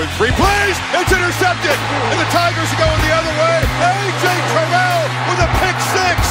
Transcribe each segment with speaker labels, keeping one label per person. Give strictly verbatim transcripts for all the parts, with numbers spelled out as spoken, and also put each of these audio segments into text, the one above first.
Speaker 1: in three plays. It's intercepted. And the Tigers are going the other way. A J Terrell with a pick six.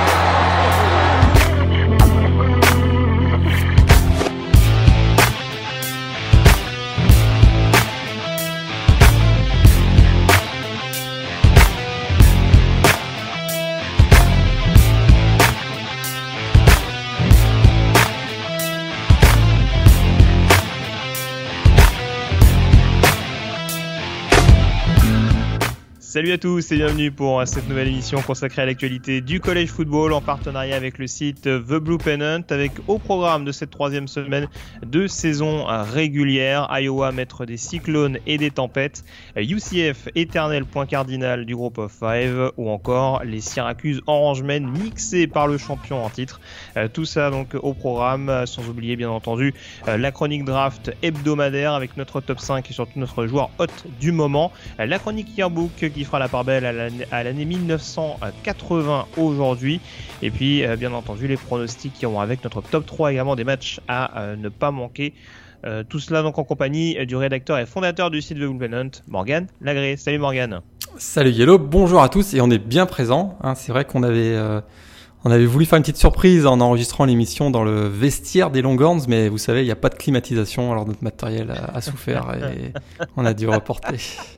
Speaker 2: Salut à tous et bienvenue pour cette nouvelle émission consacrée à l'actualité du college football en partenariat avec le site The Blue Pennant, avec au programme de cette troisième semaine de saison régulière Iowa maître des cyclones et des tempêtes, U C F éternel point cardinal du Group of Five ou encore les Syracuse Orangemen mixés par le champion en titre. Tout ça donc au programme, sans oublier bien entendu la chronique draft hebdomadaire avec notre top cinq et surtout notre joueur hot du moment, la chronique yearbook qui fera la part belle à l'année, à l'année mille neuf cent quatre-vingts aujourd'hui, et puis euh, bien entendu les pronostics qui iront avec notre top trois également des matchs à euh, ne pas manquer. Euh, tout cela donc en compagnie du rédacteur et fondateur du site The Blue Pennant, Morgan Lagré. Salut Morgan.
Speaker 3: Salut Yellow, bonjour à tous, et on est bien présents, hein, c'est vrai qu'on avait, euh, on avait voulu faire une petite surprise en enregistrant l'émission dans le vestiaire des Longhorns, mais vous savez il n'y a pas de climatisation, alors notre matériel a, a souffert et on a dû reporter.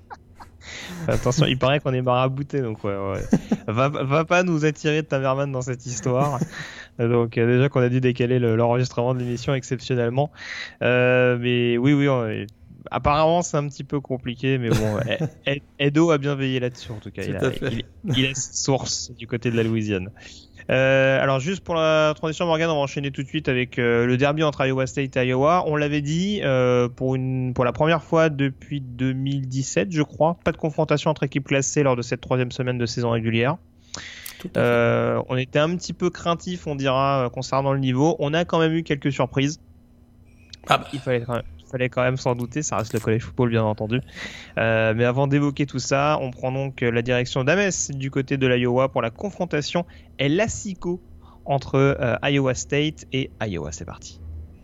Speaker 2: Attention, il paraît qu'on est marabouté, donc ouais, ouais. Va, va pas nous attirer de Tamerman dans cette histoire. Donc euh, déjà qu'on a dû décaler le, l'enregistrement de l'émission exceptionnellement. Euh, mais oui, oui, on est... apparemment c'est un petit peu compliqué, mais bon, Ed, Edo a bien veillé là-dessus en tout cas. Tout il, a, il, il a ses sources du côté de la Louisiane. Euh, alors juste pour la transition Morgan, on va enchaîner tout de suite avec euh, le derby entre Iowa State et Iowa. On l'avait dit euh, pour une pour la première fois depuis deux mille dix-sept, je crois, pas de confrontation entre équipes classées lors de cette troisième semaine de saison régulière. Euh, on était un petit peu craintif, on dira, concernant le niveau. On a quand même eu quelques surprises. Ah bah. Il fallait quand même. fallait quand même s'en douter, ça reste le college football bien entendu. Euh, mais avant d'évoquer tout ça, on prend donc la direction d'Ames du côté de l'Iowa pour la confrontation El Clasico entre euh, Iowa State et Iowa. C'est parti.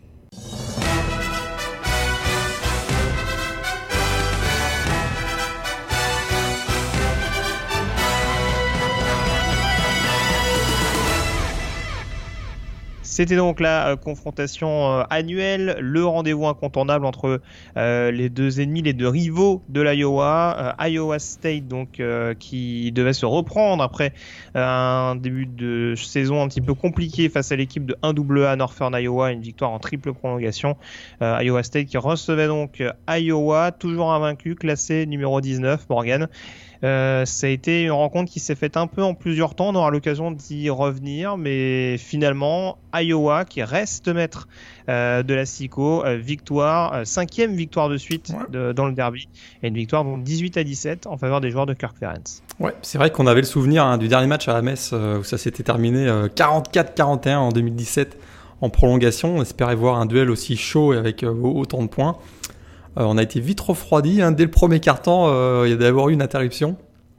Speaker 2: C'était donc la euh, confrontation euh, annuelle, le rendez-vous incontournable entre euh, les deux ennemis, les deux rivaux de l'Iowa. Euh, Iowa State donc euh, qui devait se reprendre après euh, un début de saison un petit peu compliqué face à l'équipe de un double A Northern Iowa, une victoire en triple prolongation. Euh, Iowa State qui recevait donc euh, Iowa, toujours invaincu, classé numéro dix-neuf, Morgan. Euh, ça a été une rencontre qui s'est faite un peu en plusieurs temps, on aura l'occasion d'y revenir, mais finalement Iowa qui reste maître euh, de la Clasico, euh, victoire, euh, cinquième victoire de suite de, dans le derby, et une victoire donc dix-huit à dix-sept en faveur des joueurs de Kirk Ferentz.
Speaker 3: Ouais, c'est vrai qu'on avait le souvenir hein, du dernier match à Ames euh, où ça s'était terminé euh, quarante-quatre à quarante et un en deux mille dix-sept en prolongation. On espérait voir un duel aussi chaud et avec euh, autant de points. Euh, on a été vite refroidi. Hein. Dès le premier quart-temps, euh, il y a d'abord eu une interruption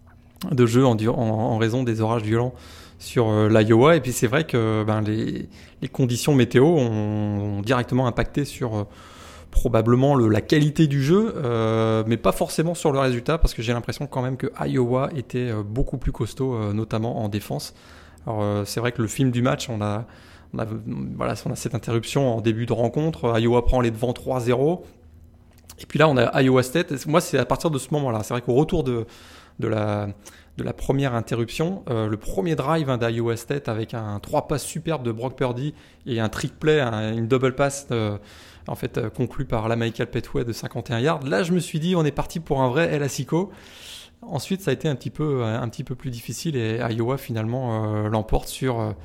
Speaker 3: de jeu en, en, en raison des orages violents sur euh, l'Iowa. Et puis c'est vrai que ben, les, les conditions météo ont, ont directement impacté sur euh, probablement le, la qualité du jeu, euh, mais pas forcément sur le résultat, parce que j'ai l'impression quand même que Iowa était euh, beaucoup plus costaud, euh, notamment en défense. Alors euh, c'est vrai que le film du match, on a, on a, voilà, on a cette interruption en début de rencontre. Iowa prend les devants trois zéro. Et puis là, on a Iowa State. Moi, c'est à partir de ce moment-là. C'est vrai qu'au retour de, de, la, de la première interruption, euh, le premier drive hein, d'Iowa State avec un trois passes superbes de Brock Purdy et un trick play, un, une double pass euh, en fait, euh, conclue par la Michael Petway de cinquante et un yards. Là, je me suis dit, on est parti pour un vrai El Clasico. Ensuite, ça a été un petit peu, un petit peu plus difficile et Iowa, finalement, euh, l'emporte sur... Euh,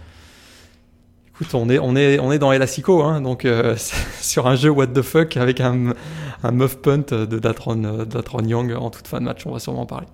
Speaker 3: Écoute, on est, on est, on est dans El Clasico, hein, donc euh, sur un jeu what the fuck avec un, un muff punt de Datron, de Datron Young en toute fin de match, on va sûrement en parler.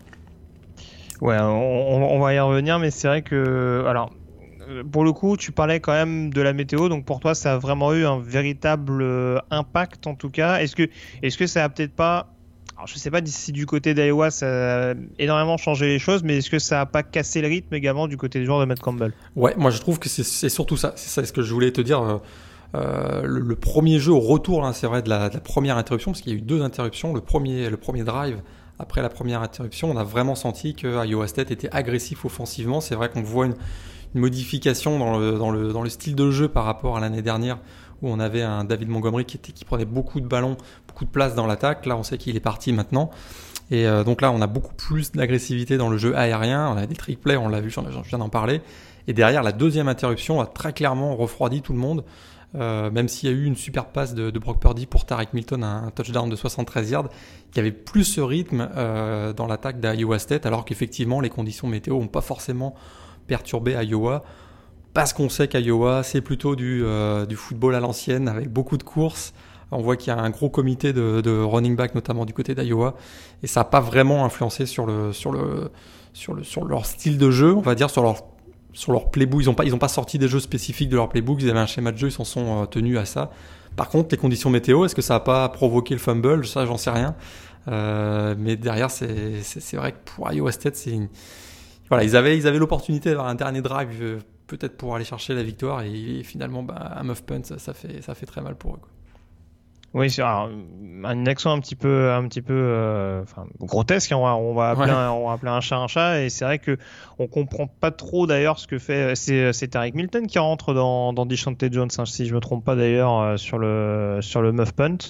Speaker 2: Ouais, on, on va y revenir, mais c'est vrai que, alors, pour le coup, tu parlais quand même de la météo, donc pour toi, ça a vraiment eu un véritable impact en tout cas. Est-ce que, est-ce que ça a peut-être pas Alors, je ne sais pas si du côté d'Iowa ça a énormément changé les choses, mais est-ce que ça n'a pas cassé le rythme également du côté des joueurs de Matt Campbell ?
Speaker 3: Ouais, moi je trouve que c'est, c'est surtout ça. C'est ça ce que je voulais te dire. Euh, le, le premier jeu au retour, hein, c'est vrai, de la, de la première interruption, parce qu'il y a eu deux interruptions. Le premier, le premier drive, après la première interruption, on a vraiment senti que Iowa State était agressif offensivement. C'est vrai qu'on voit une, une modification dans le, dans, le, dans le style de jeu par rapport à l'année dernière, où on avait un David Montgomery qui, était, qui prenait beaucoup de ballons, beaucoup de place dans l'attaque. Là, on sait qu'il est parti maintenant. Et euh, donc là, on a beaucoup plus d'agressivité dans le jeu aérien. On a des trick plays, on l'a vu, j'en, je viens d'en parler. Et derrière, la deuxième interruption a très clairement refroidi tout le monde. Euh, même s'il y a eu une super passe de, de Brock Purdy pour Tariq Milton, un, un touchdown de soixante-treize yards, il y avait plus ce rythme euh, dans l'attaque d'Iowa State, alors qu'effectivement, les conditions météo n'ont pas forcément perturbé Iowa. Parce qu'on sait qu'Iowa, c'est plutôt du, euh, du football à l'ancienne, avec beaucoup de courses. On voit qu'il y a un gros comité de, de running back, notamment du côté d'Iowa, et ça n'a pas vraiment influencé sur, le, sur, le, sur, le, sur leur style de jeu, on va dire, sur leur, sur leur playbook. Ils n'ont pas, ils ont pas sorti des jeux spécifiques de leur playbook, ils avaient un schéma de jeu, ils s'en sont euh, tenus à ça. Par contre, les conditions météo, est-ce que ça n'a pas provoqué le fumble ? Ça, j'en sais rien. Euh, mais derrière, c'est, c'est, c'est vrai que pour Iowa State, c'est une... voilà, ils avaient, ils avaient l'opportunité d'avoir un dernier drive, euh, peut-être pour aller chercher la victoire, et, et finalement, bah, un muff punt, ça, ça, fait, ça fait très mal pour eux, quoi.
Speaker 2: Oui, c'est alors, une action un petit peu, un petit peu, euh, enfin, grotesque. Hein, on va, on va appeler, ouais. un, on va appeler un chat un chat. Et c'est vrai que on comprend pas trop d'ailleurs ce que fait. C'est, c'est Tariq Milton qui rentre dans, dans Deshaunte Jones, hein, si je me trompe pas d'ailleurs, sur le, sur le muff punt.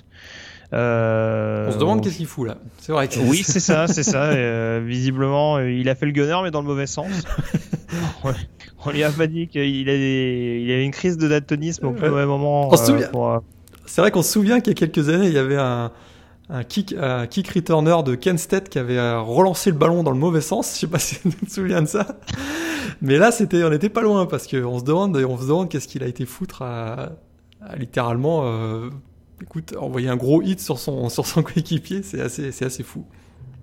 Speaker 3: Euh, on se demande qu'est-ce qu'il fout là. C'est vrai. Que
Speaker 2: oui, c'est ça, c'est ça. Et, euh, visiblement, il a fait le gunner, mais dans le mauvais sens. Ouais. On lui a pas dit qu'il a, des... il a une crise de daltonisme au mauvais moment.
Speaker 3: On se souvient.
Speaker 2: Euh, pour,
Speaker 3: C'est vrai qu'on se souvient qu'il y a quelques années, il y avait un, un, kick, un kick returner de Kent State qui avait relancé le ballon dans le mauvais sens. Je sais pas si tu te souviens de ça. Mais là, c'était, on n'était pas loin parce qu'on se demande, on se demande qu'est-ce qu'il a été foutre à, à littéralement, euh, écoute, envoyer un gros hit sur son, sur son coéquipier. C'est assez, c'est assez fou.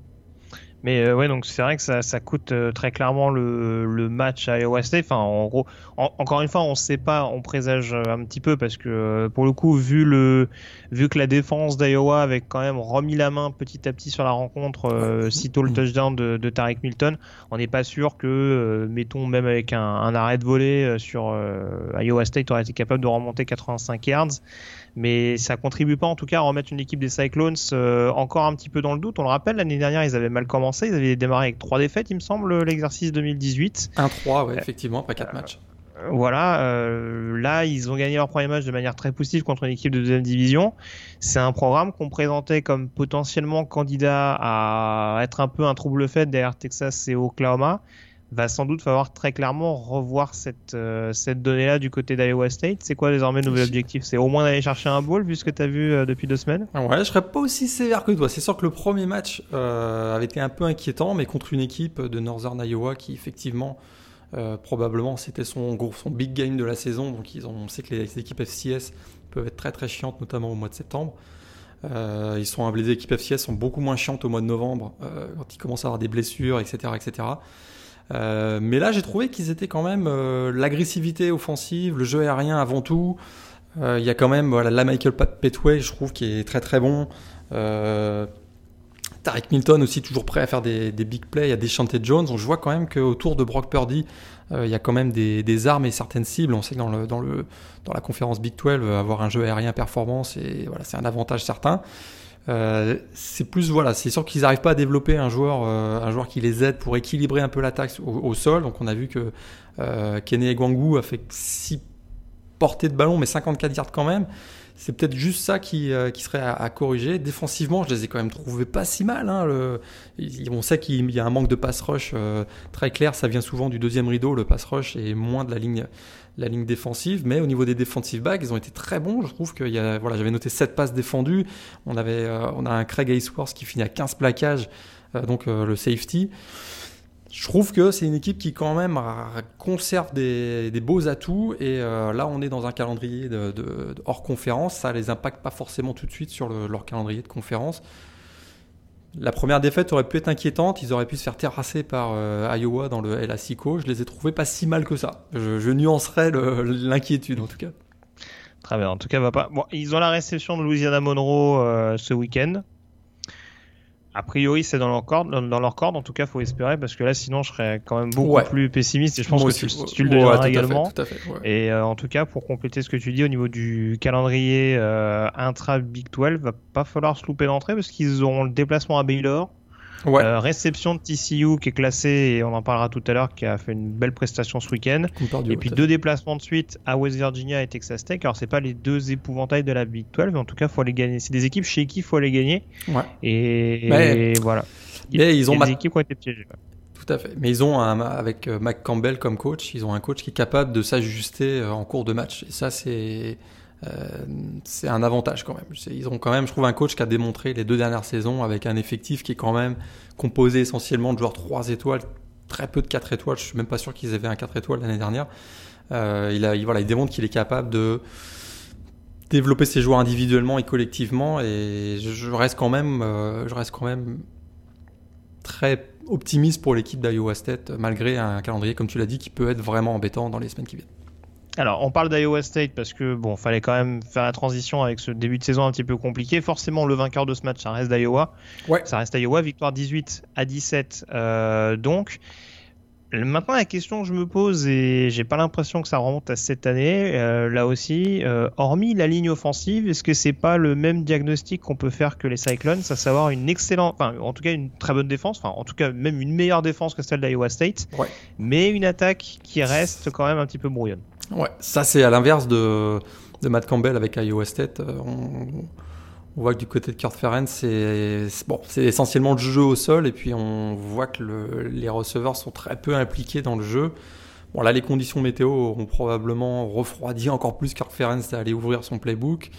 Speaker 2: Mais euh, ouais, donc c'est vrai que ça, ça coûte euh, très clairement le, le match à Iowa State. Enfin, en gros, en, encore une fois, on sait pas, on présage un petit peu parce que euh, pour le coup, vu le, vu que la défense d'Iowa avait quand même remis la main petit à petit sur la rencontre, euh, sitôt le touchdown de, de Tariq Milton, on n'est pas sûr que, euh, mettons même avec un, un arrêt de volée sur euh, Iowa State aurait été capable de remonter quatre-vingt-cinq yards. Mais ça contribue pas en tout cas à remettre une équipe des Cyclones euh, encore un petit peu dans le doute. On le rappelle, l'année dernière, ils avaient mal commencé. Ils avaient démarré avec trois défaites, il me semble, l'exercice deux mille dix-huit.
Speaker 3: un trois, ouais, effectivement, après quatre euh, matchs.
Speaker 2: Euh, voilà, euh, là, ils ont gagné leur premier match de manière très positive contre une équipe de deuxième division. C'est un programme qu'on présentait comme potentiellement candidat à être un peu un trouble-fête derrière Texas et Oklahoma. Va sans doute falloir très clairement revoir cette, euh, cette donnée-là du côté d'Iowa State. C'est quoi désormais le nouvel objectif ? C'est au moins d'aller chercher un bowl, vu ce que tu as vu euh, depuis deux semaines ?
Speaker 3: Ouais, je serais pas aussi sévère que toi. C'est sûr que le premier match euh, avait été un peu inquiétant, mais contre une équipe de Northern Iowa qui, effectivement, euh, probablement, c'était son, son big game de la saison. Donc, ils ont, on sait que les, les équipes F C S peuvent être très très chiantes, notamment au mois de septembre. Euh, ils sont, les équipes F C S sont beaucoup moins chiantes au mois de novembre, euh, quand ils commencent à avoir des blessures, et cetera, et cetera. Euh, mais là, j'ai trouvé qu'ils étaient quand même euh, l'agressivité offensive, le jeu aérien avant tout. Il euh, y a quand même voilà, la Michael Petway, je trouve, qui est très très bon. Euh, Tariq Milton aussi toujours prêt à faire des, des big plays. Il y a Deshaunte Jones. Donc je vois quand même qu'autour de Brock Purdy, il euh, y a quand même des, des armes et certaines cibles. On sait que dans, le, dans, le, dans la conférence Big douze, avoir un jeu aérien performant, c'est, voilà, c'est un avantage certain. Euh, c'est plus voilà, c'est sûr qu'ils n'arrivent pas à développer un joueur, euh, un joueur qui les aide pour équilibrer un peu l'attaque au, au sol. Donc on a vu que euh, Kene Egwangu a fait six portées de ballon, mais cinquante-quatre yards quand même. C'est peut-être juste ça qui, euh, qui serait à, à corriger. Défensivement, je les ai quand même trouvés pas si mal. Hein, le, on sait qu'il y a un manque de pass rush euh, très clair. Ça vient souvent du deuxième rideau, le pass rush, et moins de la ligne, la ligne défensive. Mais au niveau des defensive backs, ils ont été très bons. Je trouve qu'il y a, voilà, j'avais noté sept passes défendues. On avait, euh, on a un Craig Aceworth qui finit à quinze plaquages, euh, donc euh, le safety. Je trouve que c'est une équipe qui quand même conserve des, des beaux atouts et euh, là on est dans un calendrier de, de, de hors conférence, ça les impacte pas forcément tout de suite sur le, leur calendrier de conférence. La première défaite aurait pu être inquiétante, ils auraient pu se faire terrasser par euh, Iowa dans le L A S I C O, je les ai trouvés pas si mal que ça. Je, je nuancerais le, l'inquiétude en tout cas.
Speaker 2: Très bien, en tout cas va pas. Bon, ils ont la réception de Louisiana Monroe euh, ce week-end. A priori, c'est dans leur corde, dans, dans leur corde. En tout cas, faut espérer, parce que là, sinon, je serais quand même beaucoup
Speaker 3: Ouais.
Speaker 2: plus pessimiste. Et je pense
Speaker 3: Moi
Speaker 2: que
Speaker 3: aussi.
Speaker 2: tu, tu le
Speaker 3: Ouais,
Speaker 2: deviendras
Speaker 3: tout à fait,
Speaker 2: également.
Speaker 3: tout à fait, ouais.
Speaker 2: Et euh, en tout cas, pour compléter ce que tu dis au niveau du calendrier euh, intra Big douze, va pas falloir se louper d'entrée parce qu'ils auront le déplacement à Baylor.
Speaker 3: Ouais.
Speaker 2: Euh, réception de T C U qui est classé, et on en parlera tout à l'heure, qui a fait une belle prestation ce week-end.
Speaker 3: Purdue,
Speaker 2: Et puis
Speaker 3: ouais,
Speaker 2: deux déplacements de suite à West Virginia et Texas Tech. Alors c'est pas les deux épouvantails de la Big douze, mais en tout cas faut aller gagner. C'est des équipes chez qui il faut aller gagner.
Speaker 3: Ouais.
Speaker 2: Et,
Speaker 3: Mais-
Speaker 2: et voilà.
Speaker 3: mais ils ont
Speaker 2: Il y a
Speaker 3: mat-
Speaker 2: des équipes qui ont été piégées. ouais.
Speaker 3: Tout à fait. Mais ils ont un, avec euh, Mike Campbell comme coach, ils ont un coach qui est capable de s'ajuster euh, en cours de match. Et ça, c'est euh, c'est un avantage quand même. C'est- Ils ont quand même, je trouve, un coach qui a démontré les deux dernières saisons avec un effectif qui est quand même composé essentiellement de joueurs trois étoiles, très peu de quatre étoiles. Je suis même pas sûr qu'ils avaient un quatre étoiles l'année dernière. Euh, il a, il, voilà, il démontre qu'il est capable de développer ses joueurs individuellement et collectivement. Et je, je reste quand même, euh, je reste quand même très optimiste pour l'équipe d'Iowa State, malgré un calendrier, comme tu l'as dit, qui peut être vraiment embêtant dans les semaines qui viennent.
Speaker 2: Alors, on parle d'Iowa State parce que bon, fallait quand même faire la transition avec ce début de saison un petit peu compliqué. Forcément, le vainqueur de ce match, ça reste d'Iowa.
Speaker 3: Ouais.
Speaker 2: Ça reste Iowa, victoire dix-huit à dix-sept. Euh, donc, maintenant, la question que je me pose, et j'ai pas l'impression que ça remonte à cette année, euh, là aussi, euh, hormis la ligne offensive, est-ce que c'est pas le même diagnostic qu'on peut faire que les Cyclones, à savoir une excellente, enfin, en tout cas, une très bonne défense, enfin, en tout cas, même une meilleure défense que celle d'Iowa State,
Speaker 3: Ouais.
Speaker 2: mais une attaque qui reste quand même un petit peu brouillonne.
Speaker 3: Ouais, ça c'est à l'inverse de, de Matt Campbell avec Iowa State. Euh, On, on voit que du côté de Kirk Ferentz, c'est c'est- bon, c'est essentiellement le jeu au sol, et puis on voit que le, les receveurs sont très peu impliqués dans le jeu. Bon, là, les conditions météo auront probablement refroidi encore plus Kirk Ferentz à aller ouvrir son playbook.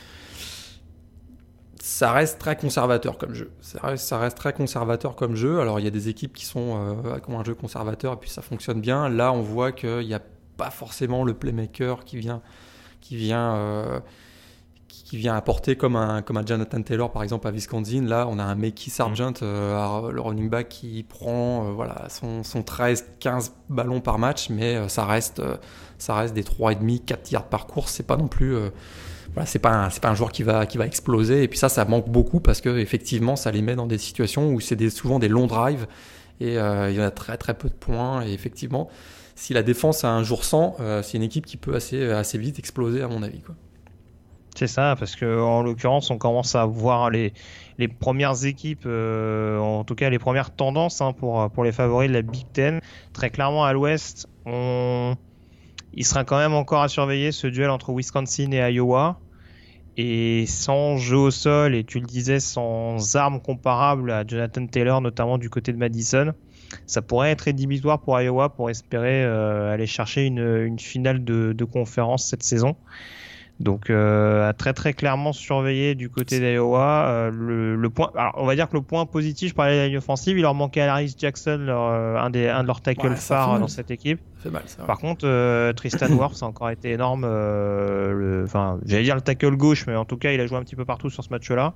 Speaker 3: Ça reste très conservateur comme jeu. Ça reste, ça reste très conservateur comme jeu. Alors, il y a des équipes qui sont euh, qui ont un jeu conservateur et puis ça fonctionne bien. Là, on voit qu'il n'y a pas forcément le playmaker qui vient, qui vient, euh, qui, qui vient apporter comme un, comme un Jonathan Taylor par exemple à Wisconsin. Là, on a un Mickey Sargent, euh, le running back qui prend euh, voilà, son, son treize quinze ballons par match, mais euh, ça, reste, euh, ça reste des trois virgule cinq quatre yards par course. C'est pas non plus... Euh, voilà, c'est pas un, c'est pas un joueur qui va, qui va exploser. Et puis ça, ça manque beaucoup parce que effectivement, ça les met dans des situations où c'est des, souvent des longs drives et euh, il y en a très très peu de points. Et effectivement, si la défense a un jour sans, euh, c'est une équipe qui peut assez, assez vite exploser à mon avis, quoi.
Speaker 2: C'est ça, parce que en l'occurrence, on commence à voir les, les premières équipes, euh, en tout cas les premières tendances hein, pour, pour les favoris de la Big Ten. Très clairement à l'ouest, on... il sera quand même encore à surveiller ce duel entre Wisconsin et Iowa. Et sans jeu au sol, et tu le disais, sans armes comparables à Jonathan Taylor, notamment du côté de Madison, ça pourrait être rédhibitoire pour Iowa pour espérer euh, aller chercher une, une finale de, de conférence cette saison. Donc euh, à très très clairement surveiller du côté d'Iowa. Euh, le, le point, alors on va dire que le point positif, je parlais de la ligne offensive, il leur manquait Alaris Jackson, leur, euh, un, des, un de leurs tackles
Speaker 3: Ouais, ça
Speaker 2: phares
Speaker 3: fait mal.
Speaker 2: dans cette équipe.
Speaker 3: Ça fait mal, ça.
Speaker 2: Par contre, euh, Tristan Wirfs a encore été énorme. Euh, le, enfin, j'allais dire le tackle gauche, mais en tout cas, il a joué un petit peu partout sur ce match-là.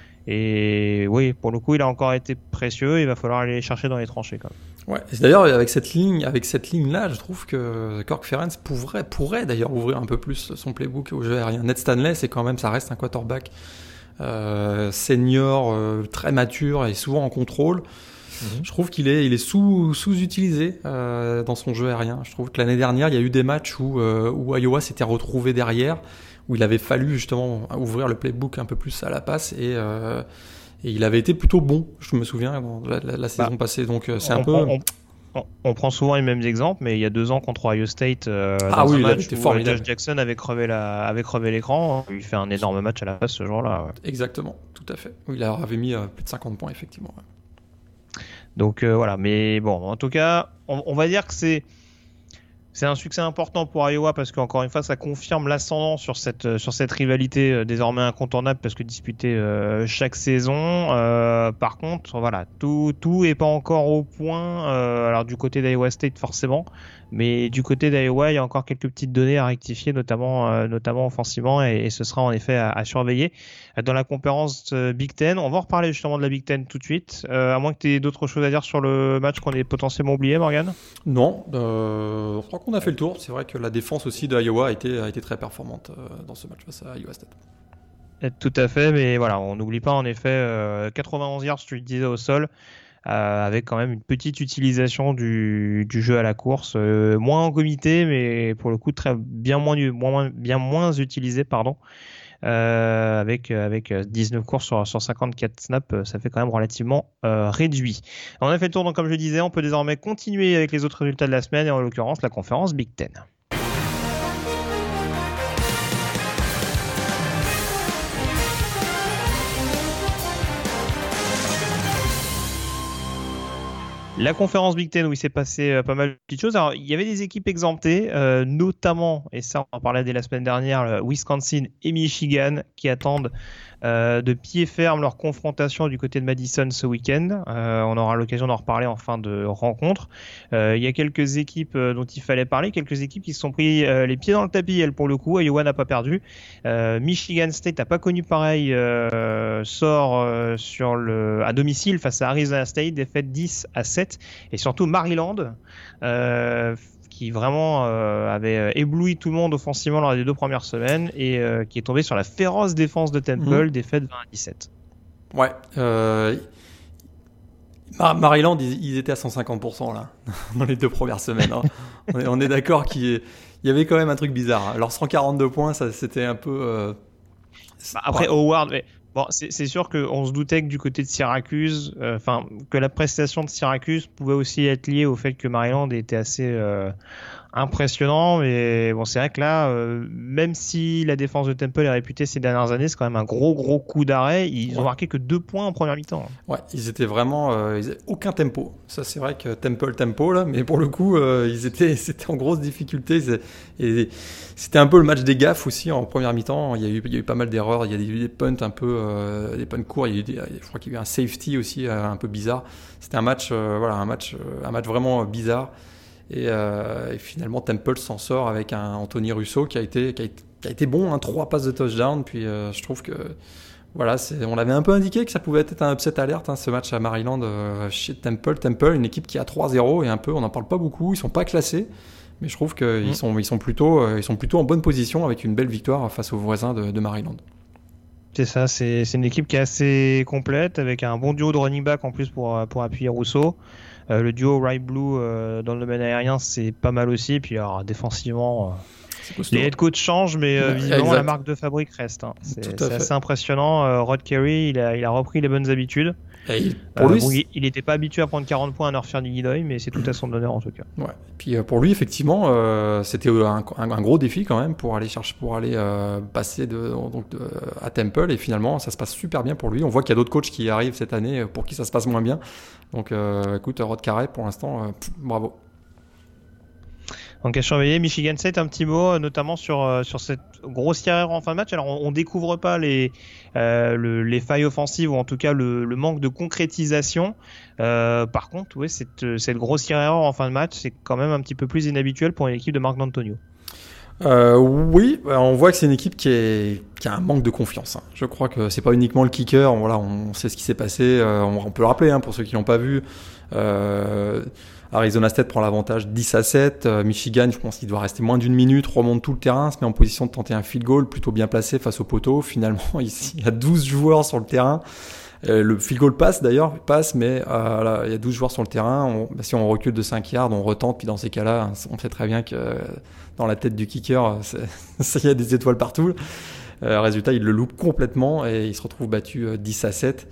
Speaker 2: Et oui, pour le coup, il a encore été précieux. Il va falloir aller les chercher dans les tranchées, quand même.
Speaker 3: Ouais. Et d'ailleurs, avec cette ligne, avec cette ligne-là, je trouve que Kirk Ferentz pourrait, pourrait d'ailleurs ouvrir un peu plus son playbook au jeu aérien. Ned Stanley, c'est quand même, ça reste un quarterback euh, senior, euh, très mature et souvent en contrôle. Mm-hmm. Je trouve qu'il est, il est sous, sous-utilisé euh, dans son jeu aérien. Je trouve que l'année dernière, il y a eu des matchs où, euh, où Iowa s'était retrouvé derrière, où il avait fallu justement ouvrir le playbook un peu plus à la passe et euh, Et il avait été plutôt bon, je me souviens, dans la, la, la saison bah, passée. Donc c'est un
Speaker 2: on,
Speaker 3: peu.
Speaker 2: On, on, on prend souvent les mêmes exemples, mais il y a deux ans contre Ohio State, euh,
Speaker 3: ah
Speaker 2: dans
Speaker 3: oui,
Speaker 2: un
Speaker 3: il
Speaker 2: match
Speaker 3: était
Speaker 2: où
Speaker 3: formidable.
Speaker 2: Josh Jackson avait crevé, la, avait crevé l'écran. Il fait un énorme match à la base ce jour-là. Ouais.
Speaker 3: Exactement, tout à fait. Il avait mis euh, plus de cinquante points, effectivement. Ouais.
Speaker 2: Donc euh, voilà, mais bon, en tout cas, on, on va dire que c'est. C'est un succès important pour Iowa parce qu'encore une fois, ça confirme l'ascendant sur cette, sur cette rivalité euh, désormais incontournable parce que disputée euh, chaque saison. Euh, par contre, voilà, tout, tout est pas encore au point. Euh, alors du côté d'Iowa State forcément, mais du côté d'Iowa, il y a encore quelques petites données à rectifier, notamment, euh, notamment offensivement, et, et ce sera en effet à, à surveiller. Dans la conférence euh, Big Ten, on va en reparler justement de la Big Ten tout de suite, euh, à moins que tu aies d'autres choses à dire sur le match qu'on ait potentiellement oublié, Morgan.
Speaker 3: Non, euh, je crois qu'on a fait le tour. C'est vrai que la défense aussi d'Iowa a été, a été très performante euh, dans ce match face à Iowa State.
Speaker 2: Tout à fait, mais voilà, on n'oublie pas en effet euh, quatre-vingt-onze yards, tu le disais, au sol, euh, avec quand même une petite utilisation du, du jeu à la course, euh, moins en comité, mais pour le coup très bien moins, moins bien moins utilisé, pardon. Euh, avec avec dix-neuf courses sur, sur cinquante-quatre snaps, ça fait quand même relativement euh, réduit. On a fait le tour, donc comme je le disais, on peut désormais continuer avec les autres résultats de la semaine, et en l'occurrence la conférence Big Ten. La conférence Big Ten, où il s'est passé euh, pas mal de petites choses. Alors, il y avait des équipes exemptées, euh, notamment, et ça on en parlait dès la semaine dernière, le Wisconsin et Michigan, qui attendent euh, de pied ferme leur confrontation du côté de Madison ce week-end. Euh, on aura l'occasion d'en reparler en fin de rencontre. Euh, il y a quelques équipes euh, dont il fallait parler, quelques équipes qui se sont pris euh, les pieds dans le tapis, elles, pour le coup. Iowa n'a pas perdu. Euh, Michigan State n'a pas connu pareil euh, sort euh, sur le, à domicile face à Arizona State, défaite dix à sept. Et surtout Maryland, euh, qui vraiment euh, avait ébloui tout le monde offensivement lors des deux premières semaines, et euh, qui est tombé sur la féroce défense de Temple, mmh. défaite vingt à dix-sept.
Speaker 3: Ouais. Euh... Mar- Maryland, ils, ils étaient à cent cinquante pour cent là, dans les deux premières semaines. Hein. on, est, on est d'accord qu'il y avait quand même un truc bizarre. Alors cent quarante-deux points, ça, c'était un peu... Euh...
Speaker 2: Bah, après, ouais. Howard... Mais... Bon, c'est, c'est sûr qu'on se doutait que du côté de Syracuse, enfin, euh, que la prestation de Syracuse pouvait aussi être liée au fait que Maryland était assez euh, impressionnant. Mais bon, c'est vrai que là, euh, même si la défense de Temple est réputée ces dernières années, c'est quand même un gros, gros coup d'arrêt. Ils ouais. ont marqué que deux points en première mi-temps.
Speaker 3: Ouais, ils étaient vraiment, euh, ils avaient aucun tempo. Ça, c'est vrai que Temple, tempo là, mais pour le coup, euh, ils étaient, c'était en grosse difficulté. Et c'était un peu le match des gaffes aussi en première mi-temps. Il y a eu, il y a eu pas mal d'erreurs. Il y a eu des punts un peu, euh, des punts courts. Il y a eu des, je crois qu'il y a eu un safety aussi euh, un peu bizarre. C'était un match, euh, voilà, un match, euh, un match vraiment bizarre. Et, euh, et finalement, Temple s'en sort avec un Anthony Russo qui a été, qui a été, qui a été bon, hein, trois passes de touchdown. Puis euh, je trouve que voilà, c'est, on l'avait un peu indiqué que ça pouvait être un upset alert, hein, ce match à Maryland euh, chez Temple. Temple, une équipe qui a trois zéro et un peu, on n'en parle pas beaucoup. Ils sont pas classés. Mais je trouve qu'ils mmh. sont, ils sont, plutôt, ils sont plutôt en bonne position avec une belle victoire face aux voisins de, de Maryland.
Speaker 2: C'est ça, c'est, c'est une équipe qui est assez complète, avec un bon duo de running back en plus pour, pour appuyer Rousseau. Euh, le duo Right Blue euh, dans le domaine aérien, c'est pas mal aussi. Puis alors, défensivement, euh, les head coach changent, mais euh, visiblement exact. La marque de fabrique reste. Hein. C'est, c'est assez impressionnant. Euh, Rod Carey, il a, il a repris les bonnes habitudes.
Speaker 3: Il, pour
Speaker 2: euh,
Speaker 3: lui,
Speaker 2: bon, il n'était pas habitué à prendre quarante points à Northern Illinois, mais c'est tout à son honneur en tout cas.
Speaker 3: Ouais. Et puis euh, pour lui, effectivement, euh, c'était un, un, un gros défi quand même pour aller chercher, pour aller euh, passer de, donc de, à Temple. Et finalement, ça se passe super bien pour lui. On voit qu'il y a d'autres coachs qui arrivent cette année pour qui ça se passe moins bien. Donc, euh, écoute, Rod Carey, pour l'instant, euh, pff, bravo.
Speaker 2: Donc à surveiller, Michigan State, un petit mot notamment sur, euh, sur cette grossière erreur en fin de match. Alors on, on découvre pas les, euh, le, les failles offensives, ou en tout cas le, le manque de concrétisation. Euh, par contre, ouais, cette, cette grossière erreur en fin de match, c'est quand même un petit peu plus inhabituel pour une équipe de Mark Dantonio.
Speaker 3: Euh, oui, on voit que c'est une équipe qui, est, qui a un manque de confiance. Hein. Je crois que c'est pas uniquement le kicker. Voilà, on sait ce qui s'est passé. Euh, on, on peut le rappeler hein, pour ceux qui l'ont pas vu. Euh, Arizona State prend l'avantage dix à sept. Euh, Michigan, je pense qu'il doit rester moins d'une minute, remonte tout le terrain, se met en position de tenter un field goal plutôt bien placé face au poteau. Finalement, ici, il y a douze joueurs sur le terrain. Euh, le field goal passe d'ailleurs, passe, mais euh, là, il y a douze joueurs sur le terrain. On, bah, si on recule de cinq yards, on retente. Puis dans ces cas-là, on sait très bien que euh, dans la tête du kicker, il y a des étoiles partout. Euh, résultat, il le loupe complètement et il se retrouve battu euh, dix à sept.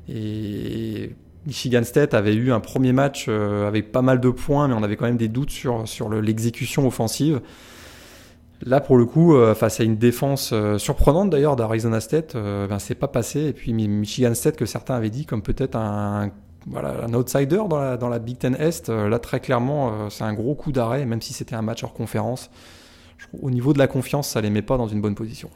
Speaker 3: Et Michigan State avait eu un premier match euh, avec pas mal de points, mais on avait quand même des doutes sur, sur le, l'exécution offensive. Là, pour le coup, euh, face à une défense euh, surprenante d'ailleurs d'Arizona State, euh, ben, c'est pas passé. Et puis Michigan State, que certains avaient dit comme peut-être un, voilà, un outsider dans la, dans la Big Ten Est, euh, là très clairement, euh, c'est un gros coup d'arrêt, même si c'était un match hors conférence. Je, au niveau de la confiance, ça les met pas dans une bonne position.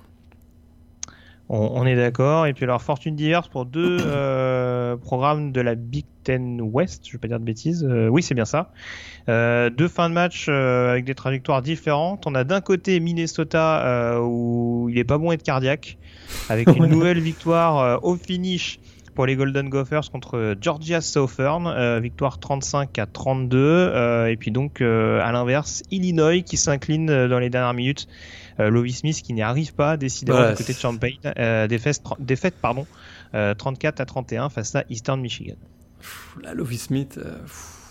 Speaker 2: On, on est d'accord. Et puis alors, fortune diverse pour deux euh, programmes de la Big Ten West, je ne vais pas dire de bêtises. Euh, oui, c'est bien ça. Euh, deux fins de match euh, avec des trajectoires différentes. On a d'un côté Minnesota euh, où il est pas bon être cardiaque, avec une nouvelle victoire euh, au finish pour les Golden Gophers contre Georgia Southern, euh, victoire trente-cinq à trente-deux. Euh, et puis donc euh, à l'inverse, Illinois qui s'incline dans les dernières minutes. Euh, Lovie Smith qui n'y arrive pas, décidément ouais, du côté de Champaign, euh, défaite, défaite pardon, euh, trente-quatre à trente et un face à Eastern Michigan.
Speaker 3: Là, Lovie Smith, euh,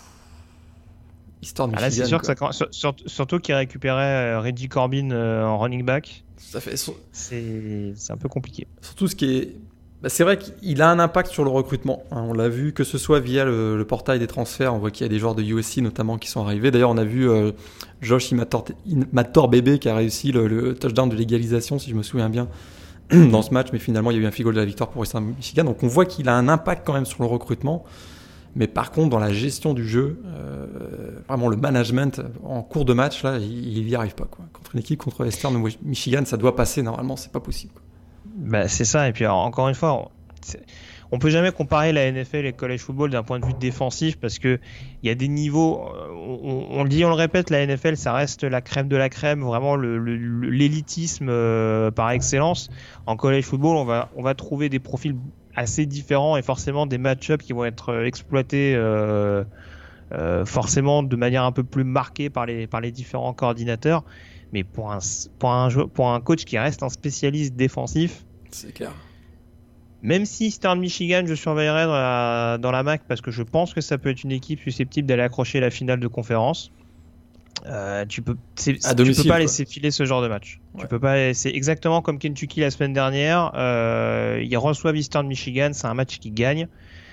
Speaker 3: Eastern Michigan.
Speaker 2: Ah là, c'est sûr quoi. que ça, sur, surtout qu'il récupérait euh, Reggie Corbin euh, en running back.
Speaker 3: Ça fait son...
Speaker 2: c'est, c'est un peu compliqué.
Speaker 3: Surtout ce qui est, bah, c'est vrai qu'il a un impact sur le recrutement. Hein, on l'a vu que ce soit via le, le portail des transferts. On voit qu'il y a des joueurs de U S C notamment qui sont arrivés. D'ailleurs, on a vu euh, Josh Imatorbhebhe qui a réussi le, le touchdown de l'égalisation, si je me souviens bien, dans ce match. Mais finalement, il y a eu un field goal de la victoire pour Eastern Michigan. Donc, on voit qu'il a un impact quand même sur le recrutement. Mais par contre, dans la gestion du jeu, euh, vraiment le management en cours de match, là, il n'y arrive pas. Quoi. Contre une équipe, contre Eastern ou Michigan, ça doit passer normalement, c'est pas possible. Quoi.
Speaker 2: Bah, c'est ça. Et puis alors, encore une fois, c'est... on peut jamais comparer la N F L et le college football d'un point de vue défensif parce que il y a des niveaux. On, on le dit, on le répète, la N F L, ça reste la crème de la crème, vraiment le, le, l'élitisme euh, par excellence. En college football, on va, on va trouver des profils assez différents et forcément des match-ups qui vont être exploités euh, euh, forcément de manière un peu plus marquée par les, par les différents coordinateurs. Mais pour un, pour, un, pour un coach qui reste un spécialiste défensif,
Speaker 3: c'est clair.
Speaker 2: Même si Eastern Michigan, je surveillerai dans la, dans la M A C parce que je pense que ça peut être une équipe susceptible d'aller accrocher la finale de conférence. Euh, tu peux, c'est,
Speaker 3: à
Speaker 2: tu
Speaker 3: domicile,
Speaker 2: peux pas
Speaker 3: quoi.
Speaker 2: laisser filer ce genre de match.
Speaker 3: Ouais.
Speaker 2: Tu peux pas. C'est exactement comme Kentucky la semaine dernière. Euh, ils reçoivent Eastern Michigan, c'est un match qui gagne.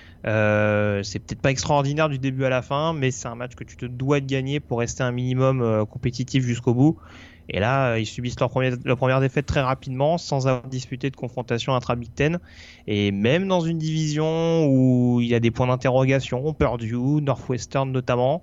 Speaker 2: Euh, c'est peut-être pas extraordinaire du début à la fin, mais c'est un match que tu te dois de gagner pour rester un minimum euh, compétitif jusqu'au bout. Et là, euh, ils subissent leur première, leur première défaite très rapidement, sans avoir disputé de confrontation intra-Big Ten. Et même dans une division où il y a des points d'interrogation, Purdue, Northwestern notamment,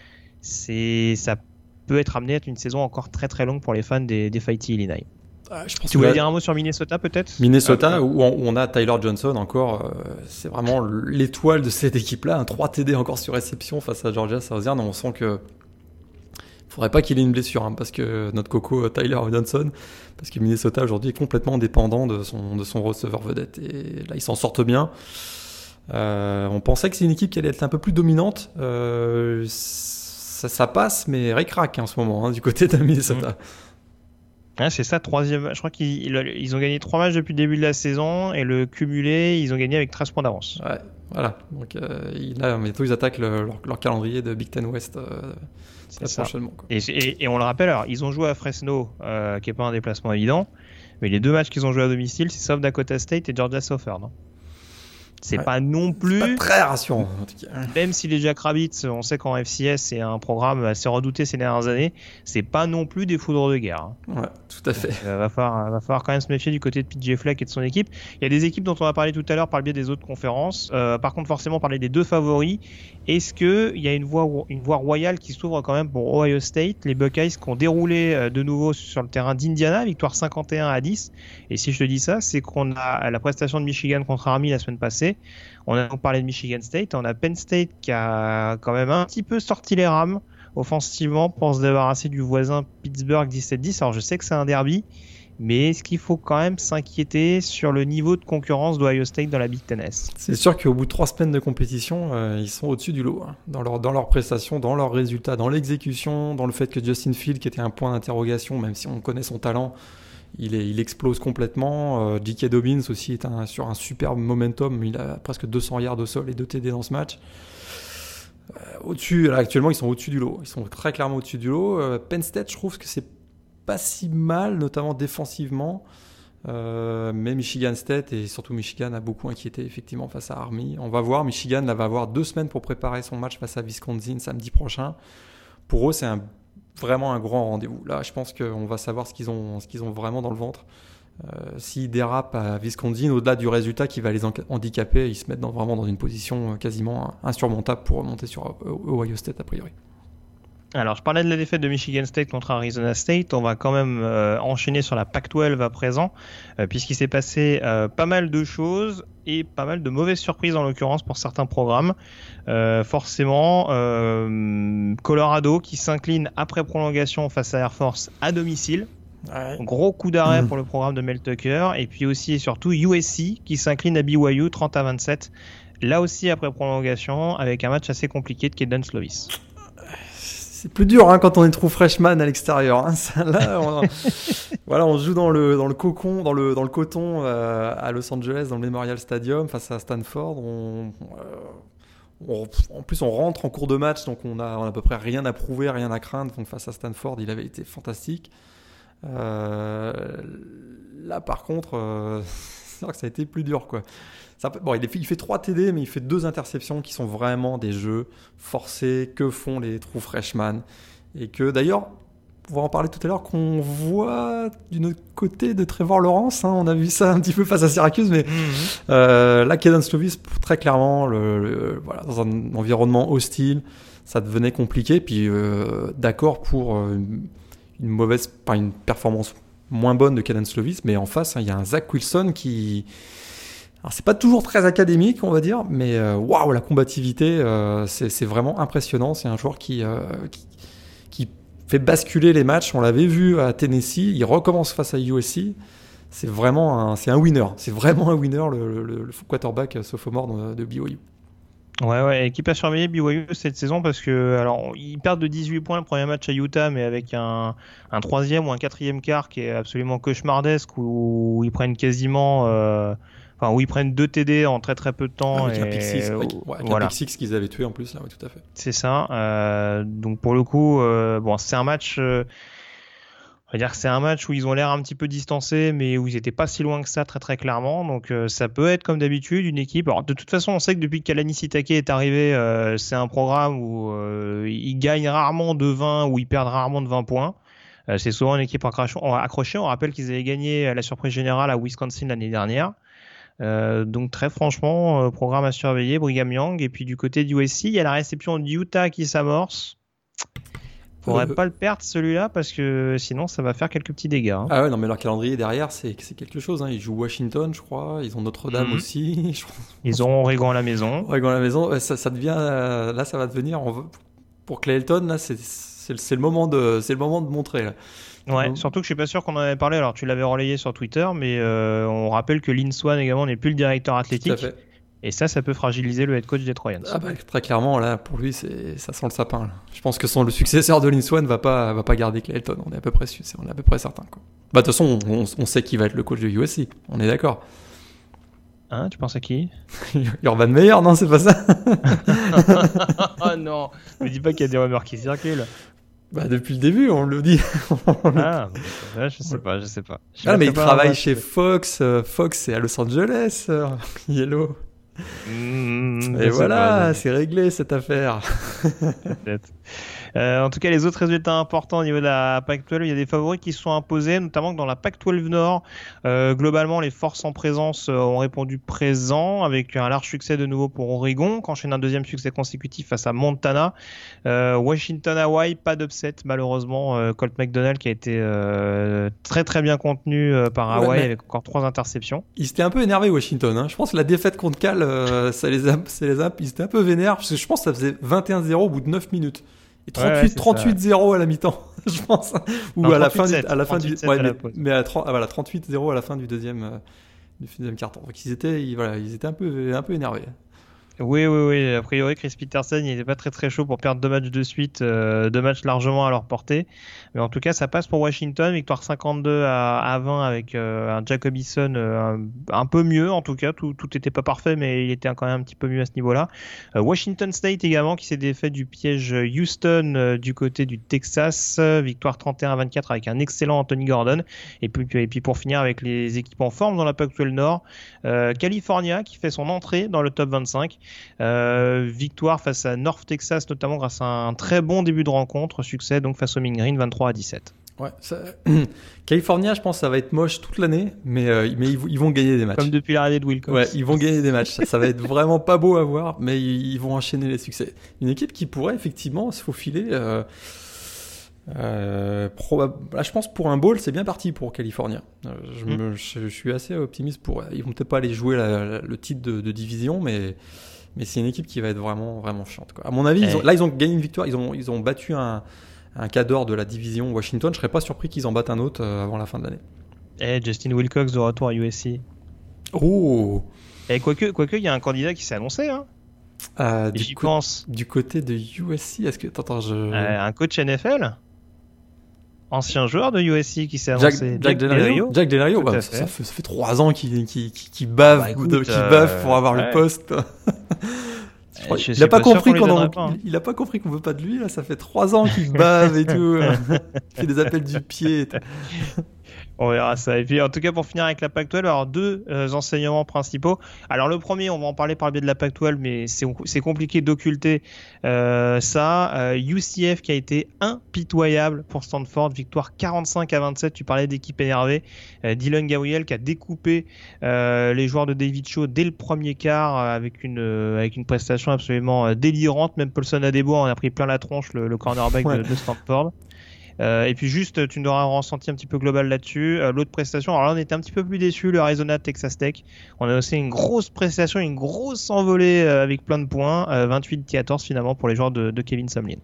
Speaker 2: c'est ça peut être amené à être une saison encore très très longue pour les fans des, des Fighty Illinois.
Speaker 3: Ah, je pense
Speaker 2: tu voulais
Speaker 3: là...
Speaker 2: dire un mot sur Minnesota peut-être ?
Speaker 3: Minnesota, ah, où, on, où on a Tyler Johnson encore, euh, c'est vraiment l'étoile de cette équipe-là, un trois T D encore sur réception face à Georgia Southern. On sent que faudrait pas qu'il ait une blessure, hein, parce que notre coco Tyler Johnson, parce que Minnesota aujourd'hui est complètement dépendant de son, de son receveur vedette. Et là, ils s'en sortent bien. Euh, on pensait que c'est une équipe qui allait être un peu plus dominante. Euh, ça, ça passe, mais ric-rac en ce moment, hein, du côté de Minnesota. Mmh.
Speaker 2: Ah, c'est ça, troisième. Je crois qu'ils ils ont gagné trois matchs depuis le début de la saison et le cumulé, ils ont gagné avec treize points d'avance.
Speaker 3: Ouais, voilà. Donc euh, là, bientôt, ils attaquent le, leur, leur calendrier de Big Ten West euh, très prochainement. Quoi.
Speaker 2: Et, et, et on le rappelle, alors, ils ont joué à Fresno, euh, qui n'est pas un déplacement évident, mais les deux matchs qu'ils ont joué à domicile, c'est South Dakota State et Georgia Southern. Non c'est ouais. pas non plus.
Speaker 3: C'est pas très rassurant. En tout cas.
Speaker 2: Même si les Jackrabbits, on sait qu'en F C S, c'est un programme assez redouté ces dernières années, c'est pas non plus des foudres de guerre. Hein.
Speaker 3: Ouais, tout à fait.
Speaker 2: Donc, euh, va falloir, va falloir quand même se méfier du côté de P J Fleck et de son équipe. Il y a des équipes dont on va parler tout à l'heure par le biais des autres conférences. Euh, par contre, forcément, parler des deux favoris. Est-ce qu'il y a une voie, une voie royale qui s'ouvre quand même pour Ohio State, les Buckeyes qui ont déroulé euh, de nouveau sur le terrain d'Indiana, victoire cinquante et un à dix. Et si je te dis ça, c'est qu'on a la prestation de Michigan contre Army la semaine passée. On a donc parlé de Michigan State, on a Penn State qui a quand même un petit peu sorti les rames offensivement pour se débarrasser du voisin Pittsburgh dix-sept dix. Alors je sais que c'est un derby, mais est-ce qu'il faut quand même s'inquiéter sur le niveau de concurrence d'Ohio State dans la Big Ten Est ?
Speaker 3: C'est sûr qu'au bout de trois semaines de compétition, euh, ils sont au-dessus du lot, hein, dans leur dans leurs prestations, dans leurs résultats, dans l'exécution, dans le fait que Justin Field, qui était un point d'interrogation, même si on connaît son talent, Il, est, il explose complètement. Euh, J K. Dobbins aussi est un, sur un superbe momentum. Il a presque deux cents yards au sol et deux T D dans ce match. Euh, au-dessus, là, actuellement, ils sont au-dessus du lot. Ils sont très clairement au-dessus du lot. Euh, Penn State, je trouve que c'est pas si mal, notamment défensivement. Euh, mais Michigan State et surtout Michigan a beaucoup inquiété effectivement face à Army. On va voir. Michigan là, va avoir deux semaines pour préparer son match face à Wisconsin samedi prochain. Pour eux, c'est un vraiment un grand rendez-vous. Là, je pense qu'on va savoir ce qu'ils ont, ce qu'ils ont vraiment dans le ventre. Euh, s'ils dérapent à Wisconsin, au-delà du résultat qui va les handicaper, ils se mettent dans, vraiment dans une position quasiment insurmontable pour remonter sur Ohio State a priori.
Speaker 2: Alors, je parlais de la défaite de Michigan State contre Arizona State. On va quand même euh, enchaîner sur la Pac douze à présent, euh, puisqu'il s'est passé euh, pas mal de choses et pas mal de mauvaises surprises en l'occurrence pour certains programmes. Euh, forcément, euh, Colorado qui s'incline après prolongation face à Air Force à domicile.
Speaker 3: Ouais.
Speaker 2: Gros coup d'arrêt mmh. pour le programme de Mel Tucker. Et puis aussi et surtout U S C qui s'incline à B Y U trente à vingt-sept. Là aussi après prolongation avec un match assez compliqué de Kedon Slovis.
Speaker 3: C'est plus dur hein, quand on est true freshman à l'extérieur. Hein. Ça, là, on, voilà, on joue dans le, dans le cocon, dans le, dans le coton euh, à Los Angeles, dans le Memorial Stadium face à Stanford. On, euh, on, en plus, on rentre en cours de match, donc on a, on a à peu près rien à prouver, rien à craindre. Donc face à Stanford, il avait été fantastique. Euh, là, par contre, euh, c'est vrai que ça a été plus dur, quoi. Ça, bon, il, fait, il fait trois T D, mais il fait deux interceptions qui sont vraiment des jeux forcés que font les true freshmen. Et que d'ailleurs, on va en parler tout à l'heure, qu'on voit d'une autre côté de Trevor Lawrence. Hein, on a vu ça un petit peu face à Syracuse, mais mm-hmm. euh, là, Kedon Slovis, très clairement, le, le, voilà, dans un environnement hostile, ça devenait compliqué. Puis euh, d'accord pour euh, une mauvaise, pas une performance moins bonne de Kedon Slovis, mais en face, hein, il y a un Zach Wilson qui... Alors, c'est pas toujours très académique, on va dire, mais waouh, wow, la combativité, euh, c'est, c'est vraiment impressionnant. C'est un joueur qui, euh, qui, qui fait basculer les matchs. On l'avait vu à Tennessee, il recommence face à U S C. C'est vraiment un, c'est un winner. C'est vraiment un winner, le, le, le quarterback sophomore de B Y U.
Speaker 2: Ouais, ouais, équipe à surveiller B Y U cette saison parce que, alors, ils perdent de dix-huit points le premier match à Utah, mais avec un, un troisième ou un quatrième quart qui est absolument cauchemardesque où ils prennent quasiment. Euh, Enfin, où ils prennent deux T D en très très peu de temps.
Speaker 3: Avec
Speaker 2: et...
Speaker 3: un pick six, avec, ouais, avec voilà. un pick six qu'ils avaient tué en plus, là, oui, tout à fait.
Speaker 2: C'est ça. Euh, donc pour le coup, euh, bon, c'est un match. Euh, on va dire que c'est un match où ils ont l'air un petit peu distancés, mais où ils n'étaient pas si loin que ça, très très clairement. Donc euh, ça peut être comme d'habitude une équipe. Alors de toute façon, on sait que depuis que Kalani Sitake est arrivé, euh, c'est un programme où euh, ils gagnent rarement de vingt, ou ils perdent rarement de vingt points. Euh, c'est souvent une équipe accrochée. On rappelle qu'ils avaient gagné la surprise générale à Wisconsin l'année dernière. Euh, donc très franchement, euh, programme à surveiller, Brigham Young. Et puis du côté du U S C, il y a la réception du Utah qui s'amorce. Faudrait euh... pas le perdre celui-là parce que sinon ça va faire quelques petits dégâts. Hein.
Speaker 3: Ah ouais, non mais leur calendrier derrière c'est, c'est quelque chose. Hein. Ils jouent Washington, je crois. Ils ont Notre-Dame mm-hmm. aussi. Je crois.
Speaker 2: Ils ont Oregon à la maison.
Speaker 3: Oregon à la maison. Ouais, ça, ça devient euh, là, ça va devenir on veut... pour Clayton là, c'est, c'est, c'est le moment de, c'est le moment de montrer. Là.
Speaker 2: Ouais, mmh. Surtout que je suis pas sûr qu'on en avait parlé. Alors tu l'avais relayé sur Twitter, mais euh, on rappelle que Lynn Swann également n'est plus le directeur athlétique.
Speaker 3: Tout à fait.
Speaker 2: Et ça, ça peut fragiliser le head coach des Trojans.
Speaker 3: Ah bah, très clairement, là, pour lui, c'est, ça sent le sapin. Là. Je pense que son, le successeur de Lynn Swann va pas, va pas garder Clayton. On est à peu près, on est à peu près certain. Quoi. Bah de toute façon, on, on, on sait qui va être le coach de U S C. On est d'accord.
Speaker 2: Hein, tu penses à qui?
Speaker 3: Urban Meyer, non, c'est pas ça.
Speaker 2: Oh non, me dis pas qu'il y a des rumeurs qui circulent.
Speaker 3: Bah depuis le début, on le dit.
Speaker 2: Ah, ouais, je sais pas, je sais pas. Je
Speaker 3: ah mais il travaille chez Fox. Euh, Fox, c'est à Los Angeles. Euh, Yellow.
Speaker 2: Mmh,
Speaker 3: Et voilà, pas, c'est réglé cette affaire.
Speaker 2: Peut-être. Euh, en tout cas, les autres résultats importants au niveau de la Pac douze, il y a des favoris qui se sont imposés, notamment que dans la Pac douze Nord, euh, globalement, les forces en présence euh, ont répondu présent, avec un large succès de nouveau pour Oregon, qui enchaîne un deuxième succès consécutif face à Montana. Euh, Washington, Hawaii, pas d'upset, malheureusement. Euh, Colt McDonald qui a été euh, très très bien contenu euh, par Hawaii, ouais, avec encore trois interceptions.
Speaker 3: Ils étaient un peu énervés, Washington. Hein. Je pense que la défaite contre Cal, euh, ça les a, ça les a, ils étaient un peu vénères, parce que je pense que ça faisait vingt et un zéro au bout de neuf minutes. Et trente-huit zéro ouais, à la mi-temps, je pense. Ou non, à la fin du, à la fin du, ouais, mais, mais à trente, ah, voilà, trente-huit zéro à la fin du deuxième, euh, du deuxième carton. Donc ils étaient, ils, voilà, ils étaient un peu, un peu énervés.
Speaker 2: Oui, oui, oui. A priori, Chris Peterson, il n'était pas très très chaud pour perdre deux matchs de suite, euh, deux matchs largement à leur portée. Mais en tout cas, ça passe pour Washington, victoire cinquante-deux à vingt avec euh, un Jacob Eason euh, un, un peu mieux. En tout cas, tout tout était pas parfait, mais il était quand même un petit peu mieux à ce niveau-là. Euh, Washington State également, qui s'est défait du piège Houston euh, du côté du Texas, euh, victoire trente et un à vingt-quatre avec un excellent Anthony Gordon. Et puis, et puis pour finir avec les équipes en forme dans la Pac douze Nord, euh, California qui fait son entrée dans le top vingt-cinq. Euh, victoire face à North Texas, notamment grâce à un très bon début de rencontre. Succès donc face au Mean Green, vingt-trois à dix-sept.
Speaker 3: Ouais, ça... California, je pense que ça va être moche toute l'année, mais, euh, mais ils, ils vont gagner des matchs.
Speaker 2: Comme depuis l'arrivée de Wilcox.
Speaker 3: Ouais, ils vont gagner des matchs. Ça, ça va être vraiment pas beau à voir, mais ils, ils vont enchaîner les succès. Une équipe qui pourrait effectivement se faufiler. Euh... Euh, probab... Là, je pense pour un bowl, c'est bien parti pour California. Euh, je, me, mmh. je, je suis assez optimiste pour. Ils vont peut-être pas aller jouer la, la, le titre de, de division, mais. Mais c'est une équipe qui va être vraiment, vraiment chiante. Quoi. À mon avis, ils ont, là, ils ont gagné une victoire. Ils ont, ils ont battu un, un cadre de la division Washington. Je serais pas surpris qu'ils en battent un autre euh, avant la fin de l'année.
Speaker 2: Et Justin Wilcox de retour à U S C.
Speaker 3: Oh.
Speaker 2: Et quoique, quoique, il y a un candidat qui s'est annoncé. Hein.
Speaker 3: Euh,
Speaker 2: J'y
Speaker 3: co-
Speaker 2: pense.
Speaker 3: Du côté de U S C, est-ce que attends, attends, je
Speaker 2: Euh, un coach N F L, ancien joueur de U S C qui s'est
Speaker 3: Jack,
Speaker 2: annoncé.
Speaker 3: Jack Del Rio. Jack Del Rio,
Speaker 2: Tout
Speaker 3: bah,
Speaker 2: à
Speaker 3: ça,
Speaker 2: fait.
Speaker 3: ça fait ça fait trois ans qu'il qu'il, qu'il, qu'il bave,
Speaker 2: Bah, écoute,
Speaker 3: de- qu'il
Speaker 2: euh,
Speaker 3: bave pour avoir
Speaker 2: ouais.
Speaker 3: le poste. Je crois-
Speaker 2: Je
Speaker 3: il
Speaker 2: suis
Speaker 3: a pas,
Speaker 2: pas sûr
Speaker 3: compris
Speaker 2: qu'on lui
Speaker 3: qu'on en-
Speaker 2: donnerait pas, hein.
Speaker 3: il a pas compris qu'on veut pas de lui là. Ça fait trois ans qu'il bave et tout. Il fait des appels du pied. Et tout.
Speaker 2: On verra ça. Et puis, en tout cas, pour finir avec la Pac douze, alors deux euh, enseignements principaux. Alors, le premier, on va en parler par le biais de la Pac douze, mais c'est, c'est compliqué d'occulter euh, ça. Euh, U C F qui a été impitoyable pour Stanford, victoire quarante-cinq à vingt-sept. Tu parlais d'équipe énervée. Euh, Dylan Gabriel qui a découpé euh, les joueurs de David Shaw dès le premier quart euh, avec une euh, avec une prestation absolument euh, délirante. Même Paulson Adebo en a pris plein la tronche, le, le cornerback
Speaker 3: Ouais.
Speaker 2: de, de Stanford. Euh, et puis juste, tu n'auras un ressenti un petit peu global là-dessus. Euh, l'autre prestation, alors là on était un petit peu plus déçus, le Arizona Texas Tech. On a aussi une grosse prestation, une grosse envolée euh, avec plein de points, euh, vingt-huit à quatorze finalement pour les joueurs de, de Kevin Sumlin.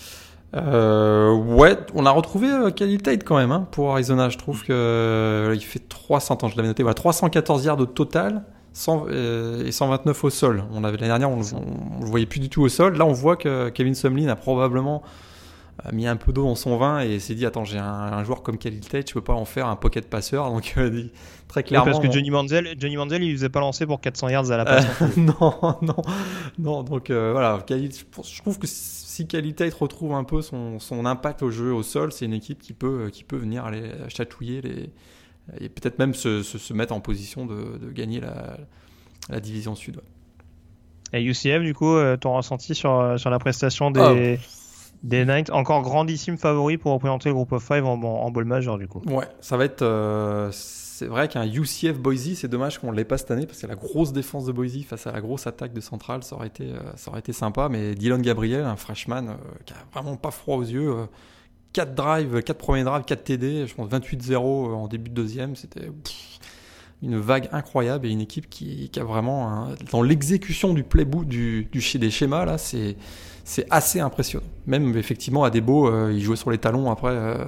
Speaker 3: Euh, ouais, on a retrouvé euh, Khalil Tate quand même hein, pour Arizona. Je trouve que euh, il fait trois cents, je l'avais noté, voilà, trois cent quatorze yards au total. cent, euh, et cent vingt-neuf au sol. On avait l'année dernière, on, on, on le voyait plus du tout au sol. Là, on voit que Kevin Sumlin a probablement a mis un peu d'eau dans son vin et s'est dit attends, j'ai un, un joueur comme Khalil Tate, je peux pas en faire un pocket passeur. Donc euh, très clairement.
Speaker 2: Oui, parce que Johnny Manziel, Johnny Manziel, il ne faisait pas lancer pour quatre cents yards à la passe.
Speaker 3: Euh, non, non, non. Donc euh, voilà, Khalil, je trouve que si Khalil Tate retrouve un peu son, son impact au jeu au sol, c'est une équipe qui peut qui peut venir aller chatouiller les et peut-être même se, se, se mettre en position de, de gagner la, la division sud. Ouais.
Speaker 2: Et U C F, du coup, euh, ton ressenti sur, sur la prestation des, oh. des Knights, encore grandissime favori pour représenter le groupe of five en, en bowl major, du coup.
Speaker 3: Ouais, ça va être. Euh, c'est vrai qu'un U C F Boise, c'est dommage qu'on ne l'ait pas cette année parce que la grosse défense de Boise face à la grosse attaque de Central, ça aurait été, euh, ça aurait été sympa. Mais Dylan Gabriel, un freshman euh, qui a vraiment pas froid aux yeux. Euh, quatre drives, quatre premiers drives, quatre T D, je pense vingt-huit zéro en début de deuxième, c'était pff, une vague incroyable et une équipe qui, qui a vraiment, hein, dans l'exécution du playbook, du, du, des schémas, là, c'est, c'est assez impressionnant. Même effectivement, Adebo, euh, il jouait sur les talons après, euh,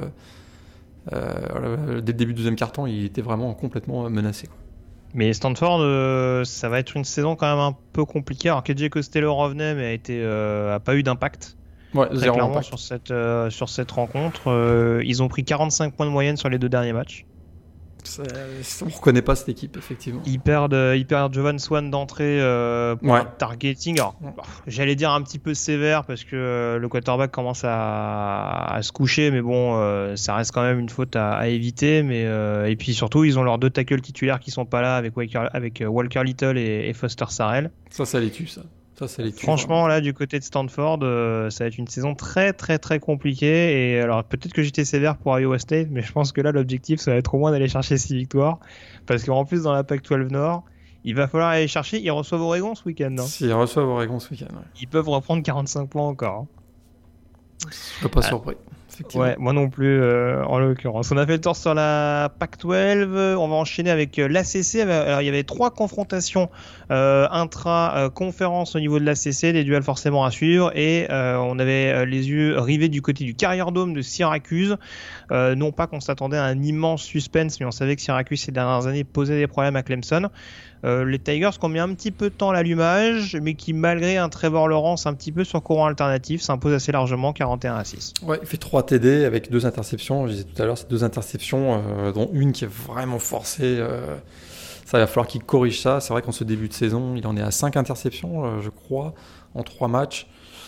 Speaker 3: euh, dès le début du deuxième quart-temps, il était vraiment complètement menacé, quoi.
Speaker 2: Mais Stanford, euh, ça va être une saison quand même un peu compliquée. Alors K J Costello revenait, mais a, été, euh, a pas eu d'impact.
Speaker 3: Ouais,
Speaker 2: très
Speaker 3: zéro
Speaker 2: clairement
Speaker 3: impact.
Speaker 2: sur cette, euh, sur cette rencontre. Euh, ils ont pris quarante-cinq points de moyenne sur les deux derniers matchs.
Speaker 3: C'est... On ne reconnaît pas cette équipe, effectivement.
Speaker 2: Ils perdent, ils perdent Jovan Swan d'entrée euh, pour
Speaker 3: Ouais.
Speaker 2: un targeting. Alors, j'allais dire un petit peu sévère parce que euh, le quarterback commence à, à se coucher, mais bon, euh, ça reste quand même une faute à, à éviter. Mais, euh, et puis surtout, ils ont leurs deux tackles titulaires qui sont pas là avec Walker, avec Walker Little et, et Foster Sarrell.
Speaker 3: Ça, ça les tue, ça. Ça, ça les tue,
Speaker 2: Franchement, là, du côté de Stanford, euh, ça va être une saison très, très, très compliquée. Et alors, peut-être que j'étais sévère pour Iowa State, mais je pense que là, l'objectif, ça va être au moins d'aller chercher six victoires. Parce qu'en plus, dans la Pac douze Nord, il va falloir aller chercher. Ils reçoivent Oregon ce week-end, non ?
Speaker 3: S'ils reçoivent Oregon ce week-end, ouais.
Speaker 2: Ils peuvent reprendre quarante-cinq points encore. Hein.
Speaker 3: Je ne suis pas ah. surpris.
Speaker 2: Ouais, moi non plus, euh, en l'occurrence. On a fait le tour sur la Pac douze. On va enchaîner avec euh, l'A C C. Alors, il y avait trois confrontations euh, intra-conférence au niveau de l'A C C, des duels forcément à suivre. Et euh, on avait euh, les yeux rivés du côté du Carrier Dome de Syracuse. Euh, non pas qu'on s'attendait à un immense suspense, mais on savait que Syracuse ces dernières années posait des problèmes à Clemson. Euh, les Tigers qui ont mis un petit peu de temps à l'allumage, mais qui, malgré un Trevor Lawrence un petit peu sur courant alternatif, s'imposent assez largement quarante et un à six.
Speaker 3: Ouais, il fait trois T D avec deux interceptions. Je disais tout à l'heure, c'est deux interceptions, euh, dont une qui est vraiment forcée. Euh, ça va falloir qu'il corrige ça. C'est vrai qu'en ce début de saison, il en est à cinq interceptions, euh, je crois, en trois matchs.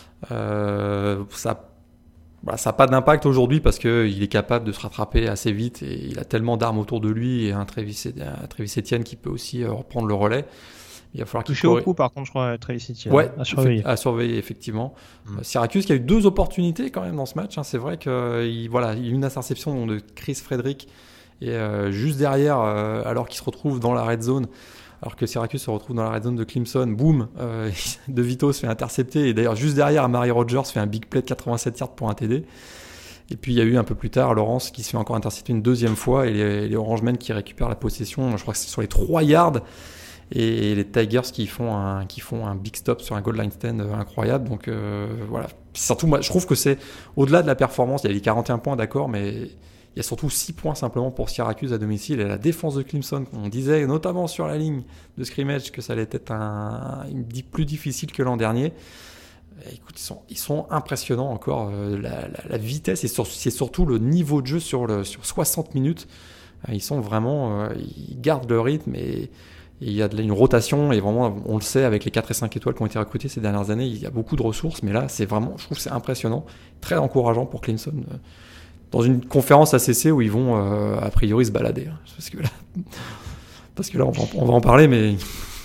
Speaker 3: Euh, ça Bah, ça n'a pas d'impact aujourd'hui parce qu'il est capable de se rattraper assez vite et il a tellement d'armes autour de lui et un Travis, un Travis Etienne qui peut aussi reprendre le relais. Il va falloir qu'il
Speaker 2: toucher au coup, par contre, je crois, Travis Etienne.
Speaker 3: Ouais,
Speaker 2: à surveiller.
Speaker 3: À surveiller, effectivement.
Speaker 2: Mmh.
Speaker 3: Syracuse qui a eu deux opportunités quand même dans ce match. Hein. C'est vrai qu'il voilà, il y a eu une interception de Chris Frederick et euh, juste derrière, euh, alors qu'il se retrouve dans la red zone. Alors que Syracuse se retrouve dans la red zone de Clemson, boum, euh, De Vito se fait intercepter. Et d'ailleurs, juste derrière, Amari Rogers fait un big play de quatre-vingt-sept yards pour un T D. Et puis, il y a eu un peu plus tard, Lawrence qui se fait encore intercepter une deuxième fois. Et les, les Orangemen qui récupèrent la possession, je crois que c'est sur les trois yards. et les Tigers qui font un, qui font un big stop sur un goal line stand incroyable. Donc euh, voilà. Surtout, moi, je trouve que c'est au-delà de la performance. Il y a les quarante et un points, d'accord, mais il y a surtout six points simplement pour Syracuse à domicile. Et la défense de Clemson, on disait notamment sur la ligne de scrimmage que ça allait être un, un plus difficile que l'an dernier. Et écoute, ils sont, ils sont impressionnants encore. Euh, la, la, la vitesse et sur, c'est surtout le niveau de jeu sur, le, sur soixante minutes. Euh, ils sont vraiment, euh, ils gardent le rythme et il y a de, une rotation et vraiment, on le sait avec les quatre et cinq étoiles qui ont été recrutées ces dernières années, il y a beaucoup de ressources, mais là, c'est vraiment, je trouve que c'est impressionnant, très encourageant pour Clemson. Euh, dans une conférence A C C où ils vont euh, a priori se balader. Hein, parce que là, parce que là on, va en, on va en parler, mais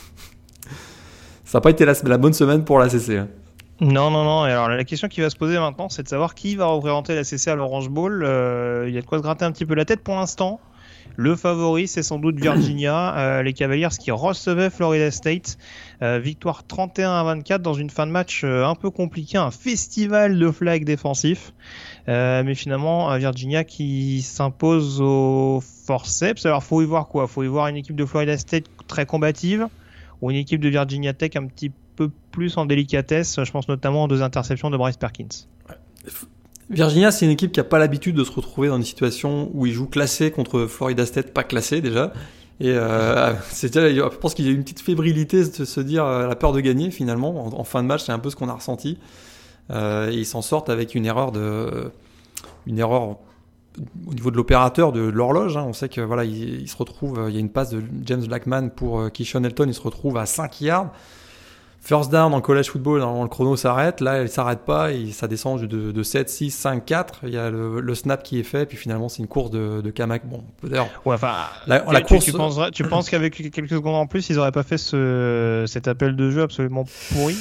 Speaker 3: ça n'a pas été la, la bonne semaine pour l'A C C. Hein.
Speaker 2: Non, non, non. Et alors la question qui va se poser maintenant, c'est de savoir qui va représenter l'A C C à l'Orange Bowl. Euh, il y a de quoi se gratter un petit peu la tête pour l'instant. Le favori, c'est sans doute Virginia, euh, les Cavaliers qui recevaient Florida State. Euh, victoire trente et un à vingt-quatre dans une fin de match euh, un peu compliquée, un festival de flags défensifs. Euh, mais finalement, Virginia qui s'impose au forceps. Alors, faut y voir quoi ? Faut y voir une équipe de Florida State très combative ou une équipe de Virginia Tech un petit peu plus en délicatesse. Je pense notamment aux deux interceptions de Bryce Perkins.
Speaker 3: Virginia, c'est une équipe qui n'a pas l'habitude de se retrouver dans une situation où ils jouent classé contre Florida State, pas classé déjà. Et euh, c'est, je pense qu'il y a une petite fébrilité de se dire euh, la peur de gagner finalement. En, en fin de match, c'est un peu ce qu'on a ressenti. Euh, et ils s'en sortent avec une erreur de, une erreur au niveau de l'opérateur de, de l'horloge. Hein. On sait que voilà, il, il se retrouve, il y a une passe de James Blackman pour euh, Keyshawn Elton, il se retrouve à cinq yards. First down en college football, le chrono s'arrête. Là, il s'arrête pas, et ça descend de, de sept, six, cinq, quatre. Il y a le, le snap qui est fait, puis finalement, c'est une course de, de Kamak. Bon, d'ailleurs.
Speaker 2: Ouais, enfin,
Speaker 3: la,
Speaker 2: tu,
Speaker 3: la
Speaker 2: tu,
Speaker 3: course.
Speaker 2: Tu, penserais, tu penses qu'avec quelques secondes en plus, ils auraient pas fait ce, cet appel de jeu absolument pourri?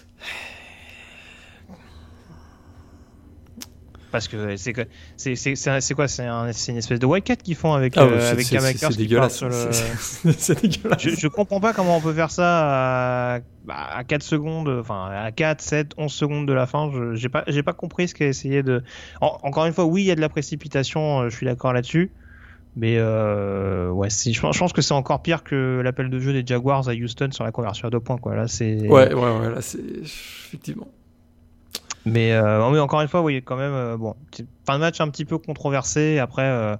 Speaker 2: Parce que c'est c'est c'est c'est, c'est quoi c'est, un, c'est une espèce de wildcat qu'ils font avec
Speaker 3: ah ouais,
Speaker 2: euh, avec Kamak.
Speaker 3: C'est, c'est dégueulasse.
Speaker 2: Le...
Speaker 3: C'est, c'est dégueulasse.
Speaker 2: Je, je comprends pas comment on peut faire ça à, à quatre secondes, enfin à quatre, sept, onze secondes de la fin. Je, j'ai pas j'ai pas compris ce qu'a essayé de. En, encore une fois, oui, il y a de la précipitation. Je suis d'accord là-dessus. Mais euh, ouais, c'est, je pense que c'est encore pire que l'appel de jeu des Jaguars à Houston sur la conversion à deux points, quoi. Là, c'est.
Speaker 3: Ouais, ouais, ouais. Là, c'est effectivement.
Speaker 2: Mais, euh, mais encore une fois, oui, quand même, euh, bon, fin de match un petit peu controversé. Après, euh,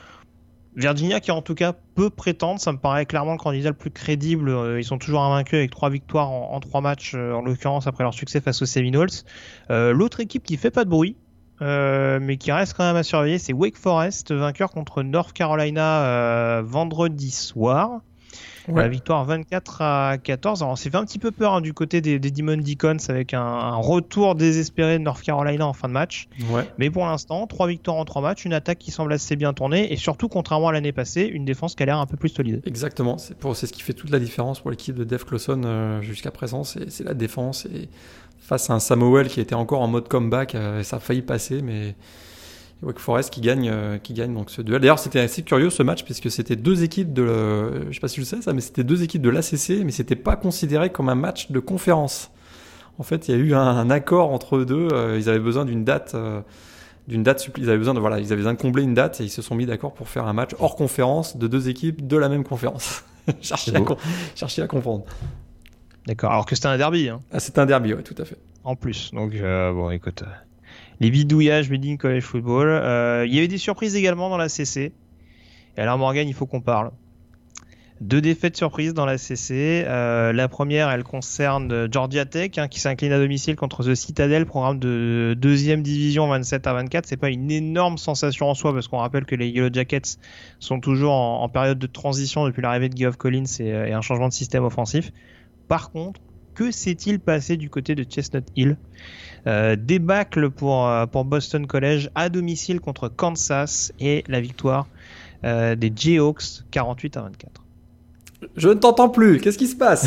Speaker 2: Virginia qui en tout cas peut prétendre, ça me paraît clairement le candidat le plus crédible. Euh, ils sont toujours invaincus avec trois victoires en, en trois matchs, euh, en l'occurrence après leur succès face aux Seminoles. Euh, l'autre équipe qui fait pas de bruit, euh, mais qui reste quand même à surveiller, c'est Wake Forest, vainqueur contre North Carolina euh, vendredi soir. Ouais. La victoire vingt-quatre à quatorze. Alors, c'est fait un petit peu peur hein, du côté des, des Demon Deacons avec un, un retour désespéré de North Carolina en fin de match.
Speaker 3: Ouais.
Speaker 2: Mais pour l'instant, trois victoires en trois matchs, une attaque qui semble assez bien tournée et surtout, contrairement à l'année passée, une défense qui a l'air un peu plus solide.
Speaker 3: Exactement. C'est, pour, c'est ce qui fait toute la différence pour l'équipe de Dave Clawson euh, jusqu'à présent. C'est, c'est la défense. Et face à un Samuel qui était encore en mode comeback, euh, ça a failli passer, mais. Wake Forest qui gagne, euh, qui gagne donc ce duel. D'ailleurs, c'était assez curieux ce match puisque c'était deux équipes de, le, je sais pas si tu le sais ça, mais c'était deux équipes de l'A C C, mais c'était pas considéré comme un match de conférence. En fait, il y a eu un, un accord entre eux deux. Euh, ils avaient besoin d'une date, euh, d'une date supplémentaire. Ils avaient besoin de voilà, ils avaient besoin de combler une date et ils se sont mis d'accord pour faire un match hors conférence de deux équipes de la même conférence. cherchez, à, cherchez à comprendre.
Speaker 2: D'accord. Alors que c'était un derby. Hein.
Speaker 3: Ah, c'était un derby, ouais, tout à fait.
Speaker 2: En plus. Donc euh, bon, écoute. Les bidouillages made in college football. Euh, il y avait des surprises également dans la C C. Et alors Morgan, il faut qu'on parle. Deux défaites surprises dans la C C. Euh, la première, elle concerne Georgia Tech, hein, qui s'incline à domicile contre The Citadel, programme de deuxième division vingt-sept à vingt-quatre. C'est pas une énorme sensation en soi, parce qu'on rappelle que les Yellow Jackets sont toujours en, en période de transition depuis l'arrivée de Geoff Collins et, et un changement de système offensif. Par contre, que s'est-il passé du côté de Chestnut Hill ? Euh, débâcle pour, pour Boston College à domicile contre Kansas et la victoire euh, des Jayhawks quarante-huit à vingt-quatre.
Speaker 3: Je ne t'entends plus, qu'est-ce qui se passe?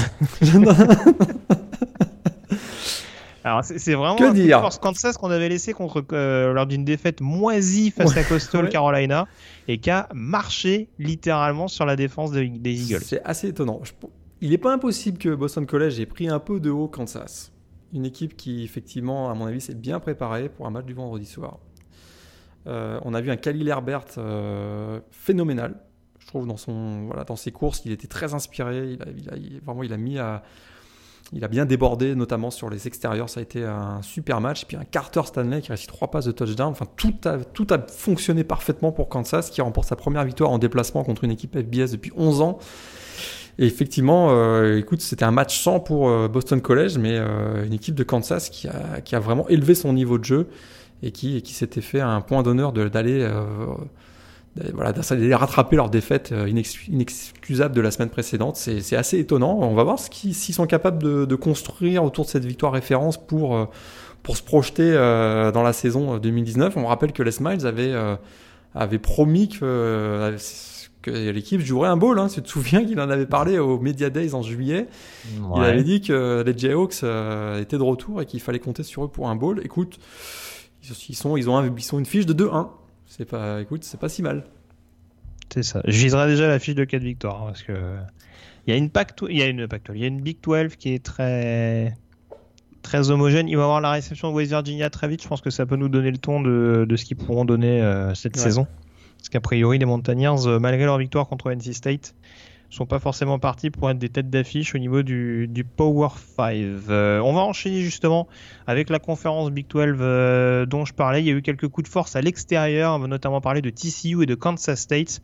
Speaker 2: Alors c'est, c'est vraiment
Speaker 3: que
Speaker 2: un
Speaker 3: dire
Speaker 2: coup de force Kansas qu'on avait laissé contre, euh, lors d'une défaite moisie face à Coastal ouais. Carolina et qui a marché littéralement sur la défense de, des Eagles.
Speaker 3: C'est assez étonnant. Je, il n'est pas impossible que Boston College ait pris un peu de haut Kansas. Une équipe qui, effectivement, à mon avis, s'est bien préparée pour un match du vendredi soir. Euh, on a vu un Khalil Herbert euh, phénoménal. Je trouve, dans, son, voilà, dans ses courses. Il était très inspiré. Il a, il a, il, vraiment, il a mis à... Il a bien débordé, notamment sur les extérieurs. Ça a été un super match. Et puis un Carter Stanley qui a réussi trois passes de touchdown. Enfin, tout a, tout a fonctionné parfaitement pour Kansas, qui remporte sa première victoire en déplacement contre une équipe F B S depuis onze ans. Et effectivement, euh, écoute, c'était un match sans pour euh, Boston College, mais euh, une équipe de Kansas qui a, qui a vraiment élevé son niveau de jeu et qui, et qui s'était fait un point d'honneur de, d'aller... Euh, Voilà, d'aller rattraper leur défaite inex- inexcusable de la semaine précédente. C'est, c'est assez étonnant. On va voir ce qu'ils, s'ils sont capables de, de construire autour de cette victoire référence pour, pour se projeter euh, dans la saison deux mille dix-neuf. On rappelle que Les Miles avait, euh, avait promis que, euh, que l'équipe jouerait un bowl. Hein. Tu te souviens qu'il en avait parlé au Media Days en juillet. Ouais. Il avait dit que les Jayhawks euh, étaient de retour et qu'il fallait compter sur eux pour un bowl. Écoute, ils, sont, ils, ont, un, ils sont une fiche de deux un. C'est pas, écoute, c'est pas si mal.
Speaker 2: C'est ça. Je viserai déjà la fiche de quatre victoires hein, parce que il y a une Pac, il y a une Pac, il y a une Big douze qui est très très homogène. Il va y avoir la réception de West Virginia très vite. Je pense que ça peut nous donner le ton de, de ce qu'ils pourront donner euh, cette ouais. saison. Parce qu'a priori, les Mountaineers, euh, malgré leur victoire contre N C State, sont pas forcément partis pour être des têtes d'affiche au niveau du, du Power cinq. Euh, on va enchaîner justement avec la conférence Big douze euh, dont je parlais. Il y a eu quelques coups de force à l'extérieur. On va notamment parler de T C U et de Kansas State.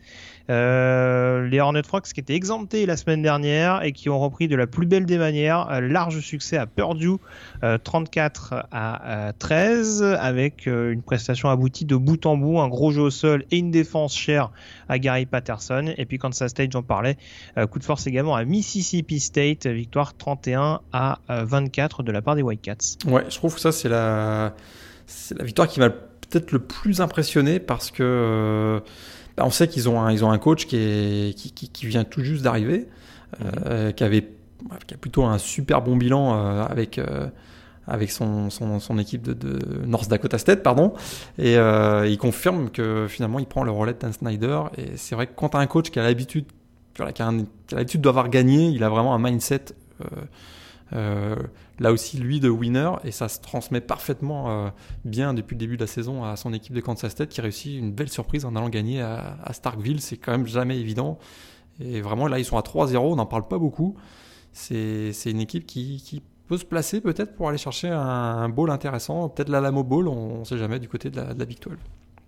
Speaker 2: Euh, les Horned Frogs qui étaient exemptés la semaine dernière et qui ont repris de la plus belle des manières. Euh, large succès à Purdue, euh, trente-quatre à treize, avec euh, une prestation aboutie de bout en bout, un gros jeu au sol et une défense chère à Gary Patterson. Et puis Kansas State, j'en parlais, euh, coup de force également à Mississippi State, victoire trente et un à vingt-quatre de la part des Wildcats.
Speaker 3: Ouais, je trouve que ça c'est la, c'est la victoire qui m'a peut-être le plus impressionné parce que euh, bah on sait qu'ils ont un, ils ont un coach qui, est, qui, qui, qui vient tout juste d'arriver, euh, mmh. qui, avait, qui a plutôt un super bon bilan euh, avec, euh, avec son, son, son équipe de, de North Dakota State, pardon, et euh, il confirme que finalement il prend le relais de Dan Snyder. Et c'est vrai que quand tu as un coach qui a l'habitude, qui a, qui a l'habitude d'avoir gagné, il a vraiment un mindset. Euh, Euh, là aussi lui de winner, et ça se transmet parfaitement euh, bien depuis le début de la saison à son équipe de Kansas State qui réussit une belle surprise en allant gagner à, à Starkville. C'est quand même jamais évident et vraiment là ils sont à trois zéro, on n'en parle pas beaucoup. C'est, c'est une équipe qui, qui peut se placer peut-être pour aller chercher un, un bowl intéressant, peut-être l'Alamo Bowl, on ne sait jamais, du côté de la, de la Big douze.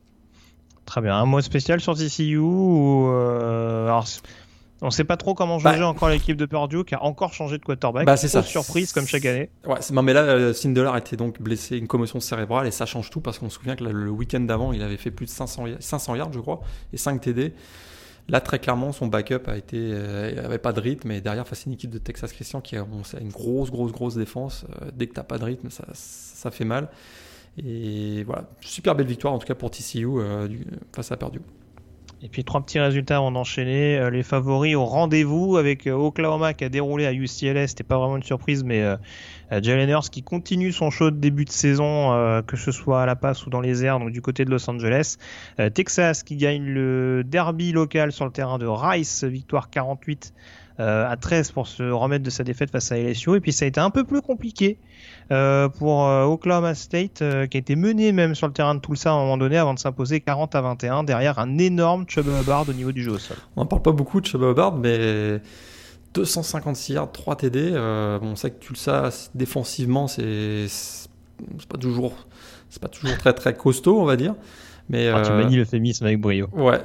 Speaker 2: Très bien, un mot spécial sur T C U ou euh, alors on ne sait pas trop comment juger bah, encore l'équipe de Purdue qui a encore changé de quarterback.
Speaker 3: Bah, c'est ça.
Speaker 2: Surprise comme chaque année.
Speaker 3: Ouais, c'est, non, mais là, euh, Sindelar était donc blessé, une commotion cérébrale, et ça change tout parce qu'on se souvient que le, le week-end d'avant, il avait fait plus de cinq cents yards, je crois, et cinq T D. Là, très clairement, son backup a été, euh, avait pas de rythme, et derrière, face à une équipe de Texas Christian qui a bon, une grosse, grosse, grosse défense. Euh, dès que t'as pas de rythme, ça, ça fait mal. Et voilà, super belle victoire en tout cas pour T C U euh, du, face à Purdue.
Speaker 2: Et puis trois petits résultats avant d'enchaîner. Euh, les favoris au rendez-vous avec euh, Oklahoma qui a déroulé à U C L A. C'était pas vraiment une surprise, mais euh, Jalen Hurts qui continue son show de début de saison, euh, que ce soit à la passe ou dans les airs, donc du côté de Los Angeles. Euh, Texas qui gagne le derby local sur le terrain de Rice, victoire quarante-huit à treize pour se remettre de sa défaite face à L S U. Et puis ça a été un peu plus compliqué euh, pour euh, Oklahoma State euh, qui a été mené même sur le terrain de Tulsa à un moment donné avant de s'imposer quarante à vingt et un derrière un énorme Chubba Hubbard au niveau du jeu au sol.
Speaker 3: On n'en parle pas beaucoup de Chubba Hubbard, mais deux cent cinquante-six yards, trois T D. Euh, bon, on sait que Tulsa défensivement c'est, c'est pas toujours c'est pas toujours très très costaud, on va dire. Mais
Speaker 2: ah,
Speaker 3: euh...
Speaker 2: tu manies l'euphémisme avec brio.
Speaker 3: Ouais.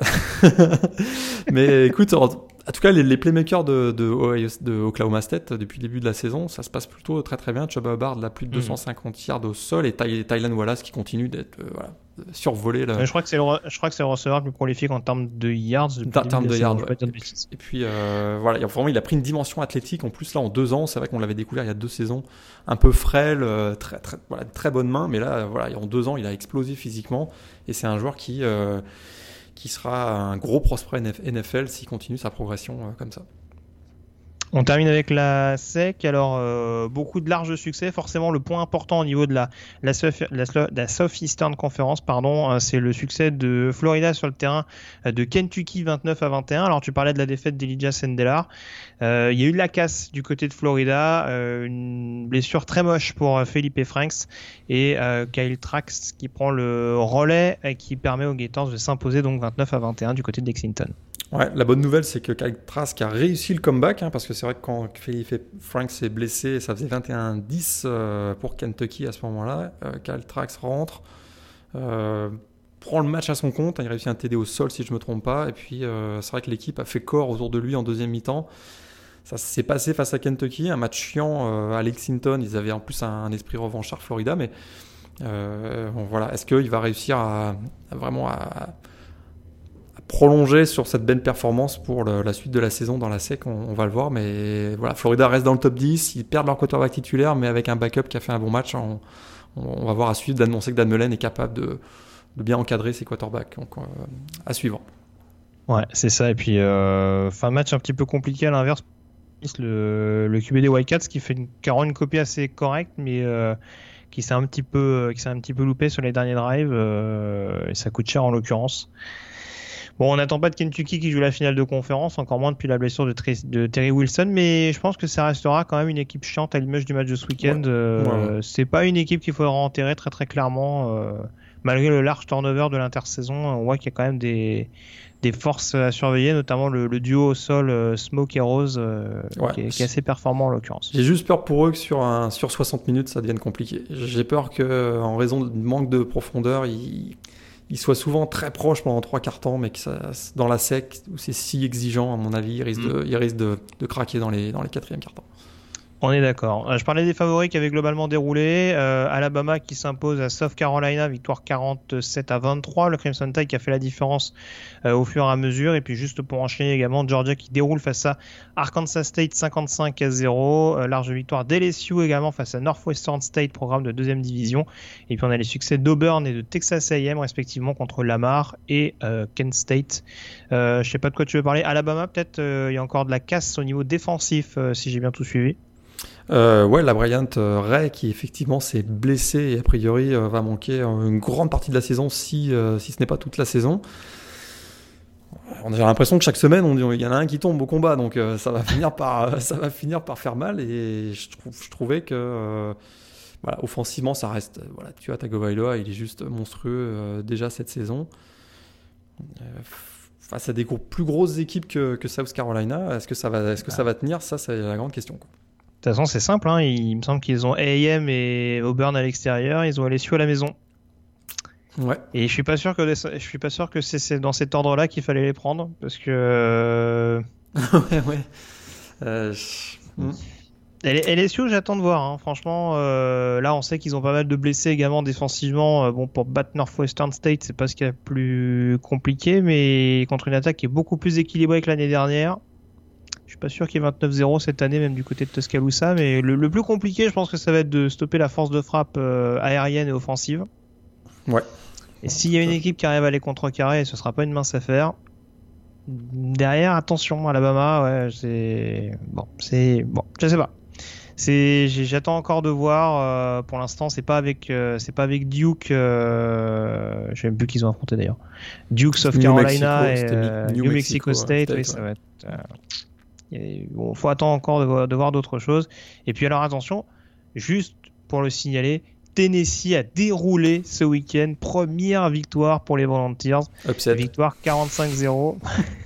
Speaker 3: Mais écoute, en tout cas, les, les playmakers de, de, Ohio, de Oklahoma State, depuis le début de la saison, ça se passe plutôt très très bien. Chubba Hubbard a plus de deux cent cinquante mmh. yards au sol, et Ty, Tylan Wallace qui continue d'être euh, voilà, survolé. Là.
Speaker 2: Je crois que c'est le, je crois que c'est le receveur le plus prolifique en termes de yards.
Speaker 3: En termes de yards, ouais. Et puis euh, voilà, vraiment, il a pris une dimension athlétique. En plus, là, en deux ans, c'est vrai qu'on l'avait découvert il y a deux saisons, un peu frêle, euh, très très voilà, très bonne main, mais là, voilà, en deux ans, il a explosé physiquement, et c'est un joueur qui euh, qui sera un gros prospect N F L s'il continue sa progression euh, comme ça.
Speaker 2: On termine avec la S E C. Alors, euh, beaucoup de larges succès. Forcément, le point important au niveau de la, la, la, la Southeastern Conference, pardon, euh, c'est le succès de Florida sur le terrain de Kentucky vingt-neuf à vingt et un. Alors, tu parlais de la défaite d'Elijah Sindelar. Euh, il y a eu de la casse du côté de Florida, euh, une blessure très moche pour euh, Felipe Franks et euh, Kyle Trask qui prend le relais et qui permet aux Gators de s'imposer donc vingt-neuf à vingt et un du côté de Lexington.
Speaker 3: Ouais, la bonne nouvelle, c'est que Kyle Trask a réussi le comeback, hein, parce que c'est vrai que quand Felipe Franks s'est blessé, ça faisait vingt et un dix euh, pour Kentucky à ce moment-là. Euh, Kyle Trask rentre, euh, prend le match à son compte, hein, il réussit un T D au sol si je ne me trompe pas, et puis euh, c'est vrai que l'équipe a fait corps autour de lui en deuxième mi-temps. Ça s'est passé face à Kentucky, un match chiant euh, à Lexington, ils avaient en plus un, un esprit revanchard Florida, mais euh, bon, voilà, est-ce qu'il va réussir à, à vraiment à prolonger sur cette belle performance pour le, la suite de la saison dans la S E C, on, on va le voir, mais voilà, Florida reste dans le top dix, ils perdent leur quarterback titulaire, mais avec un backup qui a fait un bon match, on, on va voir à suivre. d'annoncer que Dan Mullen est capable de, de bien encadrer ses quarterbacks, donc euh, à suivre.
Speaker 2: Ouais, c'est ça, et puis euh, fin de match un petit peu compliqué à l'inverse, le, le Q B des Wildcats qui fait une, qui rend une copie assez correcte, mais euh, qui s'est un petit peu, qui s'est un petit peu loupé sur les derniers drives, euh, et ça coûte cher en l'occurrence. Bon, on n'attend pas de Kentucky qui joue la finale de conférence, encore moins depuis la blessure de, Tra- de Terry Wilson, mais je pense que ça restera quand même une équipe chiante à l'image du match de ce week-end.
Speaker 3: Ouais.
Speaker 2: Euh,
Speaker 3: Ouais, ouais.
Speaker 2: C'est pas une équipe qu'il faudra enterrer très très clairement. Euh, malgré le large turnover de l'intersaison, on voit qu'il y a quand même des, des forces à surveiller, notamment le, le duo au sol euh, Smoke et Rose, euh,
Speaker 3: Ouais.
Speaker 2: qui, est, qui est assez performant en l'occurrence.
Speaker 3: J'ai juste peur pour eux que sur, un, sur soixante minutes, ça devienne compliqué. J'ai peur qu'en raison du manque de profondeur, ils... il soit souvent très proche pendant trois quarts temps, mais que ça, dans la S E C, où c'est si exigeant, à mon avis, il risque,
Speaker 2: Mm.
Speaker 3: de, il risque de, de craquer dans les, dans les quatrièmes quarts temps.
Speaker 2: On est d'accord. Euh, Je parlais des favoris qui avaient globalement déroulé. Euh, Alabama qui s'impose à South Carolina, victoire quarante-sept à vingt-trois. Le Crimson Tide qui a fait la différence euh, au fur et à mesure. Et puis juste pour enchaîner également, Georgia qui déroule face à Arkansas State cinquante-cinq à zéro. Euh, large victoire d'L S U également face à Northwestern State, programme de deuxième division. Et puis on a les succès d'Auburn et de Texas A and M respectivement contre Lamar et euh, Kent State. Euh, je sais pas de quoi tu veux parler. Alabama peut-être, il euh, y a encore de la casse au niveau défensif euh, si j'ai bien tout suivi.
Speaker 3: Euh, ouais, la Bryant euh, Ray qui effectivement s'est blessé et a priori euh, va manquer euh, une grande partie de la saison si, euh, si ce n'est pas toute la saison. On a l'impression que chaque semaine on dit il y en a un qui tombe au combat, donc euh, ça va finir par ça va finir par faire mal. Et je, trouve, je trouvais que euh, voilà, offensivement ça reste voilà, tu vois, Tagovailoa il est juste monstrueux euh, déjà cette saison. Euh, face à des gros, plus grosses équipes que, que South Carolina, est-ce que ça va est-ce que ça va tenir? Ça c'est la grande question, quoi.
Speaker 2: De toute façon, c'est simple, hein. Il me semble qu'ils ont A and M et Auburn à l'extérieur, ils ont L S U à la maison.
Speaker 3: Ouais.
Speaker 2: Et je suis pas sûr que je suis pas sûr que c'est, c'est dans cet ordre-là qu'il fallait les prendre, parce que euh...
Speaker 3: ouais, ouais. Euh, je... hmm.
Speaker 2: L S U, j'attends de voir. Hein. Franchement, euh, là, on sait qu'ils ont pas mal de blessés également défensivement. Euh, bon, pour battre Northwestern State, c'est pas ce qu'il y a de plus compliqué, mais contre une attaque qui est beaucoup plus équilibrée que l'année dernière. Je suis pas sûr qu'il y ait vingt-neuf zéro cette année, même du côté de Tuscaloosa, mais le, le plus compliqué, je pense que ça va être de stopper la force de frappe euh, aérienne et offensive.
Speaker 3: Ouais.
Speaker 2: Et s'il y a une équipe qui arrive à les contrecarrer, ce sera pas une mince affaire. Derrière, attention, Alabama, ouais, c'est bon, c'est bon, je sais pas. C'est, j'attends encore de voir. Euh, pour l'instant, c'est pas avec, euh, c'est pas avec Duke. Euh, je sais même plus qu'ils ont affronté d'ailleurs. Duke, South Carolina
Speaker 3: Mexico,
Speaker 2: et euh,
Speaker 3: New
Speaker 2: New
Speaker 3: Mexico,
Speaker 2: Mexico State.
Speaker 3: State,
Speaker 2: Oui,
Speaker 3: ouais.
Speaker 2: ça va être. Euh, il bon, faut attendre encore de voir, de voir d'autres choses. Et puis alors attention, juste pour le signaler, Tennessee a déroulé ce week-end. Première victoire pour les Volunteers.
Speaker 3: Upset.
Speaker 2: Victoire quarante-cinq zéro.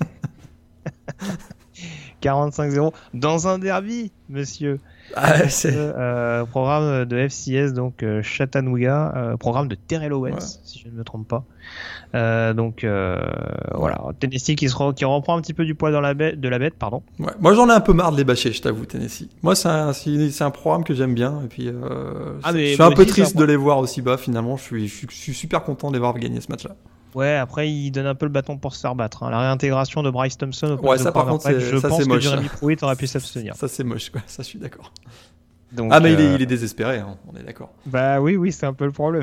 Speaker 2: quarante-cinq zéro dans un derby, monsieur.
Speaker 3: Ah, c'est...
Speaker 2: Euh, programme de F C S, donc euh, Chattanooga, euh, programme de Terrell Owens,
Speaker 3: Ouais.
Speaker 2: si je ne me trompe pas. Euh, donc euh, voilà, Tennessee qui, se re- qui reprend un petit peu du poids dans la bête, de la bête, pardon.
Speaker 3: Ouais. Moi, j'en ai un peu marre de les bâcher, je t'avoue, Tennessee. Moi, c'est un, c'est, c'est un programme que j'aime bien. Et puis, euh,
Speaker 2: Ah, mais
Speaker 3: je suis
Speaker 2: moi
Speaker 3: un peu
Speaker 2: aussi,
Speaker 3: triste
Speaker 2: c'est un
Speaker 3: de les voir aussi bas, finalement. Je suis, je suis, je suis super content de les voir gagner ce match-là.
Speaker 2: Ouais, après il donne un peu le bâton pour se faire battre. Hein. La réintégration de Bryce Thompson au poste
Speaker 3: Ouais,
Speaker 2: de
Speaker 3: ça, par contre,
Speaker 2: quarterback,
Speaker 3: c'est-
Speaker 2: je
Speaker 3: ça,
Speaker 2: pense
Speaker 3: c'est
Speaker 2: que
Speaker 3: moche,
Speaker 2: Jeremy
Speaker 3: ça.
Speaker 2: Pruitt aurait pu s'abstenir.
Speaker 3: Ça, c'est moche, quoi. Ça, je suis d'accord.
Speaker 2: Donc,
Speaker 3: Ah, mais il, est,
Speaker 2: euh,
Speaker 3: il est désespéré, hein. On est d'accord.
Speaker 2: Bah oui, oui, c'est un peu le problème.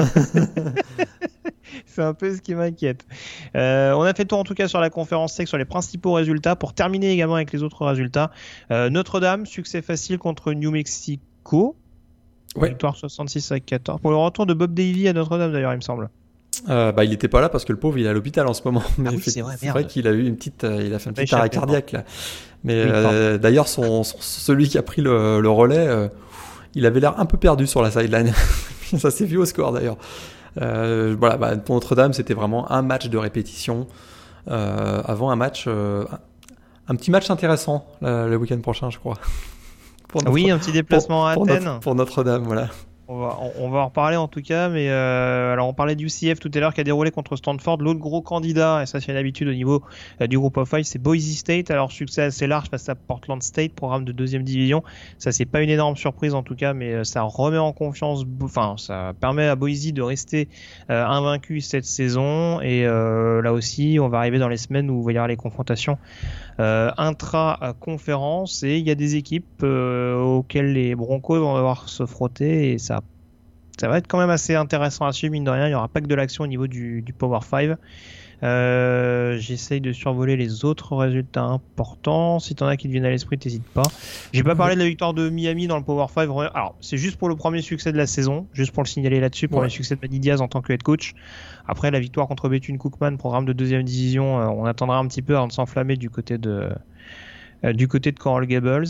Speaker 2: C'est un peu ce qui m'inquiète. Euh, on a fait le tour en tout cas sur la conférence sec, sur les principaux résultats. Pour terminer également avec les autres résultats, euh, Notre-Dame, succès facile contre New Mexico.
Speaker 3: Ouais.
Speaker 2: Victoire soixante-six à quatorze. Pour le retour de Bob Davy à Notre-Dame d'ailleurs, il me semble.
Speaker 3: Euh, bah, il était pas là parce que le pauvre, il est à l'hôpital en ce moment. Mais
Speaker 2: oui,
Speaker 3: fait-
Speaker 2: c'est vrai,
Speaker 3: c'est
Speaker 2: merde.
Speaker 3: vrai qu'il a eu une petite, euh, il a fait un
Speaker 2: Pas
Speaker 3: petit arrêt
Speaker 2: échappé,
Speaker 3: cardiaque là. Mais
Speaker 2: Oui,
Speaker 3: euh, d'ailleurs, son, son- celui qui a pris le, le relais, euh, il avait l'air un peu perdu sur la sideline. Ça s'est vu au score d'ailleurs. Euh, voilà, bah, pour Notre-Dame, c'était vraiment un match de répétition. euh, avant un match, euh, un petit match intéressant le, le week-end prochain, je crois.
Speaker 2: Notre, oui, un petit déplacement
Speaker 3: pour,
Speaker 2: à Athènes.
Speaker 3: Pour, pour Notre-Dame, voilà.
Speaker 2: On va, on, on va en reparler en tout cas, mais euh, alors on parlait du U C F tout à l'heure qui a déroulé contre Stanford. L'autre gros candidat, et ça c'est une habitude au niveau euh, du groupe of five, c'est Boise State. Alors succès assez large face à Portland State, programme de deuxième division. Ça c'est pas une énorme surprise en tout cas, mais euh, ça remet en confiance, enfin ça permet à Boise de rester euh, invaincu cette saison. Et euh, là aussi, on va arriver dans les semaines où il va y avoir les confrontations euh, intra-conférence, et il y a des équipes euh, auxquelles les Broncos vont devoir se frotter, et ça Ça va être quand même assez intéressant à suivre, mine de rien. Il n'y aura pas que de l'action au niveau du, du Power five. Euh, j'essaye de survoler les autres résultats importants. Si t'en as qui te viennent à l'esprit, t'hésites pas. J'ai pas parlé de la victoire de Miami dans le Power five. Alors, c'est juste pour le premier succès de la saison. Juste pour le signaler là-dessus, pour ouais. le succès de Manny Diaz en tant que head coach. Après, la victoire contre Bethune-Cookman, programme de deuxième division, euh, on attendra un petit peu avant de s'enflammer du côté de, euh, du côté de Coral Gables.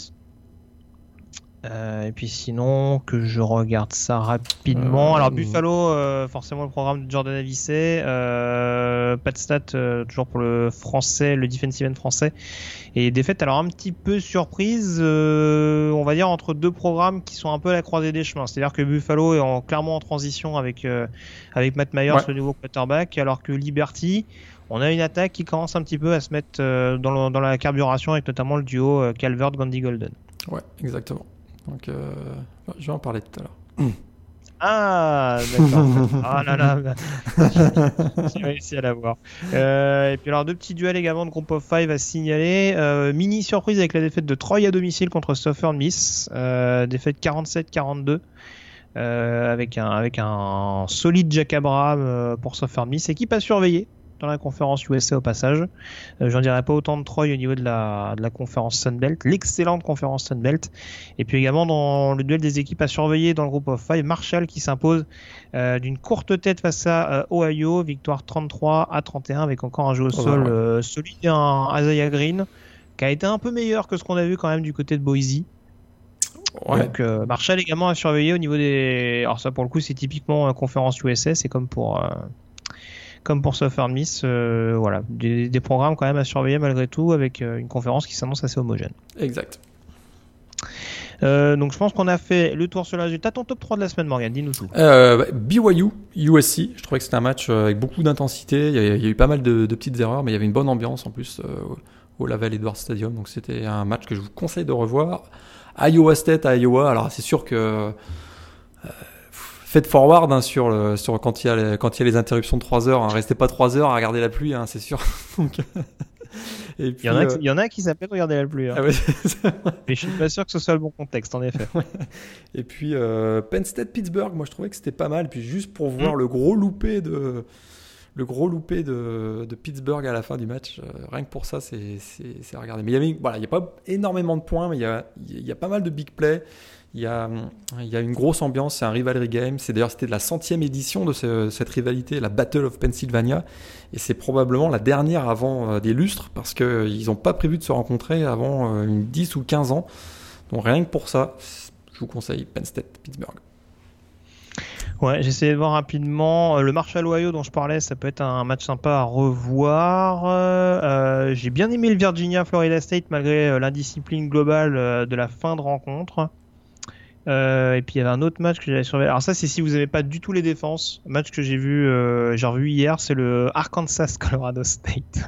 Speaker 2: Euh, et puis sinon, que je regarde ça rapidement. Euh, Alors Buffalo, euh, forcément le programme de Jordan Avicet. Euh, pas de stats, euh, toujours pour le français, le defensive end français. Et défaite alors un petit peu surprise, euh, on va dire entre deux programmes qui sont un peu à la croisée des chemins. C'est-à-dire que Buffalo est en, clairement en transition avec, euh, avec Matt Myers, ouais. le nouveau quarterback, alors que Liberty, on a une attaque qui commence un petit peu à se mettre euh, dans, le, dans la carburation, avec notamment le duo euh, Calvert-Gandy-Golden.
Speaker 3: Ouais, exactement. Donc, euh, je vais en parler tout à l'heure.
Speaker 2: Ah, d'accord. Ah là là, j'ai réussi à l'avoir. Euh, et puis alors, deux petits duels également de Group of Five à signaler. Euh, mini surprise avec la défaite de Troy à domicile contre Southern Miss. Euh, défaite quarante-sept quarante-deux. Euh, avec, un, avec un solide Jack Abraham euh, pour Southern Miss. Équipe à surveiller dans la conférence U S A au passage. Euh, j'en dirais pas autant de Troy au niveau de la, de la conférence Sunbelt, l'excellente conférence Sunbelt. Et puis également dans le duel des équipes à surveiller dans le groupe of five, Marshall qui s'impose euh, d'une courte tête face à euh, Ohio, victoire trente-trois à trente et un avec encore un jeu au oh, sol ouais. euh, solide, un Isaiah Green qui a été un peu meilleur que ce qu'on a vu quand même du côté de Boise. Ouais. Donc euh, Marshall également à surveiller au niveau des... Alors ça pour le coup c'est typiquement euh, conférence U S A, c'est comme pour... Euh... Comme pour Southern Miss, euh, voilà, des, des programmes quand même à surveiller malgré tout, avec euh, une conférence qui s'annonce assez homogène.
Speaker 3: Exact.
Speaker 2: Euh, donc je pense qu'on a fait le tour sur le résultat. Ton top trois de la semaine, Morgan, dis-nous tout.
Speaker 3: Euh, B Y U, U S C, je trouvais que c'était un match avec beaucoup d'intensité. Il y a, il y a eu pas mal de, de petites erreurs, mais il y avait une bonne ambiance en plus euh, au Laval Edwards Stadium. Donc c'était un match que je vous conseille de revoir. Iowa State à Iowa, alors c'est sûr que... Euh, faites forward hein, sur, le, sur quand il y a les, quand il y a les interruptions de trois heures. Hein. Restez pas trois heures à regarder la pluie, hein, c'est sûr. Donc,
Speaker 2: et puis, il, y en a, euh... il y en a qui s'appellent regarder la pluie. Hein. Ah ouais, mais je suis pas sûr que ce soit le bon contexte, en effet.
Speaker 3: Et puis euh, Penn State Pittsburgh, moi je trouvais que c'était pas mal. Puis juste pour voir mmh. le gros loupé de le gros loupé de, de Pittsburgh à la fin du match, euh, rien que pour ça, c'est, c'est, c'est à regarder. Mais il y avait, voilà, il y a pas énormément de points, mais il y a, il y a pas mal de big plays. Il y, a, il y a une grosse ambiance, c'est un rivalry game. C'est d'ailleurs c'était de la centième édition de ce, cette rivalité, la Battle of Pennsylvania, et c'est probablement la dernière avant euh, des lustres parce que ils n'ont pas prévu de se rencontrer avant euh, une dix ou quinze ans. Donc rien que pour ça, je vous conseille Penn State Pittsburgh.
Speaker 2: Ouais, j'ai essayé de voir rapidement. Le Marshall Ohio dont je parlais, ça peut être un match sympa à revoir. Euh, j'ai bien aimé le Virginia Florida State malgré l'indiscipline globale de la fin de rencontre. Euh, et puis il y avait un autre match que j'avais surveillé. Alors ça c'est si vous n'avez pas du tout les défenses. Un match que j'ai vu, euh, j'ai revu hier, c'est le Arkansas Colorado State.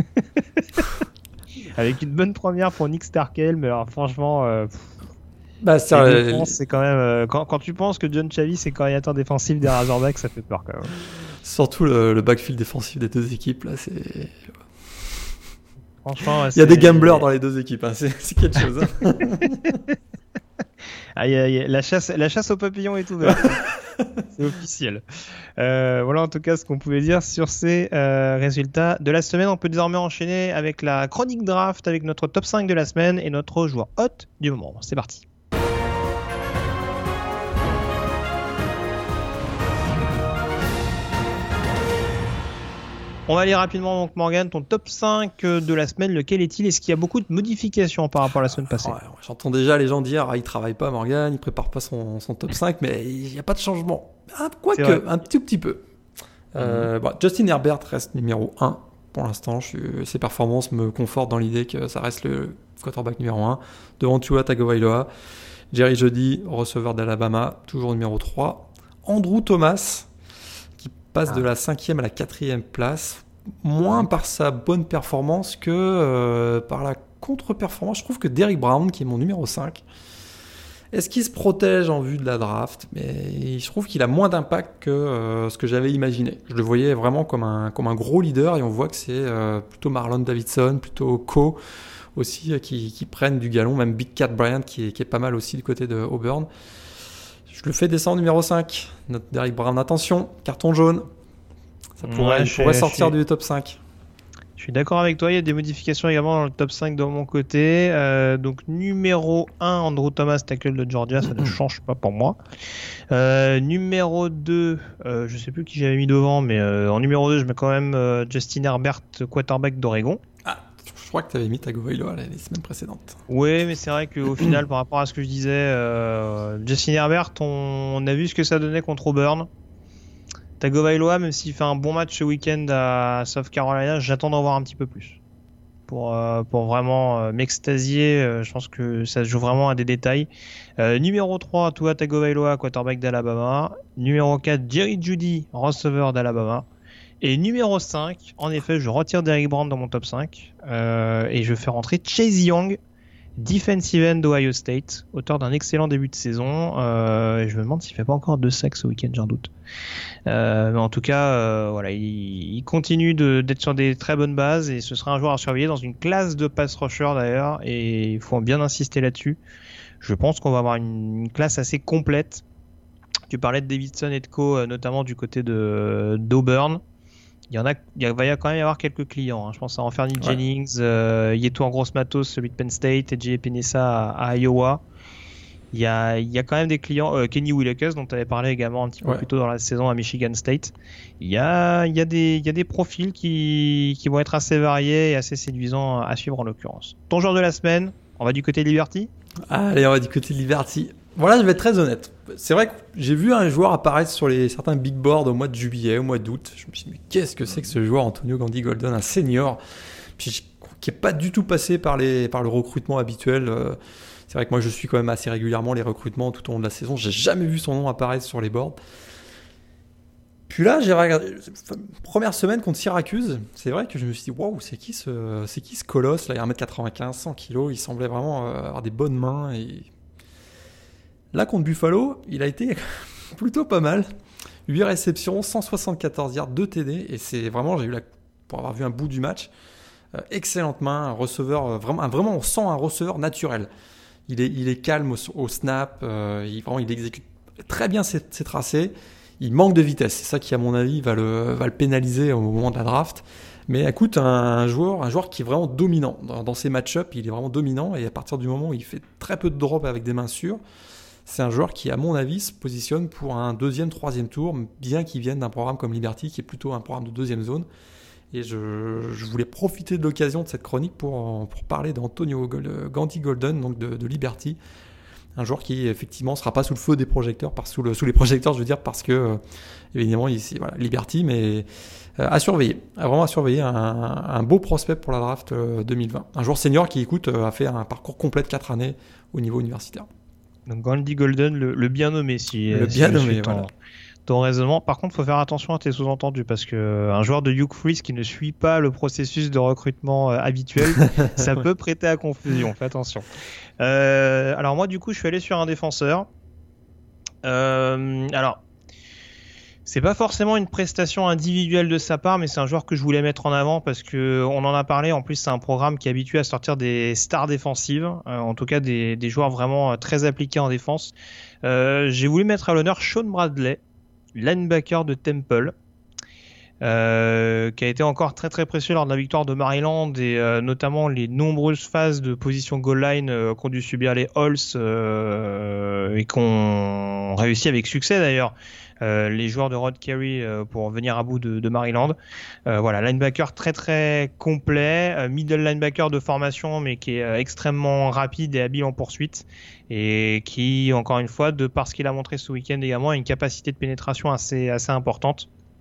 Speaker 2: Avec une bonne première pour Nick Starkel, mais alors franchement, euh,
Speaker 3: bah, ça,
Speaker 2: euh, défense, c'est quand même euh, quand, quand tu penses que John Chavis est coordinateur défensif des Razorbacks, ça fait peur quand même.
Speaker 3: Surtout le, le backfield défensif des deux équipes là, c'est.
Speaker 2: Franchement, ouais,
Speaker 3: il y a des gamblers dans les deux équipes, hein. c'est, c'est quelque chose. Hein.
Speaker 2: Ah, y a, y a, la, chasse, la chasse aux papillons est ouverte. C'est officiel. Euh, voilà en tout cas ce qu'on pouvait dire sur ces euh, résultats de la semaine. On peut désormais enchaîner avec la chronique draft, avec notre top cinq de la semaine et notre joueur hot du moment. C'est parti. On va aller rapidement, donc Morgan, ton top cinq de la semaine, lequel est-il? Est-ce qu'il y a beaucoup de modifications par rapport à la semaine passée?
Speaker 3: Ouais, j'entends déjà les gens dire ah, il travaille pas Morgan, il prépare pas son, son top cinq, mais il n'y a pas de changement. Ah, quoique, un tout petit peu. Euh, mm-hmm. bon, Justin Herbert reste numéro un pour l'instant. Je suis, ses performances me confortent dans l'idée que ça reste le quarterback numéro un. Devant Tua Tagovailoa, Jerry Jeudy, receveur d'Alabama, toujours numéro trois. Andrew Thomas, qui passe ah. de la cinquième à la quatrième place, moins par sa bonne performance que euh, par la contre-performance. Je trouve que Derrick Brown, qui est mon numéro cinq, est-ce qu'il se protège en vue de la draft? Mais je trouve qu'il a moins d'impact que euh, ce que j'avais imaginé. Je le voyais vraiment comme un, comme un gros leader et on voit que c'est euh, plutôt Marlon Davidson, plutôt Co aussi euh, qui, qui prennent du galon, même Big Cat Bryant qui est, qui est pas mal aussi du côté de Auburn. Je le fais descendre numéro cinq, notre Derrick Brown. Attention, carton jaune. Ça pourrait, ouais, il pourrait sortir suis... du top cinq.
Speaker 2: Je suis d'accord avec toi, il y a des modifications également dans le top cinq de mon côté. Euh, donc numéro un, Andrew Thomas, tackle de Georgia, ça ne change pas pour moi. Euh, numéro deux, euh, je ne sais plus qui j'avais mis devant, mais euh, en numéro deux, je mets quand même euh, Justin Herbert, quarterback d'Oregon.
Speaker 3: Ah, je crois que tu avais mis Tagovailoa les semaines précédentes.
Speaker 2: Oui, mais c'est vrai qu'au final, par rapport à ce que je disais, euh, Justin Herbert, on, on a vu ce que ça donnait contre Auburn. Tagovailoa, même s'il fait un bon match ce week-end à South Carolina, j'attends d'en voir un petit peu plus. Pour, euh, pour vraiment euh, m'extasier, euh, je pense que ça se joue vraiment à des détails. Euh, numéro trois, Tua Tagovailoa, quarterback d'Alabama. Numéro quatre, Jerry Jeudy, receveur d'Alabama. Et numéro cinq, en effet, je retire Derrick Brown dans mon top cinq. Euh, et je fais rentrer Chase Young, defensive end d'Ohio State, auteur d'un excellent début de saison. Euh, et je me demande s'il fait pas encore deux sacs ce week-end, j'en doute. Euh, mais en tout cas, euh, voilà, il, il continue de, d'être sur des très bonnes bases et ce sera un joueur à surveiller dans une classe de pass rusher d'ailleurs. Et il faut bien insister là-dessus. Je pense qu'on va avoir une, une classe assez complète. Tu parlais de Davidson et de Co, notamment du côté de d'Auburn. Il y en a, il va y quand même y avoir quelques clients. Hein. Je pense à Anfernee ouais. Jennings, euh, Yeto en grosse matos, celui de Penn State, et J. Penessa à, à Iowa. Il y a, il y a quand même des clients. Euh, Kenny Willekes, dont tu avais parlé également un petit peu ouais. plus tôt dans la saison à Michigan State. Il y a, il y a des, il y a des profils qui, qui vont être assez variés et assez séduisants à suivre en l'occurrence. Ton joueur de la semaine, on va du côté de Liberty ?
Speaker 3: Allez, on va du côté de Liberty. Voilà, je vais être très honnête. C'est vrai que j'ai vu un joueur apparaître sur les, certains big boards au mois de juillet, au mois d'août. Je me suis dit, mais qu'est-ce que c'est que ce joueur, Antonio Gandy-Golden, un senior, puis, qui n'est pas du tout passé par, les, par le recrutement habituel. C'est vrai que moi, je suis quand même assez régulièrement les recrutements tout au long de la saison. J'ai jamais vu son nom apparaître sur les boards. Puis là, j'ai regardé première semaine contre Syracuse. C'est vrai que je me suis dit, waouh, c'est qui ce, c'est qui ce colosse là, il a un mètre quatre-vingt-quinze, cent kilos. Il semblait vraiment avoir des bonnes mains et... Là, contre Buffalo, il a été plutôt pas mal. huit réceptions, cent soixante-quatorze yards, deux T D. Et c'est vraiment, j'ai eu la, pour avoir vu un bout du match, euh, excellente main, un receveur, euh, vraiment, vraiment, on sent un receveur naturel. Il est, il est calme au, au snap, euh, il, vraiment, il exécute très bien ses, ses tracés. Il manque de vitesse. C'est ça qui, à mon avis, va le, va le pénaliser au moment de la draft. Mais écoute, un, un joueur, un joueur qui est vraiment dominant. Dans, dans ses match-ups, il est vraiment dominant. Et à partir du moment où il fait très peu de drop avec des mains sûres, c'est un joueur qui, à mon avis, se positionne pour un deuxième, troisième tour, bien qu'il vienne d'un programme comme Liberty, qui est plutôt un programme de deuxième zone. Et je, je voulais profiter de l'occasion de cette chronique pour, pour parler d'Antonio Gandy-Golden, donc de, de Liberty. Un joueur qui, effectivement, ne sera pas sous le feu des projecteurs, par, sous, le, sous les projecteurs, je veux dire, parce que, euh, évidemment, ici, voilà, Liberty, mais euh, à surveiller, vraiment à surveiller, un, un beau prospect pour la draft euh, deux mille vingt. Un joueur senior qui, écoute, euh, a fait un parcours complet de quatre années au niveau universitaire.
Speaker 2: Donc Gandy-Golden, le, le bien nommé, si,
Speaker 3: le
Speaker 2: si
Speaker 3: bien
Speaker 2: je
Speaker 3: nommé,
Speaker 2: suis ton,
Speaker 3: voilà.
Speaker 2: ton raisonnement. Par contre, il faut faire attention à tes sous-entendus parce qu'un joueur de Hugh Freeze qui ne suit pas le processus de recrutement euh, habituel, ça peut prêter à confusion. Fais attention. Euh, alors moi, du coup, je suis allé sur un défenseur. Euh, alors, c'est pas forcément une prestation individuelle de sa part, mais c'est un joueur que je voulais mettre en avant parce que on en a parlé. En plus, c'est un programme qui est habitué à sortir des stars défensives, euh, en tout cas des, des joueurs vraiment très appliqués en défense. Euh, j'ai voulu mettre à l'honneur Sean Bradley, linebacker de Temple, euh, qui a été encore très très précieux lors de la victoire de Maryland et euh, notamment les nombreuses phases de position goal line euh, qu'ont dû subir les Halls euh, et qu'on réussi avec succès d'ailleurs. Euh, les joueurs de Rod Carey euh, pour venir à bout de, de Maryland. Euh, voilà, linebacker très très complet, euh, middle linebacker de formation mais qui est euh, extrêmement rapide et habile en poursuite et qui, encore une fois, de par ce qu'il a montré ce week-end également, a une capacité de pénétration assez, assez importante.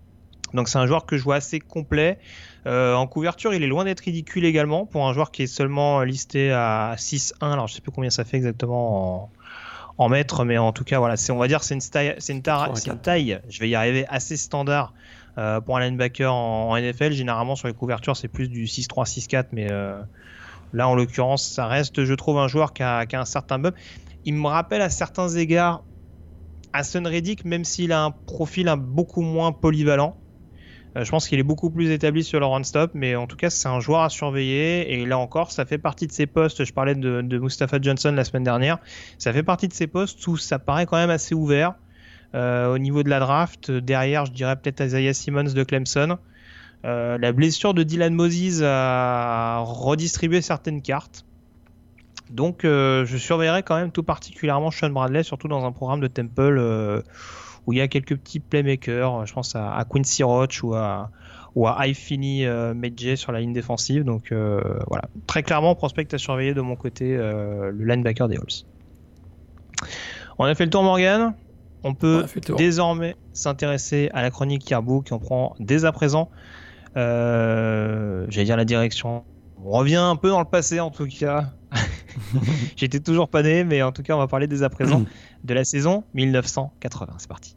Speaker 2: Donc c'est un joueur que je vois assez complet. Euh, en couverture, il est loin d'être ridicule également pour un joueur qui est seulement listé à six un. Alors je sais plus combien ça fait exactement en, en mètres, mais en tout cas voilà, c'est, on va dire c'est une, taille, c'est une, tar- c'est une taille, je vais y arriver, assez standard euh, pour un linebacker en, en N F L. Généralement sur les couvertures c'est plus du six trois, six quatre, mais euh, là en l'occurrence ça reste, je trouve, un joueur qui a, qui a un certain bump. Il me rappelle à certains égards Haason Reddick, même s'il a un profil un, beaucoup moins polyvalent. Euh, je pense qu'il est beaucoup plus établi sur le run-stop, mais en tout cas, c'est un joueur à surveiller. Et là encore, ça fait partie de ces postes. Je parlais de, de Mustafa Johnson la semaine dernière. Ça fait partie de ces postes où ça paraît quand même assez ouvert. Euh, au niveau de la draft, derrière, je dirais peut-être Isaiah Simmons de Clemson. Euh, la blessure de Dylan Moses a redistribué certaines cartes. Donc, euh, je surveillerai quand même tout particulièrement Sean Bradley, surtout dans un programme de Temple euh, où il y a quelques petits playmakers. Je pense à, à Quincy Roach ou à, ou à Ifeanyi euh, Medjay sur la ligne défensive. Donc, euh, voilà. Très clairement, prospect à surveiller de mon côté, euh, le linebacker des Hawks. On a fait le tour, Morgan. On peut désormais s'intéresser à la chronique Yearbook. On prend dès à présent, euh, j'allais dire la direction. On revient un peu dans le passé en tout cas. J'étais toujours pas né, mais en tout cas, on va parler dès à présent de la saison dix-neuf cent quatre-vingts. C'est parti.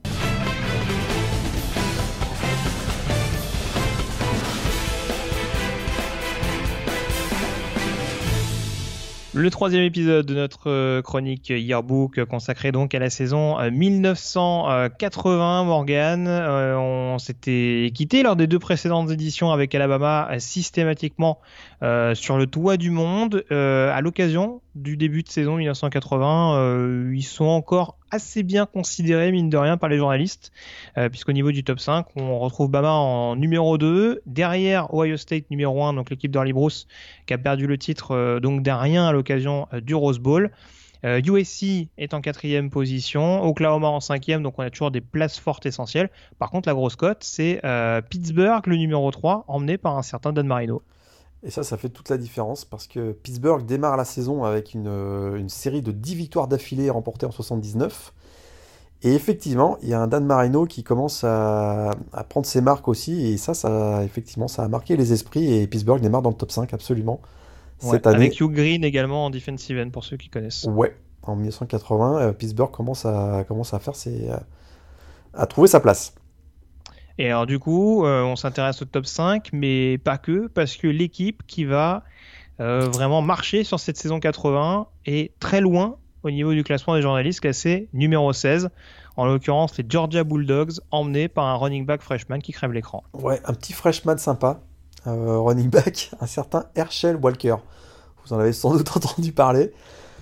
Speaker 2: Le troisième épisode de notre chronique Yearbook consacré donc à la saison dix-neuf cent quatre-vingts, Morgan. Euh, on s'était quitté lors des deux précédentes éditions avec Alabama systématiquement euh, sur le toit du monde. Euh, à l'occasion du début de saison dix-neuf cent quatre-vingts, euh, ils sont encore assez bien considérés, mine de rien, par les journalistes, euh, puisqu'au niveau du top cinq, on retrouve Bama en numéro deux, derrière Ohio State numéro un, donc l'équipe d'Early Bruce, qui a perdu le titre euh, donc d'un rien à l'occasion euh, du Rose Bowl. Euh, U S C est en quatrième position, Oklahoma en cinquième, donc on a toujours des places fortes essentielles. Par contre, la grosse cote, c'est euh, Pittsburgh, le numéro trois, emmené par un certain Dan Marino.
Speaker 4: Et ça, ça fait toute la différence parce que Pittsburgh démarre la saison avec une, une série de dix victoires d'affilée remportées en soixante-dix-neuf. Et effectivement, il y a un Dan Marino qui commence à, à prendre ses marques aussi. Et ça, ça, effectivement, ça a marqué les esprits. Et Pittsburgh démarre dans le top cinq, absolument.
Speaker 2: Ouais, cette année. Avec Hugh Green également en defensive end, pour ceux qui connaissent.
Speaker 4: Ouais, en dix-neuf cent quatre-vingts, euh, Pittsburgh commence à, commence à faire ses, à, à trouver sa place.
Speaker 2: Et alors du coup, euh, on s'intéresse au top cinq, mais pas que, parce que l'équipe qui va euh, vraiment marcher sur cette saison quatre-vingts est très loin au niveau du classement des journalistes, classé numéro seize. En l'occurrence, les Georgia Bulldogs, emmenés par un running back freshman qui crève l'écran.
Speaker 4: Ouais, un petit freshman sympa, euh, running back, un certain Herschel Walker. Vous en avez sans doute entendu parler.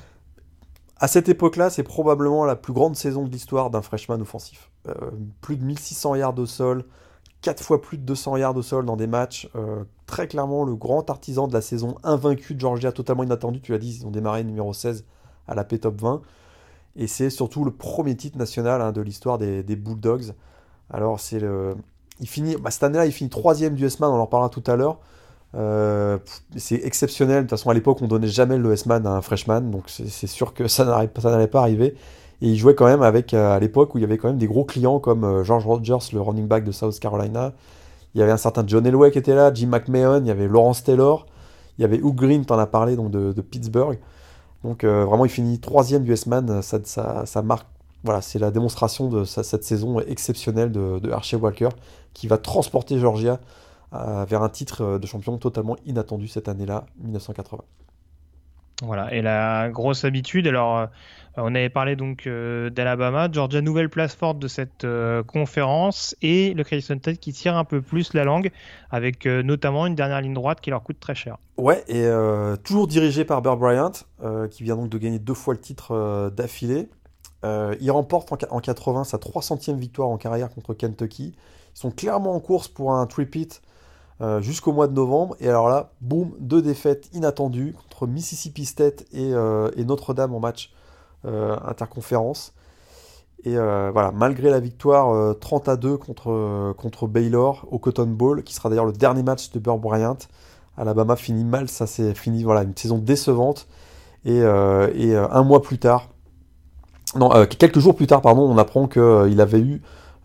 Speaker 4: À cette époque-là, c'est probablement la plus grande saison de l'histoire d'un freshman offensif. Euh, plus de mille six cents yards au sol, quatre fois plus de deux cents yards au sol dans des matchs. Euh, très clairement, le grand artisan de la saison invaincue de Georgia, totalement inattendu. Tu l'as dit, ils ont démarré numéro seize à la P Top vingt. Et c'est surtout le premier titre national hein, de l'histoire des, des Bulldogs. Alors, c'est le... il finit... bah, cette année-là, il finit troisième du S-Man, on en reparlera tout à l'heure. Euh, c'est exceptionnel. De toute façon, à l'époque, on donnait jamais le S-Man à un freshman, donc c'est, c'est sûr que ça n'allait, ça n'allait pas arriver. Et il jouait quand même avec, euh, à l'époque où il y avait quand même des gros clients comme euh, George Rogers, le running back de South Carolina. Il y avait un certain John Elway qui était là, Jim McMahon, il y avait Lawrence Taylor, il y avait Hugh Green, t'en as parlé, donc de, de Pittsburgh. Donc euh, vraiment, il finit troisième du S-Man. Ça, ça, ça marque. Voilà, c'est la démonstration de sa, cette saison exceptionnelle de, de Herschel Walker qui va transporter Georgia euh, vers un titre de champion totalement inattendu cette année-là, dix-neuf cent quatre-vingts.
Speaker 2: Voilà, et la grosse habitude, alors euh, on avait parlé donc euh, d'Alabama, Georgia, nouvelle place forte de cette euh, conférence, et le Crimson Tide qui tire un peu plus la langue, avec euh, notamment une dernière ligne droite qui leur coûte très cher.
Speaker 4: Ouais, et euh, toujours dirigé par Bear Bryant, euh, qui vient donc de gagner deux fois le titre euh, d'affilée. Euh, il remporte en, en quatre-vingts sa trois centième victoire en carrière contre Kentucky. Ils sont clairement en course pour un three-peat Euh, jusqu'au mois de novembre, et alors là, boum, deux défaites inattendues contre Mississippi State et, euh, et Notre-Dame en match euh, interconférence. Et euh, voilà, malgré la victoire euh, trente à deux contre, euh, contre Baylor au Cotton Bowl, qui sera d'ailleurs le dernier match de Bear Bryant, Alabama finit mal, ça c'est fini, voilà, une saison décevante. Et, euh, et euh, un mois plus tard, non, euh, quelques jours plus tard, pardon, on apprend qu'il euh, avait eu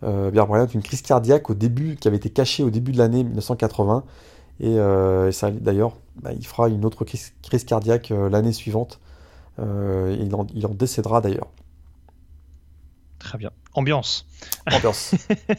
Speaker 4: euh, Bear Bryant, une crise cardiaque au début, qui avait été cachée au début de l'année mille neuf cent quatre-vingts. Et, euh, et ça, d'ailleurs, bah, il fera une autre crise, crise cardiaque euh, l'année suivante. Euh, il, en, il en décédera d'ailleurs.
Speaker 2: Très bien. Ambiance.
Speaker 4: Ambiance.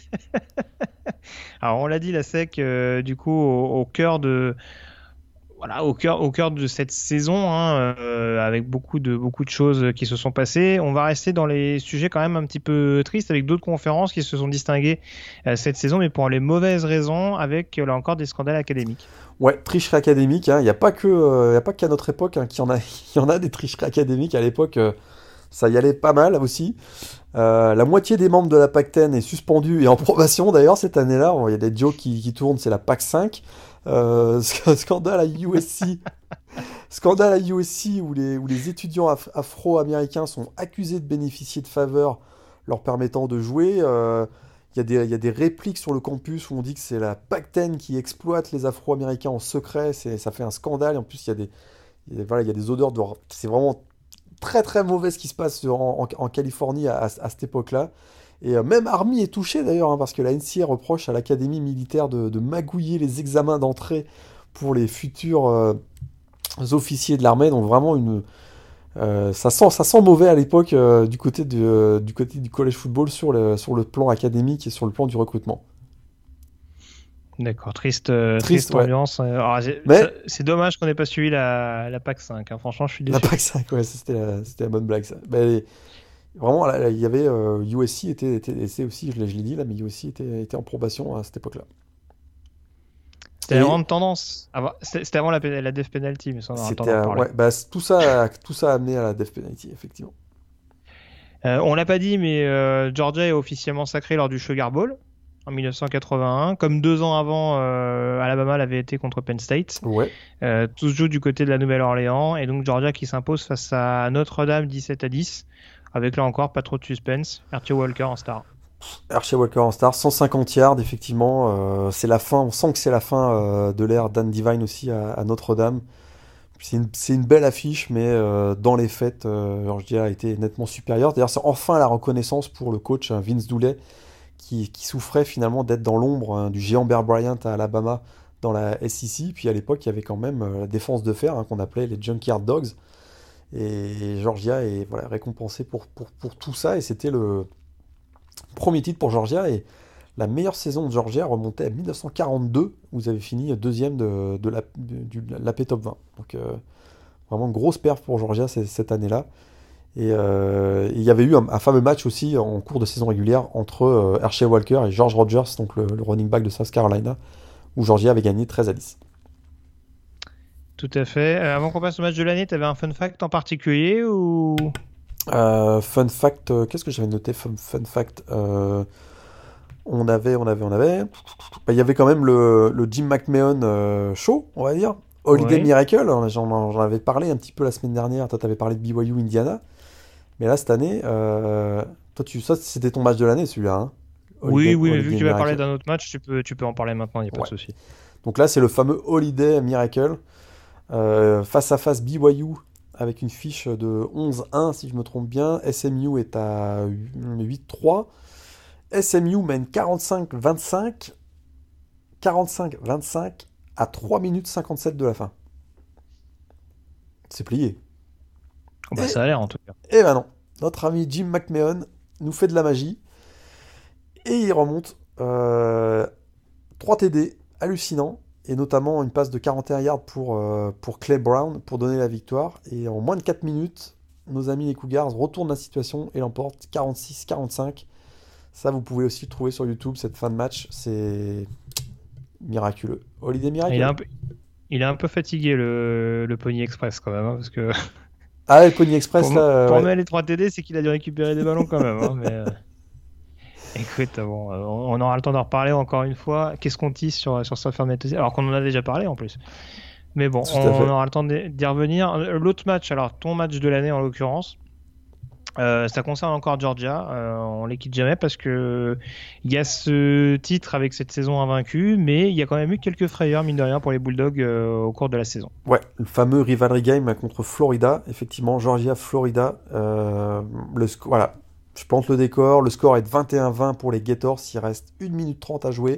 Speaker 2: Alors on l'a dit, la S E C, euh, du coup, au, au cœur de, voilà, au cœur, au cœur de cette saison, hein, euh, avec beaucoup de, beaucoup de choses qui se sont passées. On va rester dans les sujets quand même un petit peu tristes, avec d'autres conférences qui se sont distinguées euh, cette saison, mais pour les mauvaises raisons, avec là encore des scandales académiques.
Speaker 4: Ouais, tricherie académique. Il hein. n'y a pas que, euh, y a pas qu'à notre époque hein, qu'il y en a, il y en a des tricheries académiques. À l'époque, euh, ça y allait pas mal aussi. Euh, la moitié des membres de la Pac dix est suspendue et en probation d'ailleurs cette année-là. Il y a des jokes qui, qui tournent, c'est la Pac cinq. Euh, scandale à U S C. Scandale à U S C où les, où les étudiants af- afro-américains sont accusés de bénéficier de faveurs leur permettant de jouer. Euh, Il y, a des, il y a des répliques sur le campus où on dit que c'est la Pac dix qui exploite les Afro-Américains en secret. C'est, ça fait un scandale. Et en plus, il y a des, il y a, voilà, il y a des odeurs de... C'est vraiment très très mauvais ce qui se passe en, en, en Californie à, à, à cette époque-là. Et euh, même Army est touché d'ailleurs, hein, parce que la N C A A reproche à l'Académie militaire de, de magouiller les examens d'entrée pour les futurs euh, officiers de l'armée. Donc vraiment une... Euh, ça, sent, ça sent mauvais à l'époque euh, du, côté de, euh, du côté du college football sur le, sur le plan académique et sur le plan du recrutement.
Speaker 2: D'accord, triste, euh,
Speaker 4: Triste,
Speaker 2: triste
Speaker 4: ouais.
Speaker 2: ambiance. Alors, c'est,
Speaker 4: Mais-
Speaker 2: ça- c'est dommage qu'on n'ait pas suivi la, la Pac cinq. Hein. Franchement, je suis déçu.
Speaker 4: La Pac cinq, ouais, c'était la, c'était la bonne blague ça. Mais, vraiment, là, là, il y avait euh, U S C était, était, était aussi, je l'ai, je l'ai dit là, mais U S C était, était en probation à cette époque-là.
Speaker 2: C'était
Speaker 4: Et-
Speaker 2: la grande tendance. Avant- C'était c'était avant la, pe- la Death Penalty, mais ça, on aura le temps
Speaker 4: C'était,
Speaker 2: d'en
Speaker 4: euh,
Speaker 2: parler.
Speaker 4: ouais, bah, c- tout ça, a- tout ça a amené à la Death Penalty, effectivement.
Speaker 2: Euh, on l'a pas dit, mais euh, Georgia est officiellement sacré lors du Sugar Bowl en mille neuf cent quatre-vingt-un. Comme deux ans avant, euh, Alabama l'avait été contre Penn State.
Speaker 4: Ouais.
Speaker 2: Euh, tous jouent du côté de la Nouvelle-Orléans. Et donc Georgia qui s'impose face à Notre-Dame dix-sept à dix. Avec là encore pas trop de suspense. Archie Walker en star.
Speaker 4: Archie Walker en star, cent cinquante yards, effectivement. Euh, c'est la fin, on sent que c'est la fin euh, de l'ère Dan Devine aussi à, à Notre-Dame. C'est une, c'est une belle affiche, mais euh, dans les faits, euh, Georgia a été nettement supérieur. D'ailleurs, c'est enfin la reconnaissance pour le coach hein, Vince Dooley, qui, qui souffrait finalement d'être dans l'ombre hein, du géant Bear Bryant à Alabama dans la S E C. Puis à l'époque, il y avait quand même euh, la défense de fer hein, qu'on appelait les Junkyard Dogs. Et Georgia est voilà, récompensé pour, pour, pour tout ça. Et c'était le premier titre pour Georgia. Et la meilleure saison de Georgia remontait à mille neuf cent quarante-deux, où vous avez fini deuxième de, de la, du, de l'A P Top vingt. Donc euh, vraiment grosse perf pour Georgia c- cette année-là. Et euh, il y avait eu un, un fameux match aussi en cours de saison régulière entre euh, Hershey Walker et George Rogers, donc le, le running back de South Carolina, où Georgia avait gagné treize à dix.
Speaker 2: Tout à fait. Euh, avant qu'on passe au match de l'année, tu avais un fun fact en particulier ou...
Speaker 4: Euh, fun fact, euh, qu'est-ce que j'avais noté fun, fun fact euh, On avait, on avait, on avait. Bah, il y avait quand même le, le Jim McMahon euh, show, on va dire. Holiday
Speaker 2: Ouais.
Speaker 4: Miracle, j'en, j'en avais parlé un petit peu la semaine dernière. Toi, t'avais parlé de B Y U Indiana. Mais là, cette année, euh, toi, tu, ça, c'était ton match de l'année, celui-là. Hein
Speaker 2: Oui,
Speaker 4: Holiday-
Speaker 2: oui, mais
Speaker 4: Holiday
Speaker 2: vu que tu vas parler
Speaker 4: Miracle.
Speaker 2: d'un autre match, tu peux, tu peux en parler maintenant, il n'y a pas
Speaker 4: Ouais.
Speaker 2: de souci.
Speaker 4: Donc là, c'est le fameux Holiday Miracle. Euh, face à face B Y U avec une fiche de onze un, si je me trompe bien. S M U est à huit trois. S M U mène quarante-cinq vingt-cinq. quarante-cinq vingt-cinq à trois minutes cinquante-sept de la fin. C'est plié.
Speaker 2: Oh, bah,
Speaker 4: Et-
Speaker 2: ça a l'air en tout cas.
Speaker 4: Et ben non. Notre ami Jim McMahon nous fait de la magie. Et il remonte euh, trois T D hallucinants. Et notamment une passe de quarante et un yards pour, euh, pour Clay Brown pour donner la victoire. Et en moins de quatre minutes, nos amis les Cougars retournent la situation et l'emportent quarante-six quarante-cinq. Ça, vous pouvez aussi le trouver sur YouTube, cette fin de match. C'est miraculeux. Holiday Miracle.
Speaker 2: Il est un peu, il est un peu fatigué le, le Pony Express quand même, hein, parce que
Speaker 4: Ah, le Pony Express,
Speaker 2: pour,
Speaker 4: là. euh,
Speaker 2: pour
Speaker 4: ouais.
Speaker 2: mettre les trois T D, c'est qu'il a dû récupérer des ballons quand même. Hein, mais, euh, écoute, bon, euh, on aura le temps d'en reparler encore une fois. Qu'est-ce qu'on tisse sur, sur Southern Methodist, alors qu'on en a déjà parlé en plus. Mais bon,
Speaker 4: Tout à
Speaker 2: on,
Speaker 4: fait.
Speaker 2: aura le temps d'y d'y revenir. L'autre match, alors ton match de l'année en l'occurrence, euh, ça concerne encore Georgia. Euh, on les quitte jamais parce que il y a ce titre avec cette saison invaincue, mais il y a quand même eu quelques frayeurs mine de rien pour les Bulldogs euh, au cours de la saison.
Speaker 4: Ouais, le fameux rivalry game contre Florida. Effectivement, Georgia-Florida. Euh, le sc- voilà. je plante le décor. Le score est de vingt et un vingt pour les Gators. Il reste une minute trente à jouer.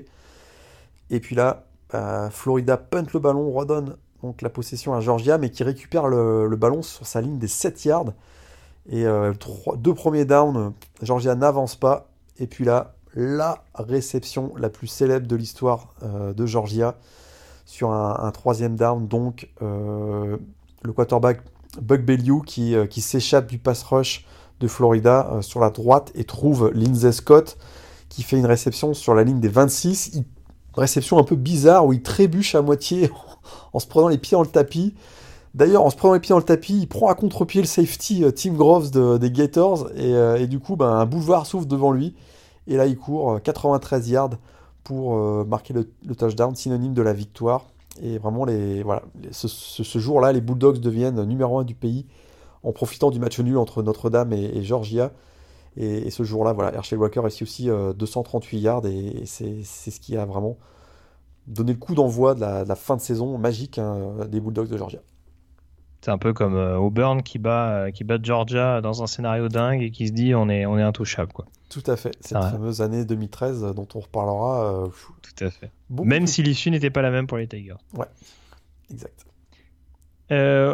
Speaker 4: Et puis là, euh, Florida punt le ballon, redonne donc la possession à Georgia, mais qui récupère le, le ballon sur sa ligne des sept yards. Et euh, trois, deux premiers downs, Georgia n'avance pas. Et puis là, la réception la plus célèbre de l'histoire euh, de Georgia sur un, un troisième down. Donc, euh, le quarterback Buck Bellew qui, euh, qui s'échappe du pass rush de Florida euh, sur la droite et trouve Lindsey Scott qui fait une réception sur la ligne des vingt-six. Il, une réception un peu bizarre où il trébuche à moitié en se prenant les pieds dans le tapis. D'ailleurs, en se prenant les pieds dans le tapis, il prend à contre-pied le safety euh, Tim Groves de, des Gators et, euh, et du coup, ben, un boulevard s'ouvre devant lui. Et là, il court euh, quatre-vingt-treize yards pour euh, marquer le, le touchdown, synonyme de la victoire. Et vraiment, les, voilà, les, ce, ce, ce jour-là, les Bulldogs deviennent numéro un du pays en profitant du match nul entre Notre-Dame et, et Georgia. Et, et ce jour-là, voilà, Herschel Walker réussit aussi euh, deux cent trente-huit yards et, et c'est, c'est ce qui a vraiment donné le coup d'envoi de la, de la fin de saison magique hein, des Bulldogs de Georgia.
Speaker 2: C'est un peu comme euh, Auburn qui bat, euh, qui bat Georgia dans un scénario dingue et qui se dit on est, on est intouchable, quoi.
Speaker 4: Tout à fait. Cette
Speaker 2: Ah ouais.
Speaker 4: fameuse année deux mille treize dont on reparlera. Euh,
Speaker 2: Tout à fait.
Speaker 4: Même
Speaker 2: plus... si l'issue n'était pas la même pour les Tigers.
Speaker 4: Ouais, exact.
Speaker 2: Euh,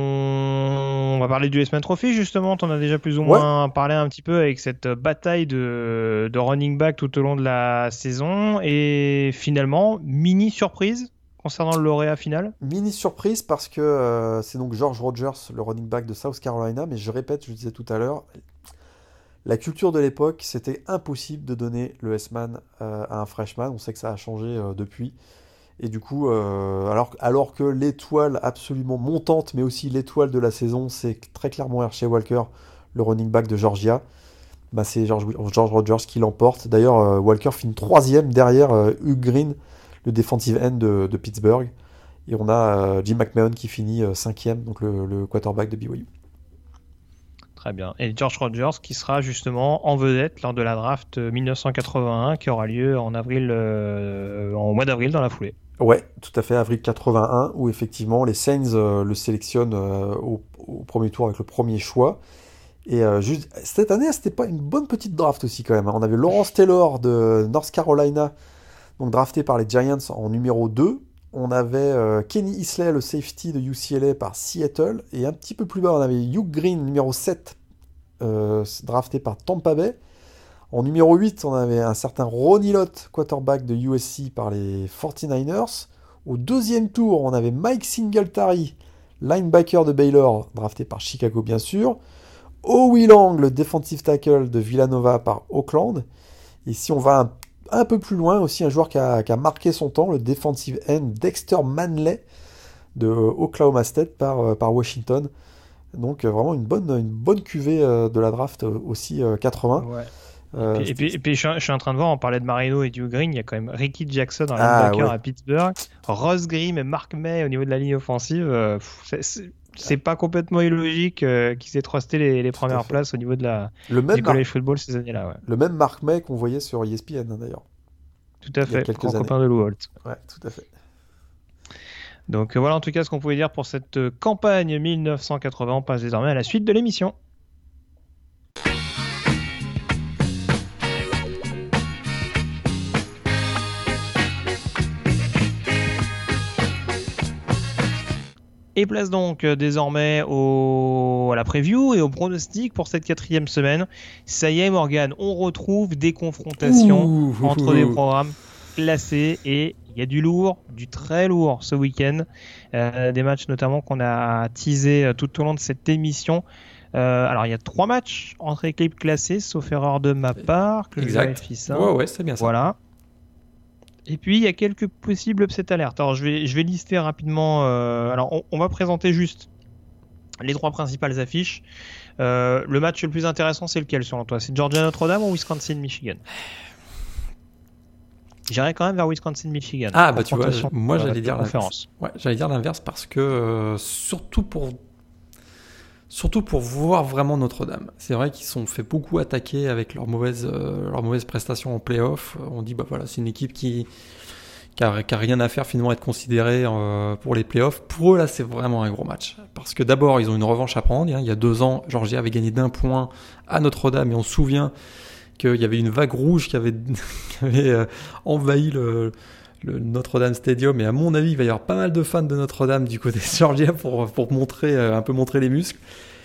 Speaker 2: on... on va parler du Heisman Trophy justement. Tu en as déjà plus ou moins ouais. parlé un petit peu avec cette bataille de, de running back tout au long de la saison. Et finalement, mini surprise concernant le lauréat final.
Speaker 4: Mini surprise parce que euh, c'est donc George Rogers, le running back de South Carolina. Mais je répète, je le disais tout à l'heure, la culture de l'époque, c'était impossible de donner le Heisman euh, à un freshman. On sait que ça a changé euh, depuis. Et du coup, euh, alors, alors que l'étoile absolument montante, mais aussi l'étoile de la saison, c'est très clairement Herschel Walker, le running back de Georgia. Bah, c'est George, George Rogers qui l'emporte. D'ailleurs, euh, Walker finit troisième derrière euh, Hugh Green, le defensive end de, de Pittsburgh. Et on a euh, Jim McMahon qui finit euh, cinquième, donc le, le quarterback de B Y U.
Speaker 2: Très bien. Et George Rogers qui sera justement en vedette lors de la draft dix-neuf cent quatre-vingt-un qui aura lieu en avril, euh, en mois d'avril dans la foulée.
Speaker 4: Ouais, tout à fait, avril quatre-vingt-un, où effectivement les Saints euh, le sélectionnent euh, au, au premier tour avec le premier choix. Et euh, juste, cette année, c'était pas une bonne petite draft aussi quand même. On avait Lawrence Taylor de North Carolina, donc drafté par les Giants en numéro deux. On avait euh, Kenny Isley, le safety de U C L A par Seattle. Et un petit peu plus bas, on avait Hugh Green, numéro sept, euh, drafté par Tampa Bay. En numéro huit, on avait un certain Ronnie Lott, quarterback de U S C par les forty-niners. Au deuxième tour, on avait Mike Singletary, linebacker de Baylor, drafté par Chicago bien sûr. Howie Long, le defensive tackle de Villanova par Oakland. Et si on va un, un peu plus loin, aussi un joueur qui a, qui a marqué son temps, le defensive end Dexter Manley de Oklahoma State par, par Washington. Donc vraiment une bonne, une bonne cuvée de la draft aussi quatre-vingts.
Speaker 2: Ouais. Euh, et, puis, et, puis, et puis je, suis, je suis en train de voir, on parlait de Marino et Hugh Green, il y a quand même Ricky Jackson en
Speaker 4: ah,
Speaker 2: linebacker
Speaker 4: ouais.
Speaker 2: à Pittsburgh, Ross Grimm et Mark May au niveau de la ligne offensive. Euh, c'est, c'est, c'est pas complètement illogique euh, qu'ils aient trusté les, les premières places au niveau de la,
Speaker 4: le même
Speaker 2: du college
Speaker 4: Mar-
Speaker 2: football ces années-là. Ouais.
Speaker 4: Le même Mark May qu'on voyait sur E S P N hein, d'ailleurs.
Speaker 2: Tout à fait, grand copain de Lou Holtz.
Speaker 4: Ouais, tout à fait.
Speaker 2: Donc euh, voilà en tout cas ce qu'on pouvait dire pour cette euh, campagne dix-neuf cent quatre-vingts. On passe désormais à la suite de l'émission. Et place donc euh, désormais au... à la preview et au pronostic pour cette quatrième semaine. Ça y est Morgane, on retrouve des confrontations ouh, entre ouh, des programmes classés et il y a du lourd, du très lourd ce week-end. Euh, des matchs notamment qu'on a teasé tout au long de cette émission. Euh, alors il y a trois matchs entre équipes classées, sauf erreur de ma part. Que
Speaker 3: exact.
Speaker 2: Je vérifie ça.
Speaker 3: Ouais, ouais, c'est bien ça.
Speaker 2: Voilà. Et puis, il y a quelques possibles upset alertes. Alors, je vais, je vais lister rapidement. Euh, alors, on, on va présenter juste les trois principales affiches. Euh, le match le plus intéressant, c'est lequel selon toi ? C'est Georgia Notre-Dame ou Wisconsin-Michigan ? J'irais quand même vers Wisconsin-Michigan.
Speaker 3: Ah, bah tu vois, je, moi j'allais dire
Speaker 2: l'inverse.
Speaker 3: Ouais, j'allais dire l'inverse parce que euh, surtout pour surtout pour voir vraiment Notre-Dame. C'est vrai qu'ils sont fait beaucoup attaquer avec leurs mauvaises euh, leurs mauvaises prestations en play-off. On dit bah voilà, c'est une équipe qui qui a, qui a rien à faire finalement à être considéré euh, pour les playoffs. Pour eux, là, c'est vraiment un gros match. Parce que d'abord, ils ont une revanche à prendre. Il y a deux ans, Georgia avait gagné d'un point à Notre-Dame, et on se souvient qu'il y avait une vague rouge qui avait, qui avait euh, envahi le, le Notre-Dame Stadium. Et à mon avis, il va y avoir pas mal de fans de Notre-Dame du côté de Georgia pour, pour montrer, euh, un peu montrer les muscles.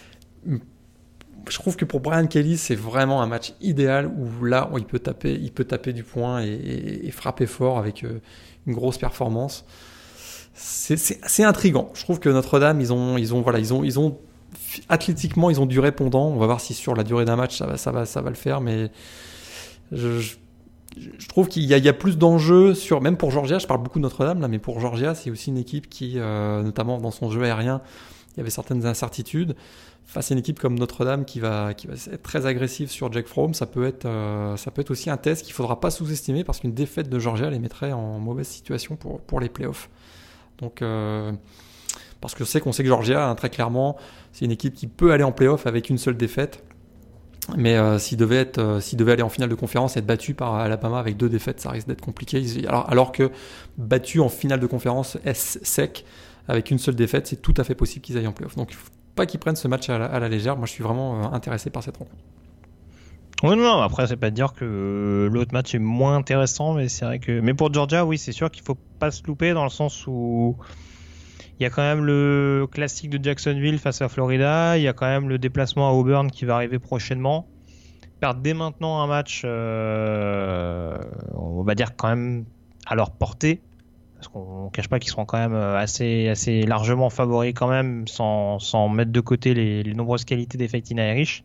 Speaker 3: Je trouve que pour Brian Kelly, c'est vraiment un match idéal où là, il peut taper, il peut taper du point et, et, et frapper fort avec euh, une grosse performance. C'est, c'est, c'est intriguant. Je trouve que Notre-Dame, ils ont, ils ont, voilà, ils ont, ils ont athlétiquement, ils ont du répondant. On va voir si sur la durée d'un match, ça va, ça va, ça va le faire. Mais je, je, je trouve qu'il y a, il y a plus d'enjeux sur, même pour Georgia. Je parle beaucoup de Notre-Dame là, mais pour Georgia, c'est aussi une équipe qui, euh, notamment dans son jeu aérien, il y avait certaines incertitudes. Face à une équipe comme Notre-Dame qui va, qui va être très agressive sur Jack Fromm, ça peut être, euh, ça peut être aussi un test qu'il ne faudra pas sous-estimer parce qu'une défaite de Georgia les mettrait en mauvaise situation pour, pour les playoffs. Donc, euh, parce que je sais qu'on sait que Georgia, hein, très clairement, c'est une équipe qui peut aller en playoffs avec une seule défaite. Mais euh, s'il devait être, euh, s'il devait aller en finale de conférence et être battu par Alabama avec deux défaites, ça risque d'être compliqué. Alors, alors que battu en finale de conférence S sec avec une seule défaite, c'est tout à fait possible qu'ils aillent en playoffs. Donc, pas qu'ils prennent ce match à la, à la légère. Moi, je suis vraiment euh, intéressé par cette rencontre.
Speaker 2: Oui, non, non, après, c'est pas de dire que euh, l'autre match est moins intéressant, mais c'est vrai que. Mais pour Georgia, oui, c'est sûr qu'il faut pas se louper dans le sens où il y a quand même le classique de Jacksonville face à Florida, il y a quand même le déplacement à Auburn qui va arriver prochainement. Perdre dès maintenant un match, euh, on va dire quand même à leur portée. Parce qu'on ne cache pas qu'ils seront quand même assez, assez largement favoris quand même, sans, sans mettre de côté les, les nombreuses qualités des Fighting Irish.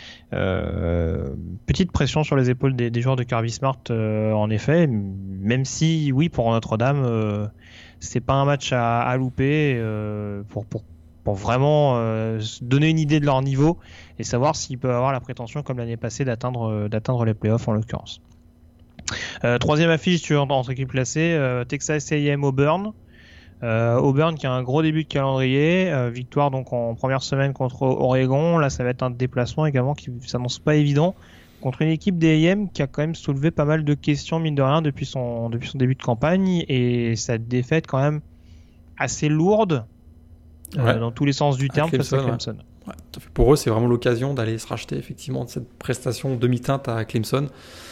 Speaker 2: Euh, petite pression sur les épaules des, des joueurs de Kirby Smart, euh, en effet, même si, oui, pour Notre-Dame, euh, c'est pas un match à, à louper euh, pour, pour, pour vraiment euh, donner une idée de leur niveau et savoir s'ils peuvent avoir la prétention, comme l'année passée, d'atteindre, d'atteindre les playoffs en l'occurrence. Euh, troisième affiche entre équipes classées, euh, Texas A and M Auburn. Euh, Auburn qui a un gros début de calendrier, euh, victoire donc en première semaine contre Oregon. Là, ça va être un déplacement également qui s'annonce pas évident contre une équipe des A and M qui a quand même soulevé pas mal de questions mine de rien depuis son depuis son début de campagne et sa défaite quand même assez lourde euh, ouais. dans tous les sens du terme face à Clemson.
Speaker 3: Ouais. Ouais. Pour eux, c'est vraiment l'occasion d'aller se racheter effectivement de cette prestation demi-teinte à Clemson.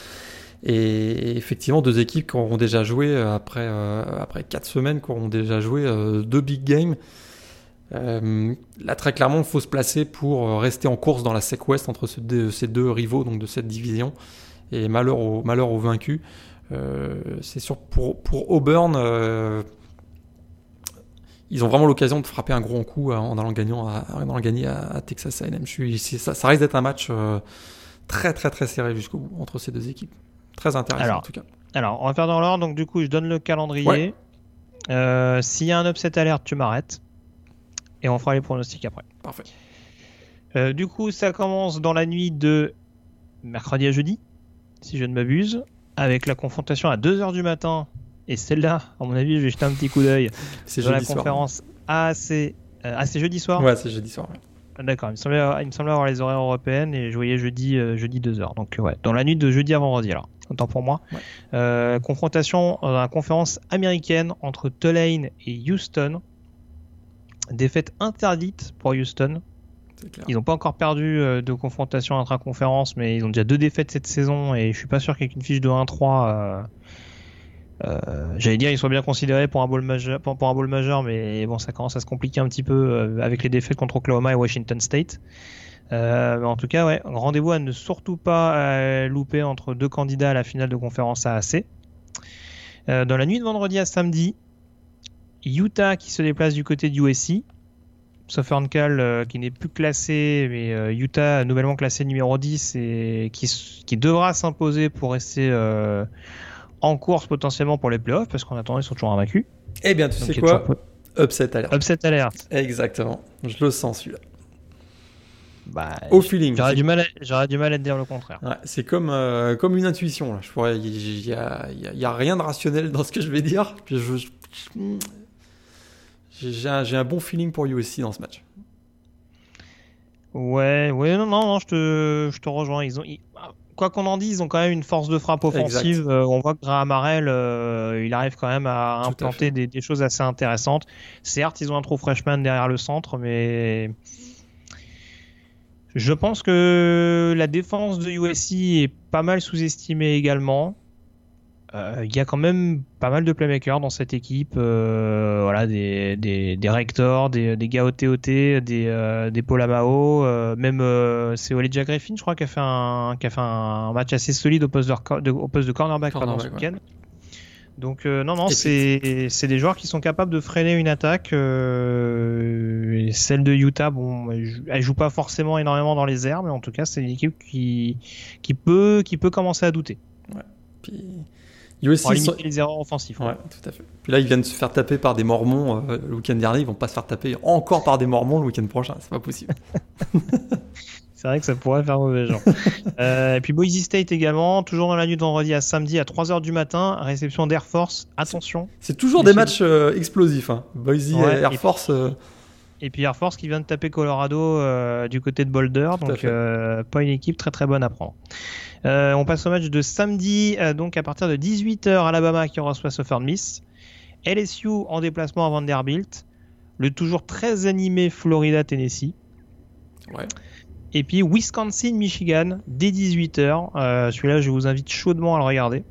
Speaker 3: Et effectivement, deux équipes qui auront déjà joué après euh, après quatre semaines, qui auront déjà joué euh, deux big games. Euh, là, très clairement, il faut se placer pour rester en course dans la S E C West entre ces deux, ces deux rivaux donc de cette division. Et malheur aux malheur aux vaincus. Euh, c'est sûr pour pour Auburn, euh, ils ont vraiment l'occasion de frapper un gros coup en allant gagnant à, en allant gagner à, à Texas A and M. Je suis, ça, ça risque d'être un match euh, très très très serré jusqu'au bout entre ces deux équipes. Très intéressant
Speaker 2: alors,
Speaker 3: en tout cas.
Speaker 2: Alors, on va faire dans l'ordre. Donc, du coup, je donne le calendrier.
Speaker 3: Ouais.
Speaker 2: Euh, s'il y a un upset alert, tu m'arrêtes. Et on fera les pronostics après.
Speaker 3: Parfait.
Speaker 2: Euh, du coup, ça commence dans la nuit de mercredi à jeudi, si je ne m'abuse, avec la confrontation à deux heures du matin. Et celle-là, à mon avis, je vais jeter un petit coup d'œil.
Speaker 3: C'est
Speaker 2: dans
Speaker 3: jeudi
Speaker 2: la
Speaker 3: soir.
Speaker 2: conférence A A C. Euh, ah, c'est jeudi soir ?
Speaker 3: Ouais, c'est jeudi soir. Ouais.
Speaker 2: D'accord, il me semblait, il me semblait avoir les horaires européennes et je voyais jeudi, euh, jeudi deux heures. Donc, ouais, dans la nuit de jeudi à vendredi, alors. Autant pour moi.
Speaker 3: Ouais.
Speaker 2: Euh, confrontation dans la conférence américaine entre Tulane et Houston. Défaite interdite pour Houston.
Speaker 3: C'est clair.
Speaker 2: Ils n'ont pas encore perdu euh, de confrontation intra-conférence, mais ils ont déjà deux défaites cette saison et je suis pas sûr qu'avec une fiche de un trois, euh, euh, j'allais dire ils soient bien considérés pour un bowl majeur, pour, pour un bowl majeur, mais bon, ça commence à se compliquer un petit peu euh, avec les défaites contre Oklahoma et Washington State. Euh, mais en tout cas, ouais, rendez-vous à ne surtout pas euh, louper entre deux candidats à la finale de conférence A A C. Euh, dans la nuit de vendredi à samedi, Utah qui se déplace du côté du U S C. Southern Cal euh, qui n'est plus classé, mais euh, Utah nouvellement classé numéro dix et qui, qui devra s'imposer pour rester euh, en course potentiellement pour les playoffs parce qu'en attendant ils sont toujours invaincus.
Speaker 3: Eh bien, tu
Speaker 2: Donc,
Speaker 3: sais quoi
Speaker 2: toujours...
Speaker 3: Upset alert.
Speaker 2: Upset alert.
Speaker 3: Exactement. Je le sens celui-là.
Speaker 2: Bah,
Speaker 3: Au feeling.
Speaker 2: J'aurais du, mal à, j'aurais du mal à te dire le contraire.
Speaker 3: Ouais, c'est comme, euh, comme une intuition. Il n'y a, y a, a rien de rationnel dans ce que je vais dire. Je, je, je, j'ai, un, j'ai un bon feeling pour U S C dans ce match.
Speaker 2: Ouais, ouais, non, non, non je, te, je te rejoins. Ils ont, ils, quoi qu'on en dise, ils ont quand même une force de frappe offensive. Euh, on voit que Graham Harrell, euh, il arrive quand même à Tout implanter à des, des choses assez intéressantes. Certes, ils ont un true freshman derrière le centre, mais je pense que la défense de U S C est pas mal sous-estimée également. Il euh, y a quand même pas mal de playmakers dans cette équipe, euh, voilà, des, des, des Rector, des, des gars O T O T, des, euh, des Paul Amao, euh, même euh, c'est Olejah Griffin, je crois, qui a fait un, qui a fait un match assez solide au poste de, de, au poste de cornerback, cornerback pardon, ce week-end. Ouais. Donc euh, non, non, c'est, c'est des joueurs qui sont capables de freiner une attaque. Euh, celle de Utah, bon, elle joue pas forcément énormément dans les airs, mais en tout cas, c'est une équipe qui, qui, peut, qui peut commencer à douter.
Speaker 3: Ouais. Puis... U S C
Speaker 2: pour limiter sont... les erreurs offensives.
Speaker 3: Ouais, tout à fait. Puis là, ils viennent de se faire taper par des Mormons euh, le week-end dernier. Ils vont pas se faire taper encore par des Mormons le week-end prochain. C'est pas possible.
Speaker 2: C'est vrai que ça pourrait faire mauvais genre. euh, et puis Boise State également, toujours dans la nuit de vendredi à samedi à trois heures du matin, réception d'Air Force. Attention.
Speaker 3: C'est, c'est toujours des matchs euh, explosifs. Hein. Boise ouais, et Air et Force. Puis, euh...
Speaker 2: Et puis Air Force qui vient de taper Colorado euh, du côté de Boulder. Tout donc euh, pas une équipe très très bonne à prendre. Euh, on passe au match de samedi, euh, donc à partir de dix-huit heures, Alabama qui reçoit Southern Miss, L S U en déplacement à Vanderbilt, le toujours très animé Florida-Tennessee,
Speaker 3: ouais.
Speaker 2: Et puis Wisconsin-Michigan dès dix-huit heures, euh, celui-là je vous invite chaudement à le regarder.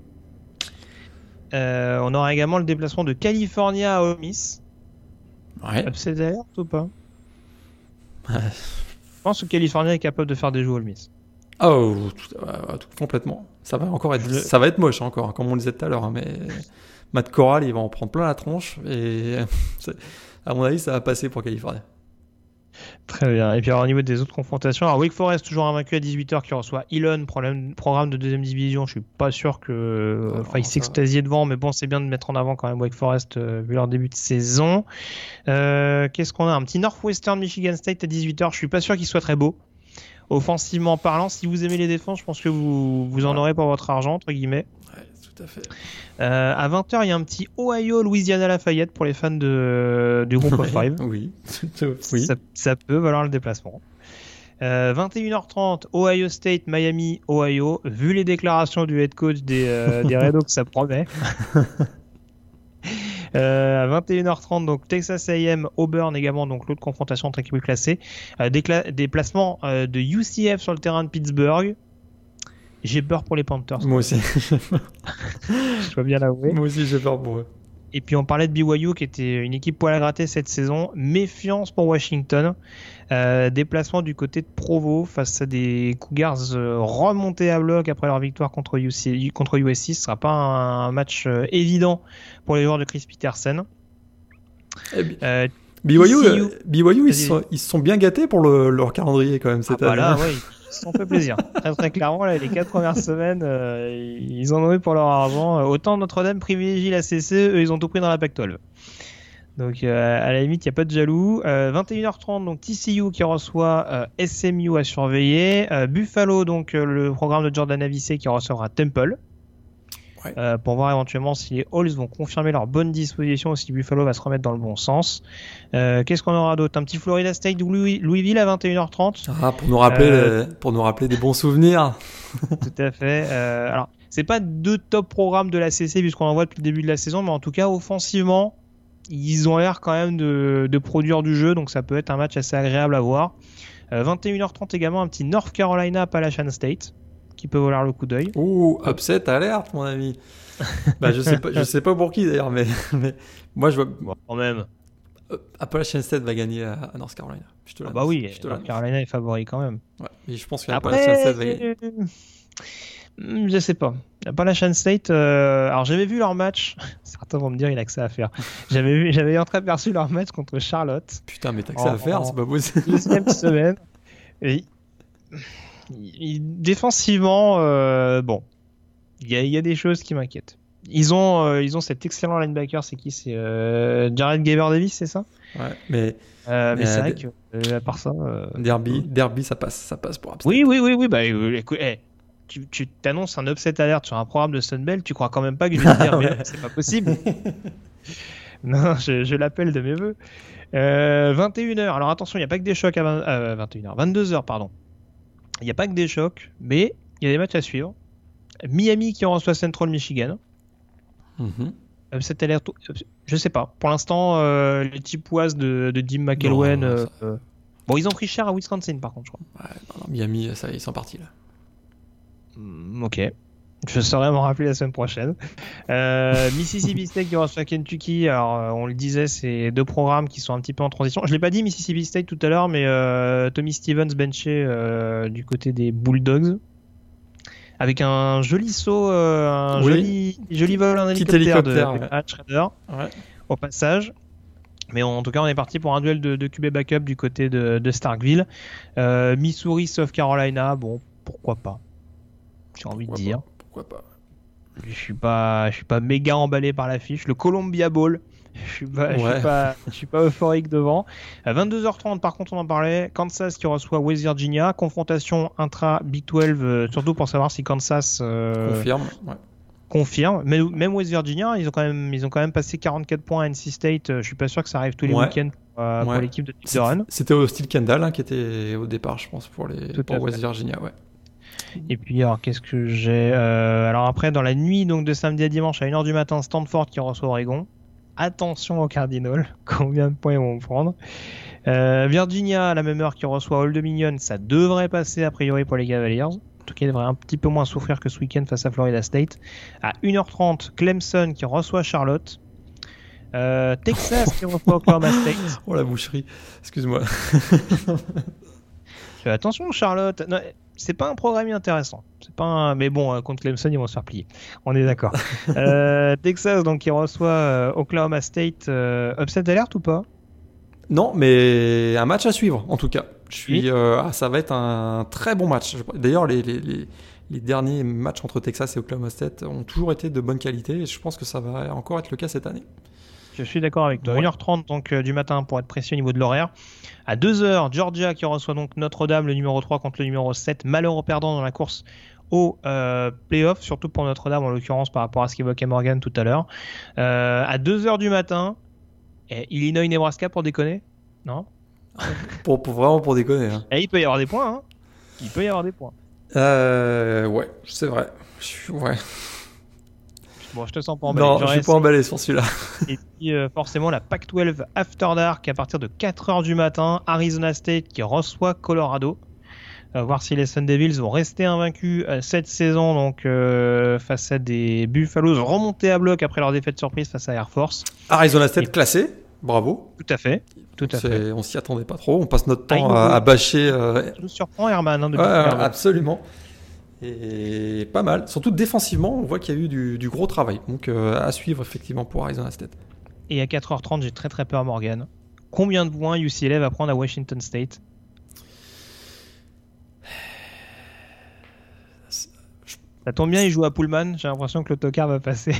Speaker 2: Euh, on aura également le déplacement de California à Ole Miss.
Speaker 3: Ouais.
Speaker 2: Upset alert ou pas? Ouais. Je pense que California est capable de faire des jeux Ole Miss.
Speaker 3: Oh, tout, euh, tout, complètement. Ça va encore être, ça va être moche encore, hein, comme on le disait tout à l'heure. Hein, mais Matt Corral, il va en prendre plein la tronche et à mon avis, ça va passer pour Californie.
Speaker 2: Très bien. Et puis alors, au niveau des autres confrontations, alors Wake Forest toujours invaincu à dix-huit heures qui reçoit Elon, problème, programme de deuxième division. Je suis pas sûr que, enfin, il s'extasier devant, mais bon, c'est bien de mettre en avant quand même Wake Forest euh, vu leur début de saison. Euh, qu'est-ce qu'on a? Un petit Northwestern Michigan State à dix-huit heures. Je suis pas sûr qu'il soit très beau. Offensivement parlant, si vous aimez les défenses, je pense que vous, vous en ouais. aurez pour votre argent, entre guillemets.
Speaker 3: Ouais, tout à fait.
Speaker 2: Euh, à vingt heures, il y a un petit Ohio-Louisiana Lafayette pour les fans de, du groupe of five.
Speaker 3: Oui, oui.
Speaker 2: Ça, ça peut valoir le déplacement. Euh, vingt et une heures trente, Ohio State, Miami, Ohio. Vu les déclarations du head coach des, euh, des Red Hawks, ça promet. Euh, à vingt et une heures trente, donc Texas A and M, Auburn également, donc l'autre confrontation entre équipes classées. Euh, décla- déplacement euh, de U C F sur le terrain de Pittsburgh. J'ai peur pour les Panthers.
Speaker 3: Moi aussi.
Speaker 2: Je dois bien l'avouer.
Speaker 3: Moi aussi, j'ai peur pour eux.
Speaker 2: Et puis on parlait de B Y U qui était une équipe poil à gratter cette saison. Méfiance pour Washington. Euh, déplacement du côté de Provo face à des Cougars euh, remontés à bloc après leur victoire contre, U C, contre U S C. Ce ne sera pas un, un match euh, évident pour les joueurs de Chris Peterson.
Speaker 3: Euh, B Y U, euh, B Y U ils, sont, ils se sont bien gâtés pour le, leur calendrier quand même cette
Speaker 2: ah
Speaker 3: année.
Speaker 2: Bah là, ouais, ils se sont fait plaisir. Très très clairement, là, les quatre premières semaines, euh, ils en ont eu pour leur argent. Autant Notre-Dame privilégie la C C, eux ils ont tout pris dans la Pac douze. Donc euh, à la limite, il n'y a pas de jaloux. Euh, vingt et une heures trente, donc T C U qui reçoit euh, S M U à surveiller. Euh, Buffalo, donc euh, le programme de Jordan Avicii qui recevra Temple. Ouais. Euh, pour voir éventuellement si les Halls vont confirmer leur bonne disposition ou si Buffalo va se remettre dans le bon sens. Euh, qu'est-ce qu'on aura d'autre? Un petit Florida State ou Louis- Louisville à vingt et une heures trente.
Speaker 3: Ah, pour nous rappeler, euh, le, pour nous rappeler des bons souvenirs.
Speaker 2: Tout à fait. Euh, alors, c'est pas deux top programmes de la C C puisqu'on en voit depuis le début de la saison, mais en tout cas, offensivement, ils ont l'air quand même de, de produire du jeu, donc ça peut être un match assez agréable à voir. Euh, vingt et une heures trente également, un petit North Carolina Appalachian State qui peut valoir le coup d'œil.
Speaker 3: Ouh, upset alerte, mon ami. Bah, je sais pas, je sais pas pour qui d'ailleurs, mais, mais moi je vois.
Speaker 2: Bon, quand même.
Speaker 3: Appalachian State va gagner à, à North Carolina. Je te
Speaker 2: ah bah oui,
Speaker 3: je te
Speaker 2: North Carolina est favori quand même.
Speaker 3: Ouais, mais je pense que Appalachian State va gagner.
Speaker 2: Euh, je sais pas. Appalachian State, euh, alors j'avais vu leur match. Certains vont me dire il a que ça à faire. J'avais vu, j'avais entreaperçu leur match contre Charlotte.
Speaker 3: Putain, mais t'as que ça à faire, c'est pas possible.
Speaker 2: Deuxième semaine. Et défensivement, euh, bon, il y, y a des choses qui m'inquiètent. Ils ont, euh, ils ont cet excellent linebacker, c'est qui? C'est euh, Jared Gaber-Davis, c'est ça?
Speaker 3: Ouais, mais,
Speaker 2: euh, mais, mais c'est vrai que euh, à part ça, euh,
Speaker 3: Derby, Derby, ça passe, ça passe pour Upset.
Speaker 2: Oui, oui, oui, oui. Bah, euh, écoute, hey, tu, tu t'annonces un upset alert sur un programme de Sunbelt, tu crois quand même pas que je vais te dire, mais non, c'est pas possible. Non, je, je l'appelle de mes voeux. Euh, vingt et une heures. Alors attention, il n'y a pas que des chocs à vingt, euh, vingt et une heures, vingt-deux heures, pardon. Il n'y a pas que des chocs, mais il y a des matchs à suivre. Miami qui reçoit Central Michigan.
Speaker 3: Mm-hmm.
Speaker 2: Upset alert, je sais pas. Pour l'instant, euh, les Chippewas de, de Jim McElwain.
Speaker 3: Non,
Speaker 2: euh,
Speaker 3: ça...
Speaker 2: euh... Bon, ils ont pris cher à Wisconsin par contre, je crois.
Speaker 3: Ouais, non, non, Miami, ça, ils sont partis là.
Speaker 2: Mm, ok. Je saurais m'en rappeler la semaine prochaine. Euh, Mississippi State qui reçoit Kentucky. Alors, euh, on le disait, c'est deux programmes qui sont un petit peu en transition. Je l'ai pas dit Mississippi State tout à l'heure, mais euh, Tommy Stevens benché euh, du côté des Bulldogs. Avec un joli saut, euh, un
Speaker 3: oui.
Speaker 2: joli, joli vol en
Speaker 3: Petit
Speaker 2: hélicoptère,
Speaker 3: hélicoptère
Speaker 2: de,
Speaker 3: ouais.
Speaker 2: de Matt Schrader,
Speaker 3: ouais.
Speaker 2: au passage. Mais en tout cas, on est parti pour un duel de, de Q B backup du côté de, de Starkville. Euh, Missouri, South Carolina, bon, pourquoi pas. J'ai envie
Speaker 3: pourquoi
Speaker 2: de dire.
Speaker 3: Pas, pourquoi pas.
Speaker 2: Je suis pas, je suis pas méga emballé par l'affiche. Le Columbia Bowl, je suis pas, ouais. je suis pas, je suis pas euphorique devant. À vingt-deux heures trente, par contre, on en parlait. Kansas qui reçoit West Virginia. Confrontation intra Big douze, euh, surtout pour savoir si Kansas euh,
Speaker 3: confirme. Ouais.
Speaker 2: confirme. Mais même West Virginia, ils ont quand même, ils ont quand même passé quarante-quatre points à N C State. Je suis pas sûr que ça arrive tous les
Speaker 3: ouais.
Speaker 2: week-ends pour, euh,
Speaker 3: ouais.
Speaker 2: pour l'équipe de Dick Doran.
Speaker 3: C'était au Steel Kendall hein, qui était au départ, je pense, pour les
Speaker 2: Tout
Speaker 3: pour West Virginia, ouais.
Speaker 2: Et puis alors qu'est-ce que j'ai euh, alors après dans la nuit donc de samedi à dimanche à une heure du matin, Stanford qui reçoit Oregon. Attention aux Cardinals, combien de points ils vont prendre. Euh, Virginia à la même heure qui reçoit Old Dominion, ça devrait passer a priori pour les Cavaliers. En tout cas, ils devraient un petit peu moins souffrir que ce week-end face à Florida State. À une heure trente, Clemson qui reçoit Charlotte. Euh, Texas qui reçoit Oklahoma State.
Speaker 3: Oh la boucherie, excuse-moi.
Speaker 2: Fais attention Charlotte. Non, c'est pas un programme intéressant. C'est pas un... Mais bon, contre Clemson, ils vont se faire plier. On est d'accord. euh, Texas, donc, qui reçoit euh, Oklahoma State. Euh, upset alert ou pas?
Speaker 3: Non, mais un match à suivre, en tout cas. Je suis,
Speaker 2: oui.
Speaker 3: euh, ah, ça va être un très bon match. D'ailleurs, les, les, les, les derniers matchs entre Texas et Oklahoma State ont toujours été de bonne qualité. Et je pense que ça va encore être le cas cette année.
Speaker 2: Je suis d'accord avec toi. Ouais. une heure trente donc, euh, du matin pour être précis au niveau de l'horaire. À deux heures, Georgia qui reçoit donc Notre-Dame, le numéro trois contre le numéro sept. Malheureux perdant dans la course au euh, playoff, surtout pour Notre-Dame en l'occurrence par rapport à ce qu'évoquait Morgan tout à l'heure. Euh, à deux heures du matin, eh, Illinois-Nebraska pour déconner? Non
Speaker 3: pour, pour Vraiment pour déconner. Hein.
Speaker 2: Et il peut y avoir des points. Hein. Il peut y avoir des points.
Speaker 3: Euh, ouais, c'est vrai. Ouais.
Speaker 2: Bon, je te sens pas emballé.
Speaker 3: Non, je suis pas emballé sur celui-là.
Speaker 2: Et puis, euh, forcément, la Pac douze After Dark à partir de quatre heures du matin. Arizona State qui reçoit Colorado. Euh, voir si les Sun Devils vont rester invaincus euh, cette saison, donc euh, face à des Buffaloes remontés à bloc après leur défaite surprise face à Air Force.
Speaker 3: Arizona State Et... classé, bravo.
Speaker 2: Tout à fait. Tout à fait.
Speaker 3: On s'y attendait pas trop. On passe notre temps ah, à, à bâcher. Euh...
Speaker 2: Je me surprends, Herman. Hein,
Speaker 3: ouais, absolument. Et pas mal. Surtout défensivement, on voit qu'il y a eu du, du gros travail. Donc euh, à suivre effectivement pour Arizona State.
Speaker 2: Et à quatre heures trente, j'ai très très peur, Morgan. Combien de points U C L A va prendre à Washington State? Ça tombe bien, il joue à Pullman. J'ai l'impression que l'autocar va passer.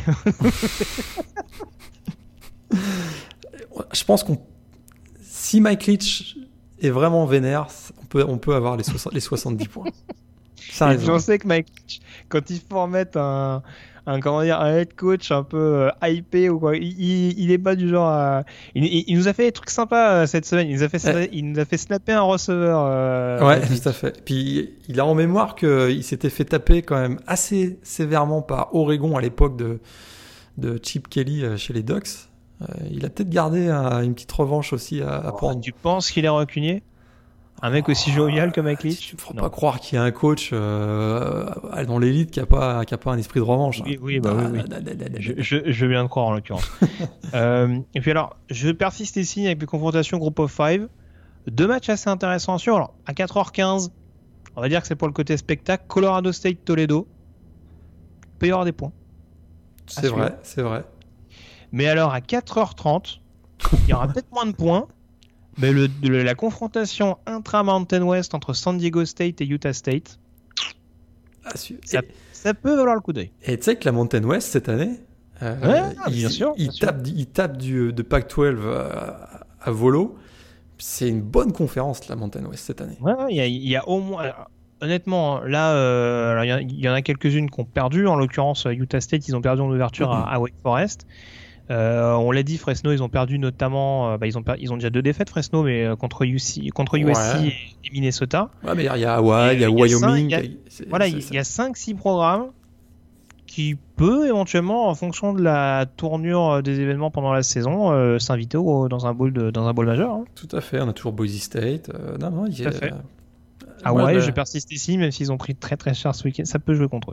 Speaker 3: Je pense qu'on, si Mike Leach est vraiment vénère, on peut, on peut avoir les, soixante, les soixante-dix points.
Speaker 2: Ça je sais que Mike Leach, quand il faut remettre un, un, comment dire, un head coach un peu euh, hypé ou quoi, il, il, il est pas du genre à... il, il, il nous a fait des trucs sympas euh, cette semaine. Il nous a fait, ouais. il nous a fait snapper un receveur. Euh,
Speaker 3: ouais, tout à fait. Puis il a en mémoire qu'il s'était fait taper quand même assez sévèrement par Oregon à l'époque de, de Chip Kelly chez les Ducks. Euh, il a peut-être gardé un, une petite revanche aussi à, à
Speaker 2: oh,
Speaker 3: prendre.
Speaker 2: Tu penses qu'il est rancunier? Un mec aussi jovial que Mike Leach?
Speaker 3: Tu ne feras pas croire qu'il y a un coach euh, dans l'élite qui n'a pas, qui a pas un esprit de revanche.
Speaker 2: Oui, oui, bah, oui, oui. Je, je, je viens de croire en l'occurrence. euh, et puis alors, je persiste ici avec les confrontations Group of Five. Deux matchs assez intéressants sur. Alors, à quatre heures quinze, on va dire que c'est pour le côté spectacle. Colorado State, Toledo. Il peut y avoir des points.
Speaker 3: C'est vrai, c'est vrai.
Speaker 2: Mais alors, à quatre heures trente, il y aura peut-être moins de points. Mais le, le, la confrontation intra-Mountain West entre San Diego State et Utah State, ah, ça, et, ça peut valoir le coup d'œil.
Speaker 3: Et tu sais que la Mountain West, cette année, euh,
Speaker 2: ouais, ah,
Speaker 3: il,
Speaker 2: bien sûr,
Speaker 3: il,
Speaker 2: bien
Speaker 3: tape,
Speaker 2: sûr.
Speaker 3: il tape du, de Pac douze à, à volo. C'est une bonne conférence, la Mountain West, cette année.
Speaker 2: Ouais, il y a, il y a au moins... Alors, honnêtement, là, euh, alors, il y, y en a quelques-unes qui ont perdu. En l'occurrence, Utah State, ils ont perdu en ouverture mm-hmm. à, à Wake Forest. Euh, on l'a dit, Fresno, ils ont perdu notamment, euh, bah, ils ont per- ils ont déjà deux défaites Fresno, mais euh, contre U C, contre U S C
Speaker 3: Ouais.
Speaker 2: et, et Minnesota.
Speaker 3: Ouais, mais il y a Hawaii, il y a
Speaker 2: Et il y a cinq-
Speaker 3: Wyoming.
Speaker 2: il y a-
Speaker 3: il y a- c'est-
Speaker 2: Voilà,
Speaker 3: c'est-
Speaker 2: il
Speaker 3: c'est-
Speaker 2: y a cinq six programmes qui peut éventuellement, en fonction de la tournure des événements pendant la saison, euh, s'inviter au- dans un bowl de, dans un bowl majeur. Hein.
Speaker 3: Tout à fait, on a toujours Boise State. Euh, non, non, il y a...
Speaker 2: Tout à fait.
Speaker 3: euh,
Speaker 2: Ah
Speaker 3: moi,
Speaker 2: ouais,
Speaker 3: le-
Speaker 2: je persiste ici, même s'ils ont pris très très cher ce week-end, ça peut jouer contre eux.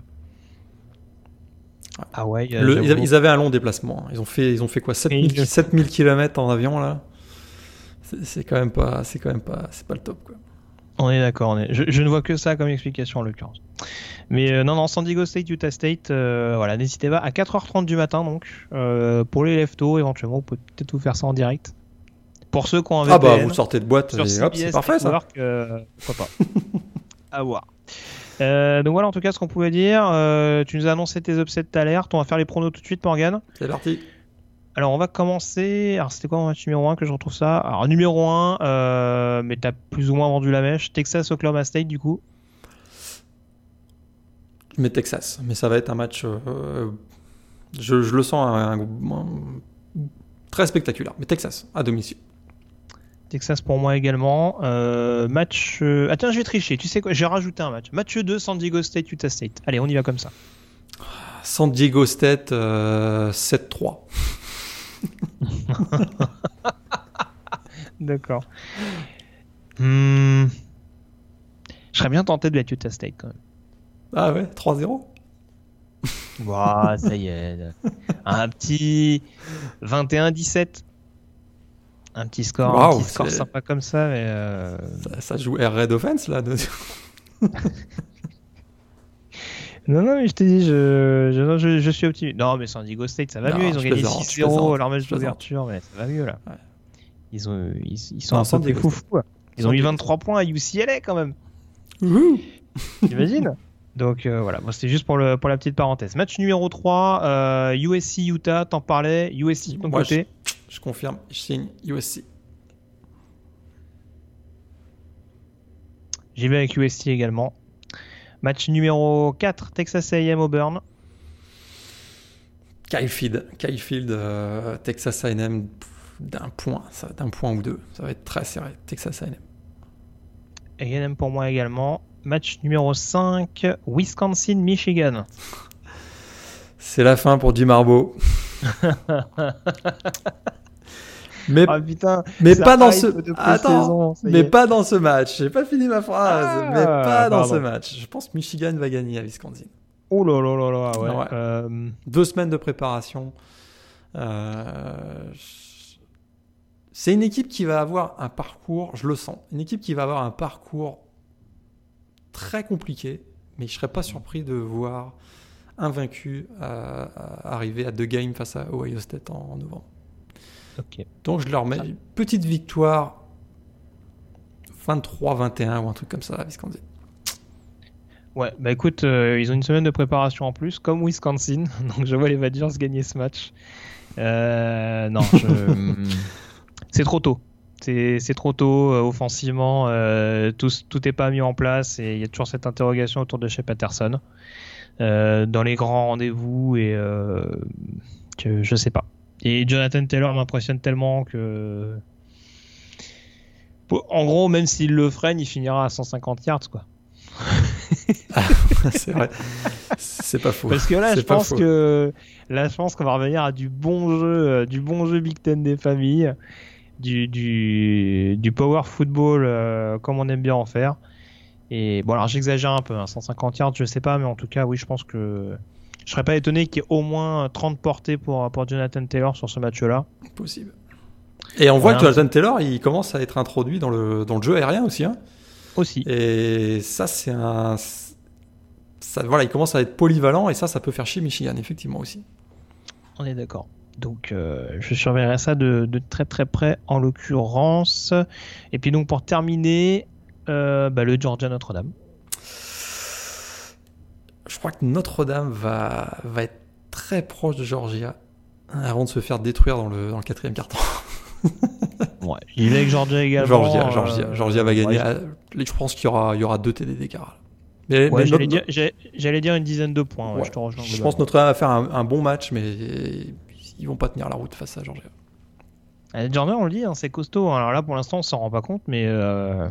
Speaker 2: Ah ouais,
Speaker 3: le- ils, avaient, ils avaient un long déplacement. Ils ont fait, ils ont fait quoi, sept mille
Speaker 2: Et-
Speaker 3: sept mille kilomètres en avion là. C'est, c'est quand même pas, c'est quand même pas, c'est pas le top quoi.
Speaker 2: On est d'accord, on est... je, je ne vois que ça comme explication en l'occurrence. Mais euh, non, non, San Diego State, Utah State, euh, voilà, n'hésitez pas à quatre heures trente du matin donc, euh, pour les leftos, éventuellement, vous pouvez peut-être vous faire ça en direct. Pour ceux qui ont un
Speaker 3: Ah
Speaker 2: V P N,
Speaker 3: bah vous sortez de boîte
Speaker 2: sur
Speaker 3: et hop,
Speaker 2: C B S
Speaker 3: c'est parfait ça.
Speaker 2: Network, euh, pourquoi pas. À voir. Euh, donc voilà en tout cas ce qu'on pouvait dire. Euh, tu nous as annoncé tes upsets d'alerte. On va faire les pronos tout de suite, Morgane.
Speaker 3: C'est parti.
Speaker 2: Alors on va commencer. Alors c'était quoi mon match numéro un que je retrouve ça? Alors numéro un, euh, mais t'as plus ou moins vendu la mèche. Texas Oklahoma State du coup.
Speaker 3: Mais Texas, mais ça va être un match. euh, je, je le sens un, un- un- très spectaculaire. Mais Texas à domicile.
Speaker 2: Texas pour moi également. Euh, match. euh, Ah tiens, je vais tricher. Tu sais quoi? J'ai rajouté un match. Match deux, San Diego State, Utah State. Allez, on y va comme ça.
Speaker 3: San Diego State euh, sept trois.
Speaker 2: D'accord. Hmm. Je serais bien tenté de mettre Utah State quand même.
Speaker 3: Ah ouais, trois zéro.
Speaker 2: Ouah, ça y est. Un petit vingt et un dix-sept. Un petit score, un
Speaker 3: Waouh,
Speaker 2: petit score
Speaker 3: c'est-
Speaker 2: sympa comme ça. Mais euh,
Speaker 3: Ça, ça joue Air Raid Offense là. de-
Speaker 2: Non, non, mais je t'ai dit, je, je, non, je, je suis optimiste. Non, mais San Diego State, ça va
Speaker 3: Non,
Speaker 2: mieux. Ils ont
Speaker 3: je
Speaker 2: gagné
Speaker 3: plaisante,
Speaker 2: six
Speaker 3: je
Speaker 2: zéro
Speaker 3: plaisante,
Speaker 2: leur match
Speaker 3: je plaisante.
Speaker 2: d'ouverture, mais ça va mieux là.
Speaker 3: Ouais.
Speaker 2: Ils, ont, ils, ils sont
Speaker 3: Non,
Speaker 2: un
Speaker 3: San
Speaker 2: peu plus
Speaker 3: Diego
Speaker 2: fous. quoi. Ils
Speaker 3: San
Speaker 2: ont eu
Speaker 3: Diego.
Speaker 2: vingt-trois points à U C L A quand même.
Speaker 3: Wouhou.
Speaker 2: T'imagines? Donc euh, voilà, bon, c'était juste pour, le, pour la petite parenthèse. Match numéro trois, euh, U S C Utah, t'en parlais. U S C de ton
Speaker 3: Moi,
Speaker 2: côté.
Speaker 3: Je confirme, je signe U S C.
Speaker 2: J'y vais avec U S C également. Match numéro quatre, Texas A and M Auburn.
Speaker 3: Kyle Field, Kyle Field, euh, Texas A and M pff, d'un point, ça, d'un point ou deux, ça va être très serré. Texas A and M.
Speaker 2: A and M pour moi également. Match numéro cinq, Wisconsin Michigan.
Speaker 3: C'est la fin pour Jim Harbaugh. mais
Speaker 2: Ah putain,
Speaker 3: mais
Speaker 2: ça
Speaker 3: pas dans
Speaker 2: hype
Speaker 3: ce
Speaker 2: de
Speaker 3: attends,
Speaker 2: pré-saison, ça y
Speaker 3: mais
Speaker 2: est.
Speaker 3: pas dans ce match. J'ai pas fini ma phrase.
Speaker 2: Ah,
Speaker 3: mais pas dans
Speaker 2: pardon.
Speaker 3: ce match. Je pense que Michigan va gagner à Wisconsin.
Speaker 2: Oh là là là là, ouais.
Speaker 3: Ouais.
Speaker 2: Euh,
Speaker 3: Deux semaines de préparation. Euh, C'est une équipe qui va avoir un parcours, je le sens, une équipe qui va avoir un parcours très compliqué, mais je serais pas surpris de voir un vaincu euh, arriver à deux games face à Ohio State en, en novembre.
Speaker 2: ok.
Speaker 3: Donc je leur mets une petite victoire vingt-trois vingt et un ou un truc comme ça à Wisconsin.
Speaker 2: Ouais, bah écoute, euh, ils ont une semaine de préparation en plus, comme Wisconsin, donc je vois les Badgers gagner ce match. Euh, non, je... c'est trop tôt. C'est, c'est trop tôt euh, offensivement, euh, tout, tout est pas mis en place et il y a toujours cette interrogation autour de chez Patterson euh, dans les grands rendez-vous et euh, que je sais pas. Et Jonathan Taylor m'impressionne tellement que, en gros, même s'il le freine, il finira à cent cinquante yards quoi.
Speaker 3: C'est vrai, c'est pas faux.
Speaker 2: Parce que là,
Speaker 3: C'est
Speaker 2: je
Speaker 3: pas
Speaker 2: pense
Speaker 3: faux.
Speaker 2: que là, je pense qu'on va revenir à du bon jeu, euh, du bon jeu Big Ten des familles, du du, du power football euh, comme on aime bien en faire. Et bon, alors j'exagère un peu, hein, cent cinquante yards, je sais pas, mais en tout cas, oui, je pense que je serais pas étonné qu'il y ait au moins trente portées pour pour Jonathan Taylor sur ce match-là.
Speaker 3: Possible. Et on voit
Speaker 2: Ouais,
Speaker 3: que Jonathan Taylor, il commence à être introduit dans le dans le jeu aérien aussi, hein.
Speaker 2: Aussi.
Speaker 3: Et ça, c'est un. Ça, voilà, il commence à être polyvalent et ça, ça peut faire chier Michigan, effectivement aussi.
Speaker 2: On est d'accord. Donc, euh, je surveillerai ça de, de très très près en l'occurrence. Et puis donc pour terminer, euh, bah, le Georgia Notre-Dame.
Speaker 3: Je crois que Notre-Dame va, va être très proche de Georgia avant de se faire détruire dans le, dans le quatrième quart-temps.
Speaker 2: Ouais, il est avec Georgia également.
Speaker 3: Georgia, Georgia,
Speaker 2: euh,
Speaker 3: Georgia va gagner.
Speaker 2: ouais,
Speaker 3: à- je pense qu'il y aura, il y aura deux T D d'écart. Mais,
Speaker 2: Ouais,
Speaker 3: mais
Speaker 2: j'allais,
Speaker 3: notre-
Speaker 2: dire, j'ai- j'allais dire une dizaine de points. Ouais,
Speaker 3: ouais,
Speaker 2: je te rejoins.
Speaker 3: je
Speaker 2: globalement.
Speaker 3: pense que Notre-Dame va faire un, un bon match, mais ils vont pas tenir la route face à Georgia.
Speaker 2: Euh, Georgia, on le dit, hein, c'est costaud. Alors là, pour l'instant, on s'en rend pas compte, mais euh...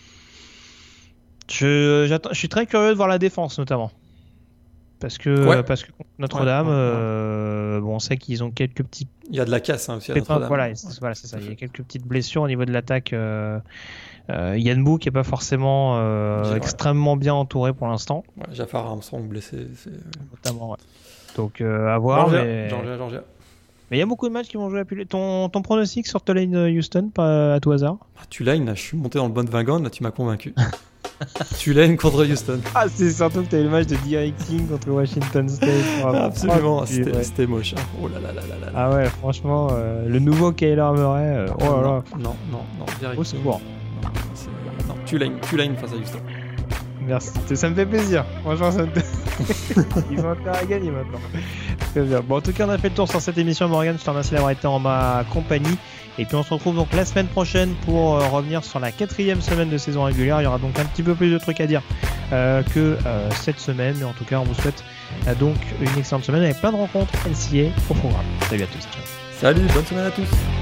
Speaker 2: je, j'attends, je suis très curieux de voir la défense, notamment. Parce que,
Speaker 3: Ouais.
Speaker 2: parce que Notre-Dame,
Speaker 3: Ouais, ouais, ouais.
Speaker 2: euh, bon, on sait qu'ils ont quelques petits.
Speaker 3: Il y a de la casse hein, aussi à
Speaker 2: Pétins,
Speaker 3: Notre-Dame.
Speaker 2: voilà, c'est, voilà, c'est ça. Il y a quelques petites blessures au niveau de l'attaque. Euh, euh, Yann Bou qui est pas forcément euh,
Speaker 3: Ouais.
Speaker 2: extrêmement bien entouré pour l'instant,
Speaker 3: Ouais, Jafar Armstrong blessé. C'est...
Speaker 2: notamment. Ouais. Donc euh, à voir.
Speaker 3: Georgia,
Speaker 2: mais...
Speaker 3: Georgia, Georgia.
Speaker 2: mais il y a beaucoup de matchs qui vont jouer à Tulane. Ton, ton pronostic sur Tulane Houston, pas à tout hasard?
Speaker 3: Ah, Tulane, là, je suis monté dans le bon wagon, là tu m'as convaincu. Tulane contre Houston.
Speaker 2: Ah, c'est surtout que t'as eu le match de Derek King contre Washington State. Oh,
Speaker 3: Absolument,
Speaker 2: oh,
Speaker 3: c'était,
Speaker 2: ouais.
Speaker 3: c'était moche. Hein. Oh là là là là là.
Speaker 2: Ah ouais, franchement, euh, le nouveau Kyler Murray, euh, oh là là,
Speaker 3: Non, non, non, Derek
Speaker 2: au
Speaker 3: King.
Speaker 2: secours.
Speaker 3: Non, c'est- non, Tulane, Tulane face à Houston.
Speaker 2: Merci, ça me fait plaisir. Franchement, ça me fait... Ils ont intérêt à gagner maintenant. Très bien. Bon, en tout cas, on a fait le tour sur cette émission, Morgan. Je te remercie d'avoir été en ma compagnie. Et puis, on se retrouve donc la semaine prochaine pour euh, revenir sur la quatrième semaine de saison régulière. Il y aura donc un petit peu plus de trucs à dire euh, que euh, cette semaine. Mais en tout cas, on vous souhaite euh, donc une excellente semaine avec plein de rencontres N C A A au programme. Salut à tous. Ciao.
Speaker 3: Salut, bonne semaine à tous.